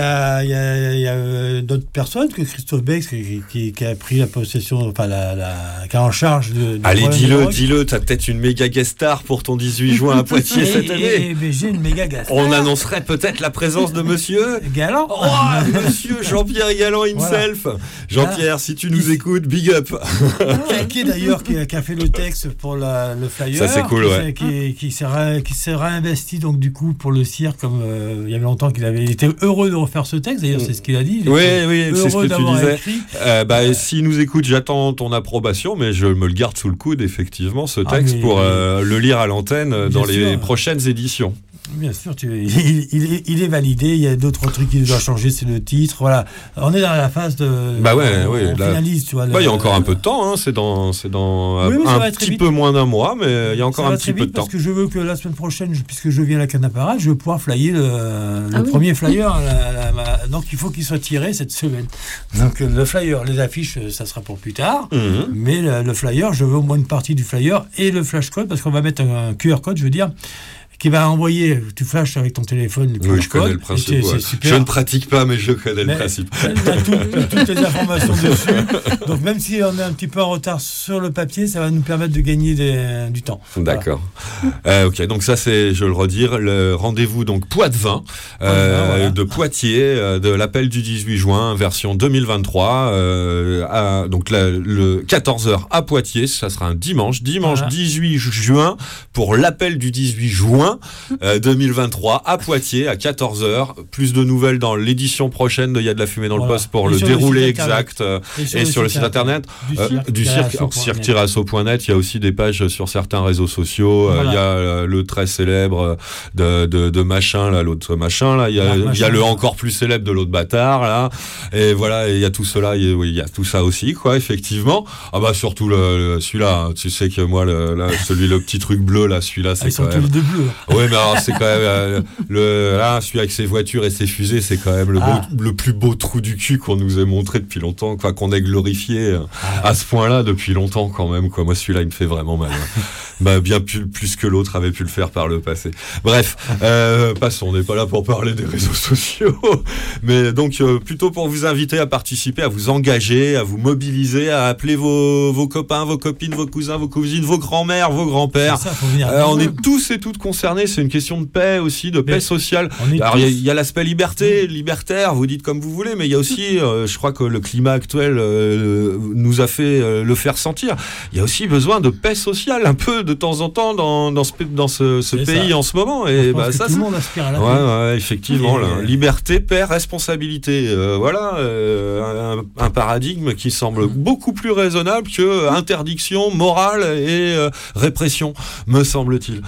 a d'autres personnes que Christophe Bex qui a pris la possession, qui est en charge de... Allez, dis-le, t'as peut-être une méga guest star pour ton 18 juin à Poitiers cette année. J'ai une méga guest star. On annoncerait peut-être la présence de monsieur Galant. Monsieur Jean-Pierre Galant himself. Voilà. Jean-Pierre, si tu nous écoutes, big up. Qui d'ailleurs qui a fait le texte pour le flyer. Ça, c'est cool, qui s'est réinvesti donc du coup pour le cirque, comme il y avait longtemps qu'il était heureux de refaire ce texte, d'ailleurs c'est ce qu'il a dit. Oui, c'est ce que tu disais. S'il nous écoute, j'attends ton approbation, mais je me le garde sous le coude, effectivement, ce texte, pour le lire à l'antenne dans les prochaines éditions. Bien sûr, il est validé. Il y a d'autres trucs qui doivent changer, c'est le titre. Voilà, on est dans la phase de. On finalise, tu vois. Il y a encore un peu de temps. C'est dans un petit peu moins d'un mois, mais il y a encore un petit peu de temps. Parce que je veux que la semaine prochaine, puisque je viens à la Canne à Parade, je vais pouvoir flyer le premier flyer. Donc il faut qu'il soit tiré cette semaine. Donc le flyer, les affiches, ça sera pour plus tard. Mais le flyer, je veux au moins une partie du flyer et le flash code, parce qu'on va mettre un QR code, je veux dire, qui va envoyer, tu flashes avec ton téléphone. Oui, je connais le principe. Je ne pratique pas, mais je connais le principe. Tu as toutes les informations dessus. Donc même si on est un petit peu en retard sur le papier, ça va nous permettre de gagner du temps. D'accord. Voilà. Ok, donc ça c'est, je le redire, le rendez-vous donc Poitvin de Poitiers, de l'appel du 18 juin, version 2023. Donc le 14h à Poitiers, ça sera un dimanche 18 juin, pour l'appel du 18 juin. 2023 à Poitiers à 14h. Plus de nouvelles dans l'édition prochaine de Il y a de la fumée dans le poste pour le déroulé exact et sur le site internet du cirque, cirque-asso.net. Il y a aussi des pages sur certains réseaux sociaux. Il y a le très célèbre de machin là, l'autre machin là. Il y a le encore plus célèbre de l'autre bâtard là. Et voilà, il y a tout cela. Il y a tout ça aussi, quoi, effectivement. Surtout celui-là. Tu sais que moi le petit truc bleu là, celui-là, c'est quand même. Oui, mais alors c'est quand même celui avec ses voitures et ses fusées, c'est quand même le plus beau trou du cul qu'on nous ait montré depuis longtemps, quoi, qu'on ait glorifié à ce point-là depuis longtemps quand même, quoi. Moi, celui-là, il me fait vraiment mal. Bien plus que l'autre avait pu le faire par le passé. Bref, passons. On n'est pas là pour parler des réseaux sociaux, mais donc plutôt pour vous inviter à participer, à vous engager, à vous mobiliser, à appeler vos copains, vos copines, vos cousins, vos cousines, vos grands-mères, vos grands-pères. On est tous et toutes concernés. C'est une question de paix aussi, de paix sociale. Alors il y a l'aspect libertaire, vous dites comme vous voulez, mais il y a aussi, je crois que le climat actuel nous a fait le faire sentir. Il y a aussi besoin de paix sociale, un peu de temps en temps dans ce pays ça. En ce moment. Et ça, tout le monde aspire à la paix. Ouais, effectivement, liberté, paix, responsabilité. Voilà un paradigme qui semble beaucoup plus raisonnable que interdiction, morale et répression, me semble-t-il.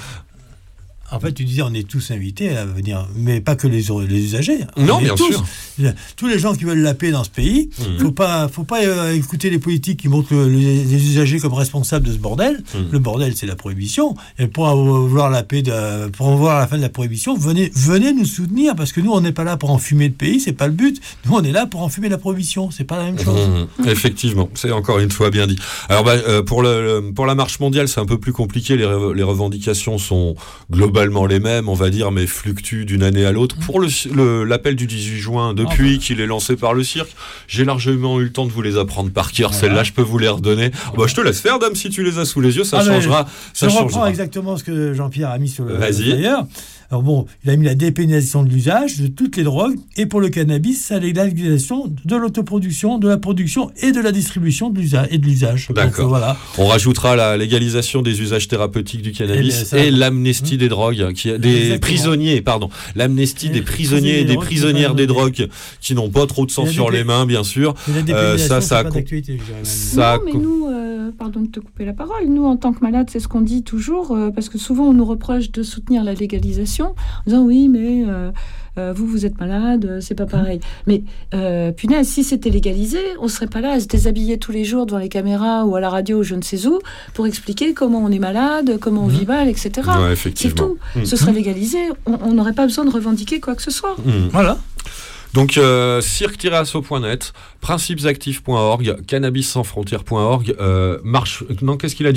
En fait, tu disais, on est tous invités à venir, mais pas que les usagers. Non, bien sûr. Tous les gens qui veulent la paix dans ce pays, faut pas écouter les politiques qui montrent les usagers comme responsables de ce bordel. Le bordel, c'est la prohibition. Et pour voir la paix, pour voir la fin de la prohibition, venez nous soutenir, parce que nous, on n'est pas là pour enfumer le pays, c'est pas le but. Nous, on est là pour enfumer la prohibition. C'est pas la même chose. Effectivement, c'est encore une fois bien dit. Alors, pour la marche mondiale, c'est un peu plus compliqué. Les revendications sont globales. globalement les mêmes, on va dire, mais fluctuent d'une année à l'autre. Pour l'appel du 18 juin, depuis qu'il est lancé par le cirque, j'ai largement eu le temps de vous les apprendre par cœur. Celles-là, je peux vous les redonner. Je te laisse faire, Dame, si tu les as sous les yeux, ça changera. Je reprends exactement ce que Jean-Pierre a mis sur le flyer. Alors bon, il a mis la dépénalisation de l'usage de toutes les drogues, et pour le cannabis, c'est la légalisation de l'autoproduction, de la production et de la distribution de l'usage. D'accord. Donc, voilà. On rajoutera la légalisation des usages thérapeutiques du cannabis et l'amnistie des drogues, des prisonniers, pardon. L'amnistie des prisonniers et des prisonnières des drogues qui n'ont pas trop de sang sur les mains, bien sûr. Ça a pas d'actualité, je Non, dirais même. mais nous, pardon de te couper la parole, nous, en tant que malades, c'est ce qu'on dit toujours, parce que souvent, on nous reproche de soutenir la légalisation, en disant oui, mais vous êtes malade, c'est pas pareil. Mais punaise, si c'était légalisé, on serait pas là à se déshabiller tous les jours devant les caméras ou à la radio ou je ne sais où pour expliquer comment on est malade, comment on vit mal, etc. Ouais, c'est tout. Ce serait légalisé, on n'aurait pas besoin de revendiquer quoi que ce soit. Voilà. Donc, cirque-asso.net, principesactifs.org, cannabissansfrontières.org, qu'est-ce qu'il a dit ?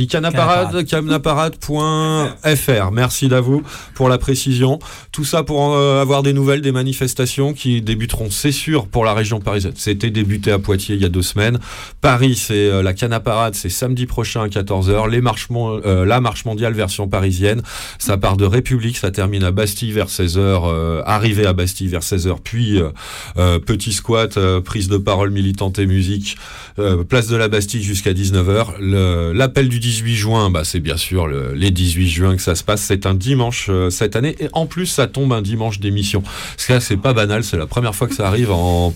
Canaparade.fr. Merci Davou pour la précision. Tout ça pour avoir des nouvelles des manifestations qui débuteront, c'est sûr, pour la région parisienne. C'était débuté à Poitiers il y a 2 semaines. Paris, c'est la Canaparade, c'est samedi prochain à 14h. La marche mondiale version parisienne. Ça part de République, ça termine à Bastille vers 16h, arrivée à Bastille vers 16h, puis petit squat, prise de parole militante et musique, place de la Bastille jusqu'à 19h. L'appel du 18 juin, c'est bien sûr les 18 juin que ça se passe. C'est un dimanche cette année, et en plus ça tombe un dimanche d'émission. Parce que là, c'est pas banal, c'est la première fois que ça arrive en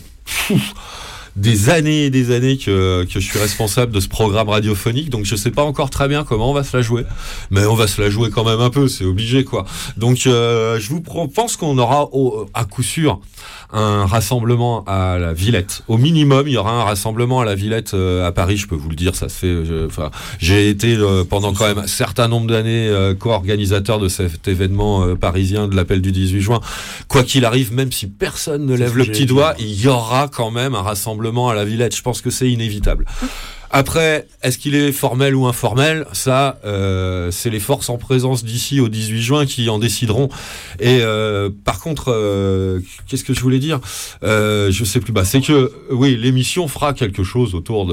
des années et des années que je suis responsable de ce programme radiophonique, donc je sais pas encore très bien comment on va se la jouer, mais on va se la jouer quand même un peu, c'est obligé quoi. Donc je vous pense qu'on aura à coup sûr un rassemblement à la Villette. Au minimum, il y aura un rassemblement à la Villette à Paris, je peux vous le dire, ça se fait. J'ai été pendant quand même un certain nombre d'années co-organisateur de cet événement parisien de l'appel du 18 juin. Quoi qu'il arrive, même si personne ne lève le petit doigt, il y aura quand même un rassemblement à la Villette. Je pense que c'est inévitable. Après, est-ce qu'il est formel ou informel ? Ça, c'est les forces en présence d'ici au 18 juin qui en décideront. Et par contre, qu'est-ce que je voulais dire ? Je sais plus. C'est que oui, l'émission fera quelque chose autour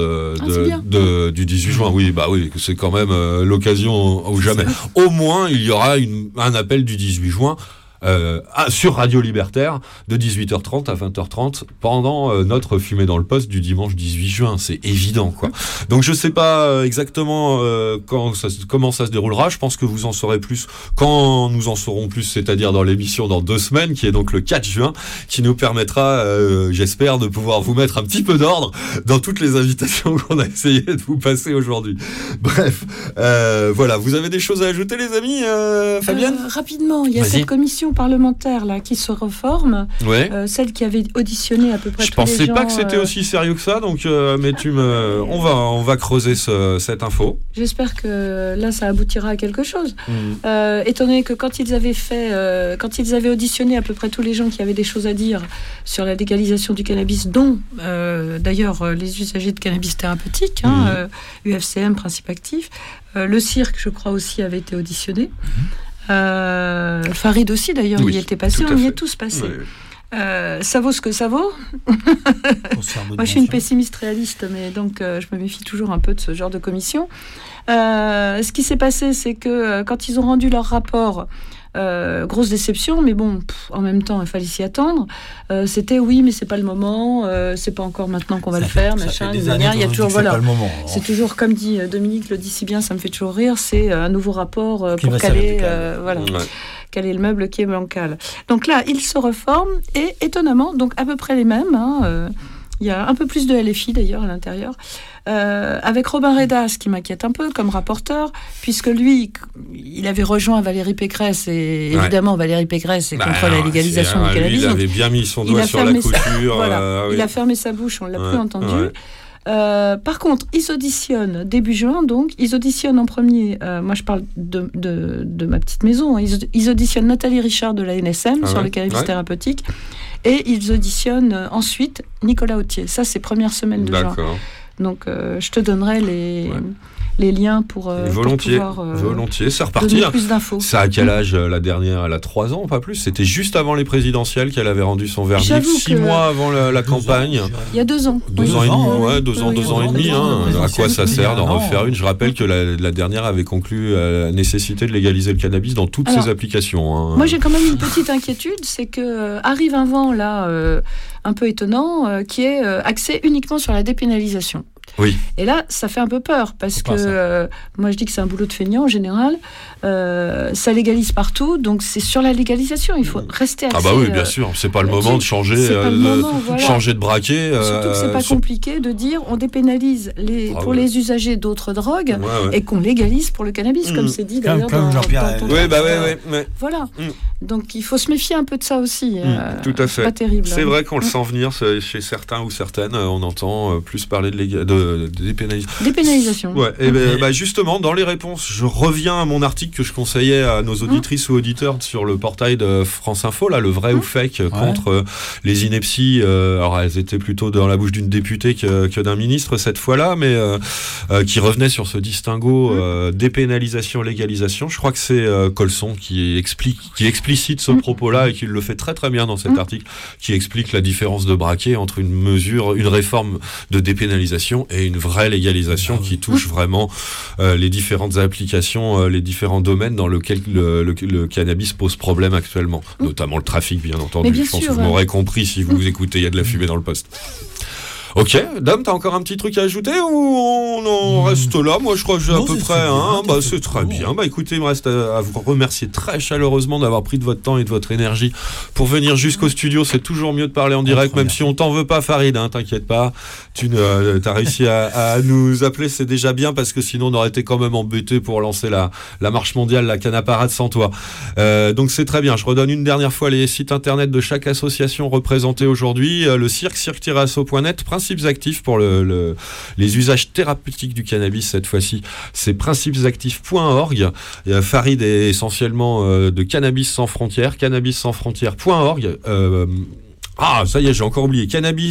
du 18 juin. Oui, c'est quand même l'occasion ou jamais. Au moins, il y aura un appel du 18 juin. Sur Radio Libertaire de 18h30 à 20h30 pendant notre fumée dans le poste du dimanche 18 juin, c'est évident quoi. Donc je sais pas exactement comment ça se déroulera, je pense que vous en saurez plus quand nous en saurons plus, c'est-à-dire dans l'émission dans 2 semaines qui est donc le 4 juin, qui nous permettra j'espère de pouvoir vous mettre un petit peu d'ordre dans toutes les invitations qu'on a essayé de vous passer aujourd'hui. Bref, voilà, vous avez des choses à ajouter les amis, Fabienne ? Rapidement, il y a cette commission parlementaire là qui se reforme, celle qui avait auditionné à peu près tous les gens. Je pensais pas que c'était aussi sérieux que ça, donc mais on va creuser cette info. J'espère que là ça aboutira à quelque chose. Étant donné que quand ils avaient auditionné à peu près tous les gens qui avaient des choses à dire sur la légalisation du cannabis, dont d'ailleurs les usagers de cannabis thérapeutique, UFCM, principe actif, le cirque, je crois aussi avait été auditionné. Farid aussi d'ailleurs, il y était passé, on y est tous passés. Ça vaut ce que ça vaut. Moi je suis une pessimiste réaliste, mais donc je me méfie toujours un peu de ce genre de commission. Ce qui s'est passé, c'est que quand ils ont rendu leur rapport, grosse déception, mais bon, en même temps il fallait s'y attendre. C'était oui, mais c'est pas le moment, c'est pas encore maintenant qu'on va le faire, machin. Il y a toujours c'est toujours comme dit Dominique le dit si bien, ça me fait toujours rire, c'est un nouveau rapport pour caler caler le meuble qui est bancal. Donc là, ils se reforment et étonnamment, donc à peu près les mêmes. Il y a un peu plus de LFI d'ailleurs à l'intérieur. Avec Robin Reda, ce qui m'inquiète un peu comme rapporteur, puisque lui, il avait rejoint Valérie Pécresse et évidemment Valérie Pécresse est contre la légalisation du cannabis. Il avait bien mis son doigt sur la couture. Il a fermé sa bouche, on ne l'a plus entendu. Par contre, ils auditionnent début juin, donc ils auditionnent en premier, moi je parle de ma petite maison, ils auditionnent Nathalie Richard de la NSM sur le cannabis thérapeutique, et ils auditionnent ensuite Nicolas Autier. Ça, c'est première semaine de juin. Donc je te donnerai les liens pour volontiers, pour pouvoir volontiers, c'est reparti. donner plus d'infos. Ça a quel âge la dernière? Elle a 3 ans, pas plus. C'était juste avant les présidentielles qu'elle avait rendu son verdict, J'avoue 6 que- mois avant la campagne. Il y a 2 ans. 2 ans et demi, ouais, 2 ans, Oui, 2 ans et demi. oui, Hein. oui, À quoi ça sert d'en Non. refaire une? Je rappelle que la dernière avait conclu la nécessité de légaliser le cannabis dans toutes Alors, ses applications. Hein. Moi, j'ai quand même une petite inquiétude, c'est que arrive un vent là, un peu étonnant, qui est axé uniquement sur la dépénalisation. Oui. Et là, ça fait un peu peur, parce que moi, je dis que c'est un boulot de feignant en général. Ça légalise partout, donc c'est sur la légalisation. Il faut rester axé. Ah bah oui, bien sûr. C'est pas le moment de changer, changer de braquet. Surtout que c'est pas compliqué de dire on dépénalise pour les usagers d'autres drogues et qu'on légalise pour le cannabis, comme c'est dit d'ailleurs comme Jean-Pierre. Oui, bah ouais. Voilà. Donc il faut se méfier un peu de ça aussi. Tout à fait. C'est pas terrible. C'est vrai qu'on le sent venir chez certains ou certaines. On entend plus parler de dépénalisation. Dépénalisation. Ouais. Et bah, justement, dans les réponses, je reviens à mon article que je conseillais à nos auditrices ou auditeurs sur le portail de France Info, là, le vrai ou fake contre les inepties. Alors elles étaient plutôt dans la bouche d'une députée que d'un ministre cette fois-là, mais qui revenait sur ce distinguo dépénalisation, légalisation. Je crois que c'est Colson qui explicite ce propos-là et qui le fait très très bien dans cet article, qui explique la différence de braquet entre une réforme de dépénalisation et une vraie légalisation qui touche vraiment les différentes applications, les différents domaines dans lesquels le cannabis pose problème actuellement, notamment le trafic, bien entendu. Bien je pense sûr, que vous m'aurez compris si vous écoutez, il y a de la fumée dans le poste. Ok, Dom, t'as encore un petit truc à ajouter ou on en reste là? Moi, je crois que j'ai à peu près. C'est très bien. Bah écoutez, il me reste à vous remercier très chaleureusement d'avoir pris de votre temps et de votre énergie pour venir jusqu'au studio. C'est toujours mieux de parler en direct, même si on t'en veut pas, Farid. Hein, t'inquiète pas. Tu as réussi à nous appeler, c'est déjà bien parce que sinon on aurait été quand même embêté pour lancer la marche mondiale, la Canaparade sans toi. Donc c'est très bien. Je redonne une dernière fois les sites internet de chaque association représentée aujourd'hui. Le cirque-asso.net. Principes actifs pour les usages thérapeutiques du cannabis cette fois-ci, c'est principesactifs.org. Farid est essentiellement de Cannabis sans frontières, cannabissansfrontières.org. Ça y est, j'ai encore oublié.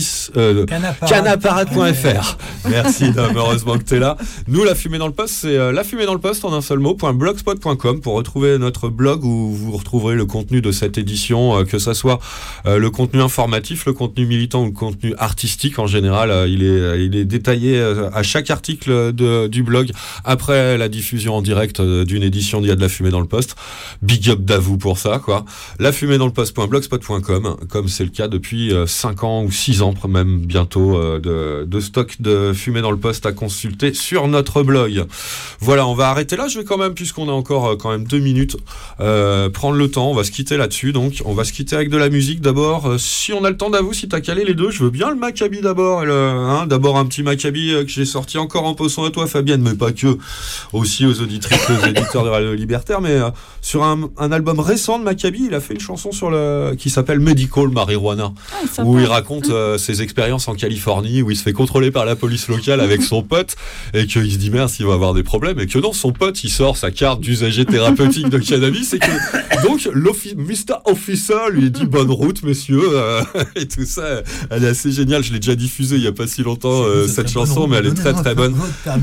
Canaparade.fr. Merci, Dom, heureusement que t'es là. Nous, La Fumée dans le Poste, c'est La Fumée dans le Poste en un seul mot, .blogspot.com pour retrouver notre blog où vous retrouverez le contenu de cette édition, que ça soit le contenu informatif, le contenu militant ou le contenu artistique en général. Il est détaillé à chaque article du blog après la diffusion en direct d'une édition d'Il y a de la fumée dans le poste. Big up d'avou pour ça, quoi. lafumédansleposte.blogspot.com, comme c'est le cas depuis 5 ans ou 6 ans même bientôt de stock de fumée dans le poste à consulter sur notre blog. Voilà, on va arrêter là. Je vais quand même, puisqu'on a encore quand même 2 minutes, prendre le temps. On va se quitter là-dessus. Donc, on va se quitter avec de la musique d'abord. Si on a le temps d'avou, si t'as calé les deux, je veux bien le Maccabi d'abord. D'abord un petit Maccabi que j'ai sorti encore en posant à toi, Fabienne, mais pas que. Aussi aux auditrices, aux éditeurs de Radio Libertaire, mais sur un album récent de Maccabi, il a fait une chanson qui s'appelle Medical Marijuana. Où il raconte ses expériences en Californie, où il se fait contrôler par la police locale avec son pote et qu'il se dit merde, il va avoir des problèmes, et que non, son pote il sort sa carte d'usager thérapeutique de cannabis et que donc Mr. Officer lui dit bonne route messieurs et tout ça. Elle est assez géniale, je l'ai déjà diffusée il y a pas si longtemps cette chanson, mais elle est très très bonne.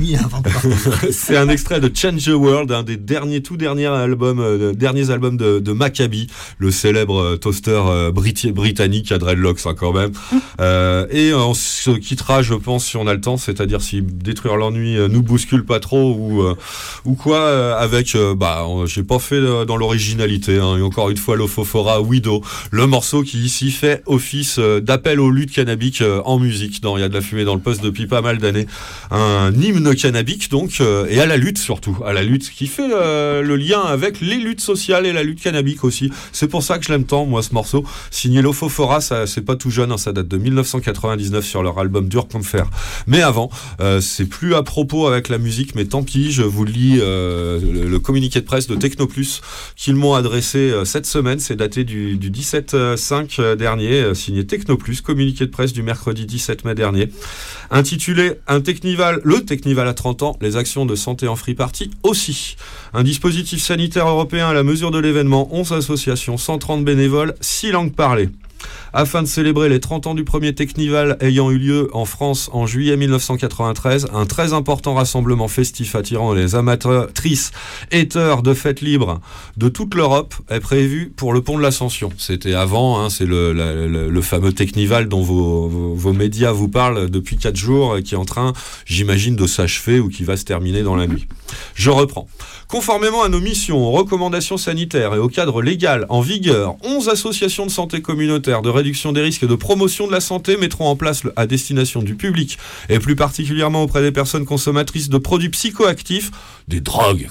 C'est un extrait de Change the World, un des derniers albums de Maccabi, le célèbre toaster britannique à dreadlocks quand même. Et on se quittera, je pense, si on a le temps, c'est-à-dire si Détruire l'ennui nous bouscule pas trop ou quoi, avec j'ai pas fait dans l'originalité, hein, et encore une fois l'Ofofora Widow, le morceau qui ici fait office d'appel aux luttes cannabiques en musique dans Il y a de la fumée dans le poste depuis pas mal d'années, un hymne cannabique donc, et à la lutte surtout, à la lutte qui fait le lien avec les luttes sociales et la lutte cannabique aussi. C'est pour ça que je l'aime tant, moi, ce morceau signé l'Ofofora. Ça, c'est pas tout jeune, hein, ça date de 1999 sur leur album Dur comme fer. Mais avant, c'est plus à propos avec la musique, mais tant pis, je vous lis le communiqué de presse de Technoplus qu'ils m'ont adressé cette semaine. C'est daté du 17/5 dernier, signé Technoplus, communiqué de presse du mercredi 17 mai dernier, intitulé le Technival à 30 ans, les actions de santé en free party aussi. Un dispositif sanitaire européen à la mesure de l'événement, 11 associations, 130 bénévoles, 6 langues parlées. Afin de célébrer les 30 ans du premier Technival ayant eu lieu en France en juillet 1993, un très important rassemblement festif attirant les amatrices haters de fêtes libres de toute l'Europe est prévu pour le pont de l'Ascension. C'était avant, c'est le fameux Technival dont vos médias vous parlent depuis 4 jours et qui est en train, j'imagine, de s'achever ou qui va se terminer dans la nuit. Je reprends. Conformément à nos missions, aux recommandations sanitaires et au cadre légal en vigueur, 11 associations de santé communautaire, de réduction des risques et de promotion de la santé mettront en place à destination du public et plus particulièrement auprès des personnes consommatrices de produits psychoactifs, des drogues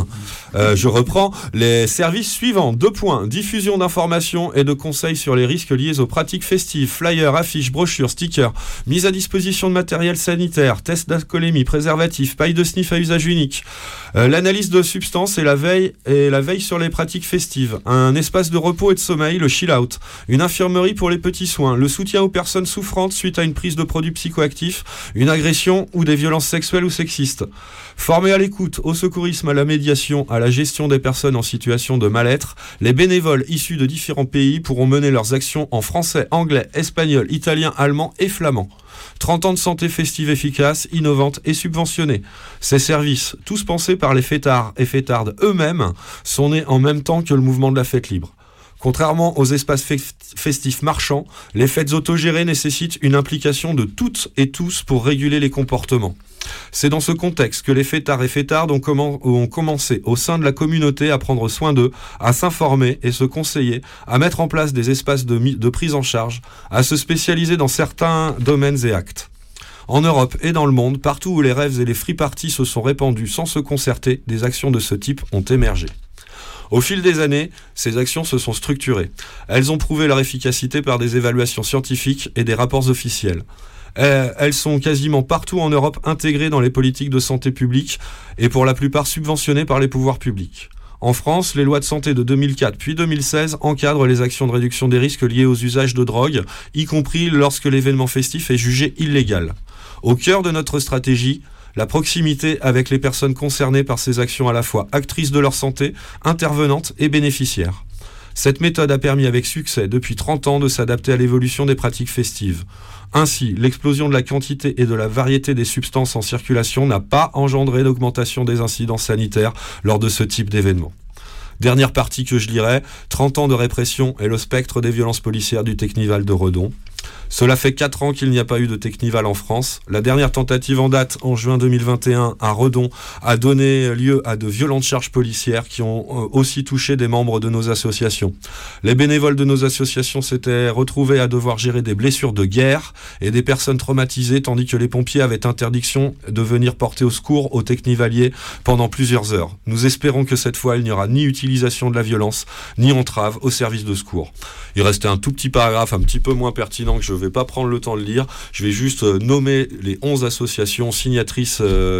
je reprends, les services suivants. 2 points. Diffusion d'informations et de conseils sur les risques liés aux pratiques festives, flyers, affiches, brochures, stickers, mise à disposition de matériel sanitaire, tests d'alcoolémie, préservatifs, pailles de sniff à usage unique, l'analyse de substances et la veille sur les pratiques festives, un espace de repos et de sommeil, le chill out, une infirmerie pour les petits soins, le soutien aux personnes souffrantes suite à une prise de produits psychoactifs, une agression ou des violences sexuelles ou sexistes. Formés à l'écoute, au secourisme, à la médiation, à la gestion des personnes en situation de mal-être, les bénévoles issus de différents pays pourront mener leurs actions en français, anglais, espagnol, italien, allemand et flamand. 30 ans de santé festive efficace, innovante et subventionnée. Ces services, tous pensés par les fêtards et fêtardes eux-mêmes, sont nés en même temps que le mouvement de la fête libre. Contrairement aux espaces festifs marchands, les fêtes autogérées nécessitent une implication de toutes et tous pour réguler les comportements. C'est dans ce contexte que les fêtards et fêtardes ont commencé au sein de la communauté à prendre soin d'eux, à s'informer et se conseiller, à mettre en place des espaces de prise en charge, à se spécialiser dans certains domaines et actes. En Europe et dans le monde, partout où les rêves et les free parties se sont répandus sans se concerter, des actions de ce type ont émergé. Au fil des années, ces actions se sont structurées. Elles ont prouvé leur efficacité par des évaluations scientifiques et des rapports officiels. Elles sont quasiment partout en Europe intégrées dans les politiques de santé publique et pour la plupart subventionnées par les pouvoirs publics. En France, les lois de santé de 2004 puis 2016 encadrent les actions de réduction des risques liés aux usages de drogue, y compris lorsque l'événement festif est jugé illégal. Au cœur de notre stratégie, la proximité avec les personnes concernées par ces actions à la fois actrices de leur santé, intervenantes et bénéficiaires. Cette méthode a permis avec succès depuis 30 ans de s'adapter à l'évolution des pratiques festives. Ainsi, l'explosion de la quantité et de la variété des substances en circulation n'a pas engendré d'augmentation des incidences sanitaires lors de ce type d'événement. Dernière partie que je lirai, 30 ans de répression et le spectre des violences policières du Technival de Redon. Cela fait 4 ans qu'il n'y a pas eu de Technival en France. La dernière tentative en date, en juin 2021, à Redon, a donné lieu à de violentes charges policières qui ont aussi touché des membres de nos associations. Les bénévoles de nos associations s'étaient retrouvés à devoir gérer des blessures de guerre et des personnes traumatisées, tandis que les pompiers avaient interdiction de venir porter au secours aux Technivaliers pendant plusieurs heures. Nous espérons que cette fois, il n'y aura ni utilisation de la violence, ni entrave au service de secours. Il restait un tout petit paragraphe, un petit peu moins pertinent, que je ne vais pas prendre le temps de lire. Je vais juste nommer les 11 associations signataires de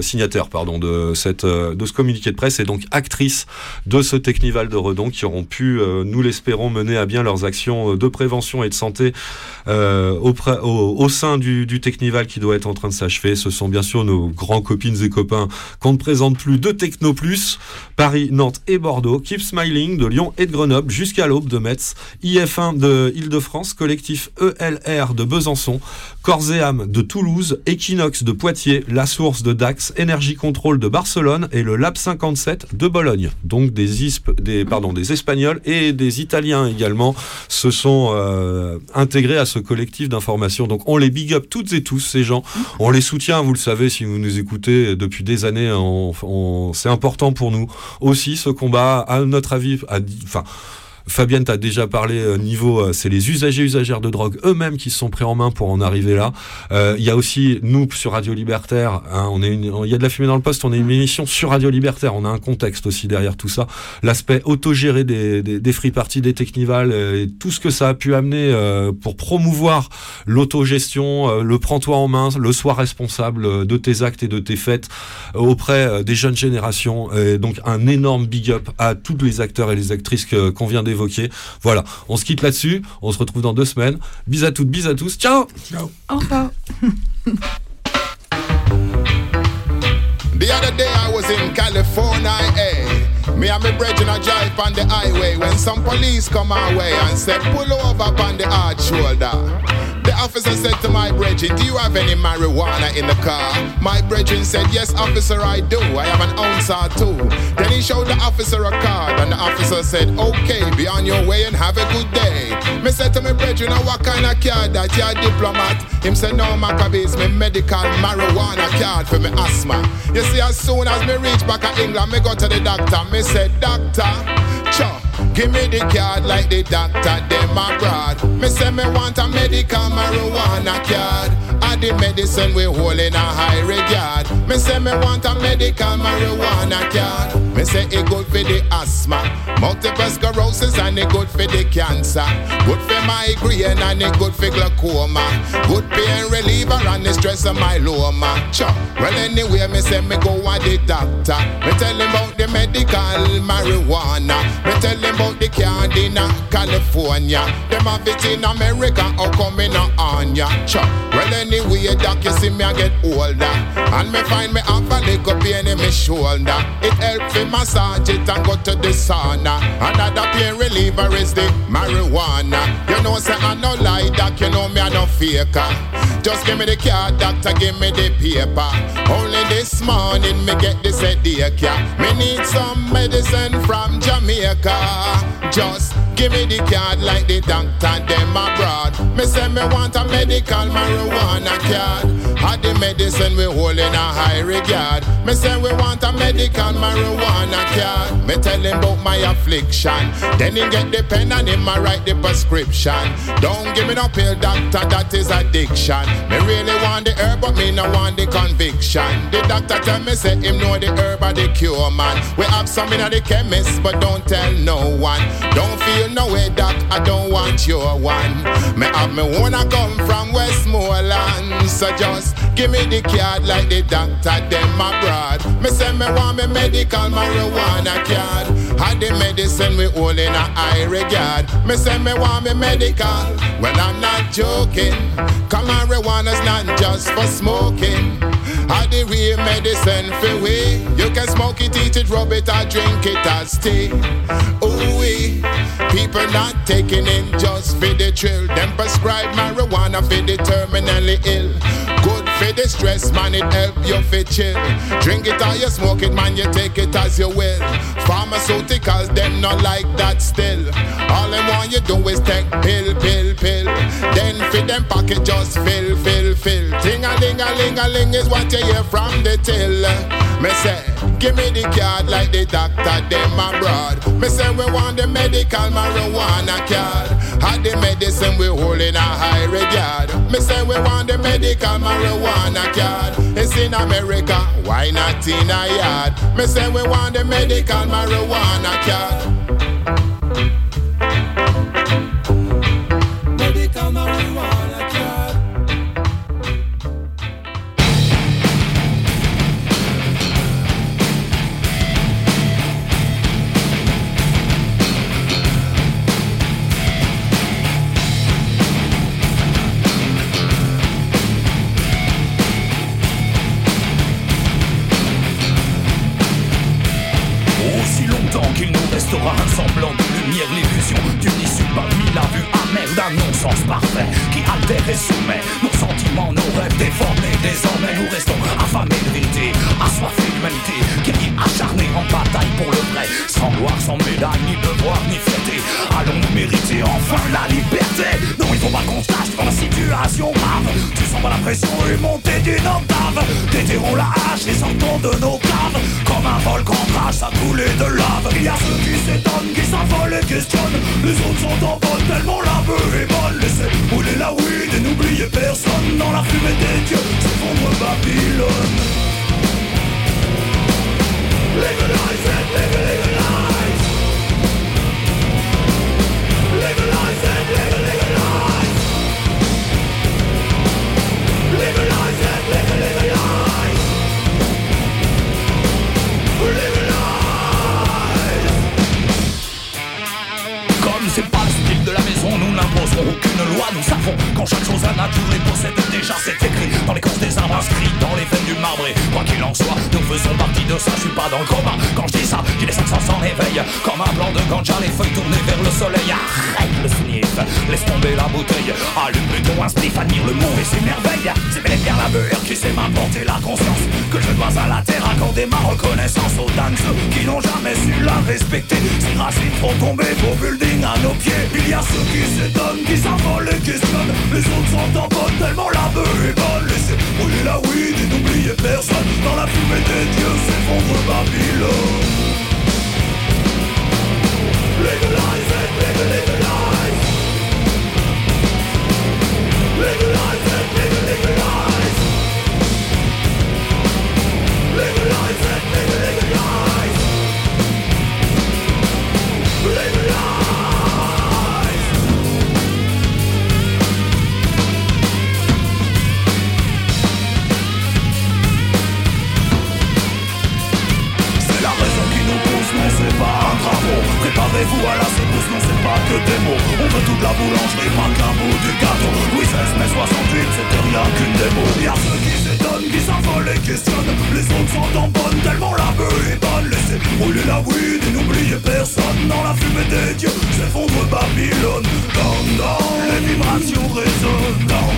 ce communiqué de presse et donc actrices de ce Technival de Redon qui auront pu, nous l'espérons, mener à bien leurs actions de prévention et de santé au sein du Technival qui doit être en train de s'achever. Ce sont bien sûr nos grands copines et copains qu'on ne présente plus de Techno Plus, Paris, Nantes et Bordeaux, Keep Smiling de Lyon et de Grenoble jusqu'à l'Aube de Metz, IF1 de Île-de-France, collectif ELR de Besançon, Corps et Âme de Toulouse, Equinox de Poitiers, La Source de Dax, Énergie Contrôle de Barcelone et le Lab 57 de Bologne. Donc des Espagnols et des Italiens également se sont intégrés à ce collectif d'information. Donc on les big up toutes et tous ces gens. On les soutient, vous le savez si vous nous écoutez depuis des années. C'est important pour nous aussi ce combat. À notre avis, Fabienne t'a déjà parlé c'est les usagères de drogue eux-mêmes qui se sont pris en main pour en arriver là. Il y a aussi, nous, sur Radio Libertaire, il y a de la fumée dans le poste, on est une émission sur Radio Libertaire, on a un contexte aussi derrière tout ça. L'aspect autogéré des free parties, des Technival, et tout ce que ça a pu amener pour promouvoir l'autogestion, le prends-toi en main, le sois responsable de tes actes et de tes fêtes auprès des jeunes générations. Et donc un énorme big up à tous les acteurs et les actrices qu'on vient d'évoquer. Voilà, on se quitte là-dessus, on se retrouve dans 2 semaines. Bis à toutes, bis à tous, ciao. Au revoir. The other day I was in California, Me and me brethren a drive on the highway when some police come our way and said pull over on the hard shoulder. The officer said to my brethren, do you have any marijuana in the car? My brethren said, yes, officer, I do. I have an ounce or two. Then he showed the officer a card, and the officer said, okay, be on your way and have a good day. Me said to my brethren, what kind of card that? You a diplomat? Him said, no, Maccabee, it's me medical marijuana card for me asthma. You see, as soon as me reach back at England, me go to the doctor. Me said, doctor, give me the card like the doctor, them abroad. Me say me want a medical marijuana card. And the medicine we hold in a high regard. Me say me want a medical marijuana card. Me say it good for the asthma, multiple sclerosis, and it good for the cancer. Good for migraine and it good for glaucoma. Good pain reliever and the stress of myeloma. Well anyway, me say me go at the doctor. Me tell him about the medical marijuana. Me tell him about the card in California. Them have it in America, how come in Anya? Well anyway, doc, you see me I get older, and me find me have a little pain in my shoulder. It helps me massage it and go to the sauna. Another pain reliever is the marijuana. You know say I no lie, doc, you know me I no faker. Just give me the card, doctor, give me the paper. Only this morning me get this headache, yeah. Me need some medicine from Jamaica. Just give me the card like the doctor, them abroad. Me say me want a medical marijuana card. Had the medicine we hold in a high regard. Me say we want a medical marijuana card. Me tell him about my affliction. Then he get the pen and him a write the prescription. Don't give me no pill, doctor, that is addiction. Me really want the herb, but me no want the conviction. The doctor tell me say him know the herb or the cure, man. We have some in the chemist, but don't tell no one. Don't feel no way, doc, I don't want your one. Me have me wanna come from Westmoreland. So just give me the card like the doctor, them abroad. Me say me want me medical marijuana card. Had the medicine we hold in a high regard. Me say me want me medical, well I'm not joking. Cause marijuana's not just for smoking. Had the real medicine for we. You can smoke it, eat it, rub it, or drink it as tea. Ooh-wee. People not taking it just for the thrill. Them prescribe marijuana for the terminally ill. Good for the stress, man, it help you for chill. Drink it or you smoke it, man, you take it as you will. Pharmaceuticals, them not like that still. All them want you do is take pill, pill, pill. Then fit them pocket just fill, fill, fill. Ting-a-ling-a-ling-a-ling is what you hear from the till. Me say, give me the card like the doctor, them abroad. Me say we want the medical marijuana card. Had the medicine we hold in a high regard. Me say we want the medical marijuana card. It's in America, why not in a yard? Me say we want the medical marijuana card. Medical marijuana card. Qu'il nous restera un semblant de lumière, l'illusion d'une issue parmi la vue amère d'un non-sens parfait qui altère et soumet nos sentiments, nos rêves déformés. Désormais nous restons affamés de vérité, assoiffés d'humanité, guerriers acharnés en bataille pour le vrai, sans gloire, sans médaille, ni devoir, ni fierté. Allons-nous mériter enfin la liberté? Non, il faut pas qu'on sache dans la situation grave. Tu sens pas la pression et monter d'une octave. Déterrons la hache et sortons de nos caves. Comme un volcan crache à couler de lave. Il y a ceux qui s'étonnent, qui s'affolent et questionnent. Les autres sont en bonne, tellement la beuh est bonne. Laissez rouler la weed et n'oubliez personne. Dans la fumée des dieux, s'effondre Babylone. Legalize it, legalize. Legalize it, legalize. Legalize it, legalize. Comme c'est pas le style de la maison, nous n'imposerons aucune loi. Nous savons qu'en chaque chose la nature les possède déjà. C'est écrit dans les corps des arbres, inscrits dans les veines du marbre. Et quoi qu'il en soit, nous faisons partie de de ça, je suis pas dans le coma. Quand je dis ça, qu'il est 500 s'en éveille. Comme un blanc de ganja, les feuilles tournées vers le soleil. Arrête le sniff, laisse tomber la bouteille. Allume plutôt un spliff, admire le monde et ses merveilles. C'est bel et bien la beurre qui sait m'apporter la conscience que je dois à la terre accorder ma reconnaissance aux damnés qui n'ont jamais su la respecter. Ces racines font tomber vos buildings à nos pieds. Il y a ceux qui s'étonnent, qui s'envolent et questionnent. Les autres sont en bonne, tellement la beuh est bonne. Laissez brûler la weed et n'oubliez personne. Dans la fumée des dieux s'effondre Babylone. Legalize it, legalize. Legalize it, legalize. Legalize it, legalize. Legalize. C'est la raison qui nous pousse, mais c'est pas un travaux. Préparez-vous à la secousse, non c'est pas que des mots. On veut toute la boulangerie, pas qu'un bout du gâteau. Louis XVI mai 68, c'était rien qu'une démo. Y'a ceux qui s'étonnent, qui s'envolent et questionnent. Les autres sont en bonne, tellement la beuh est bonne. Laissez brûler la weed et n'oubliez personne. Dans la fumée des dieux s'effondre Babylone. Down, down, les vibrations résonnent. Down,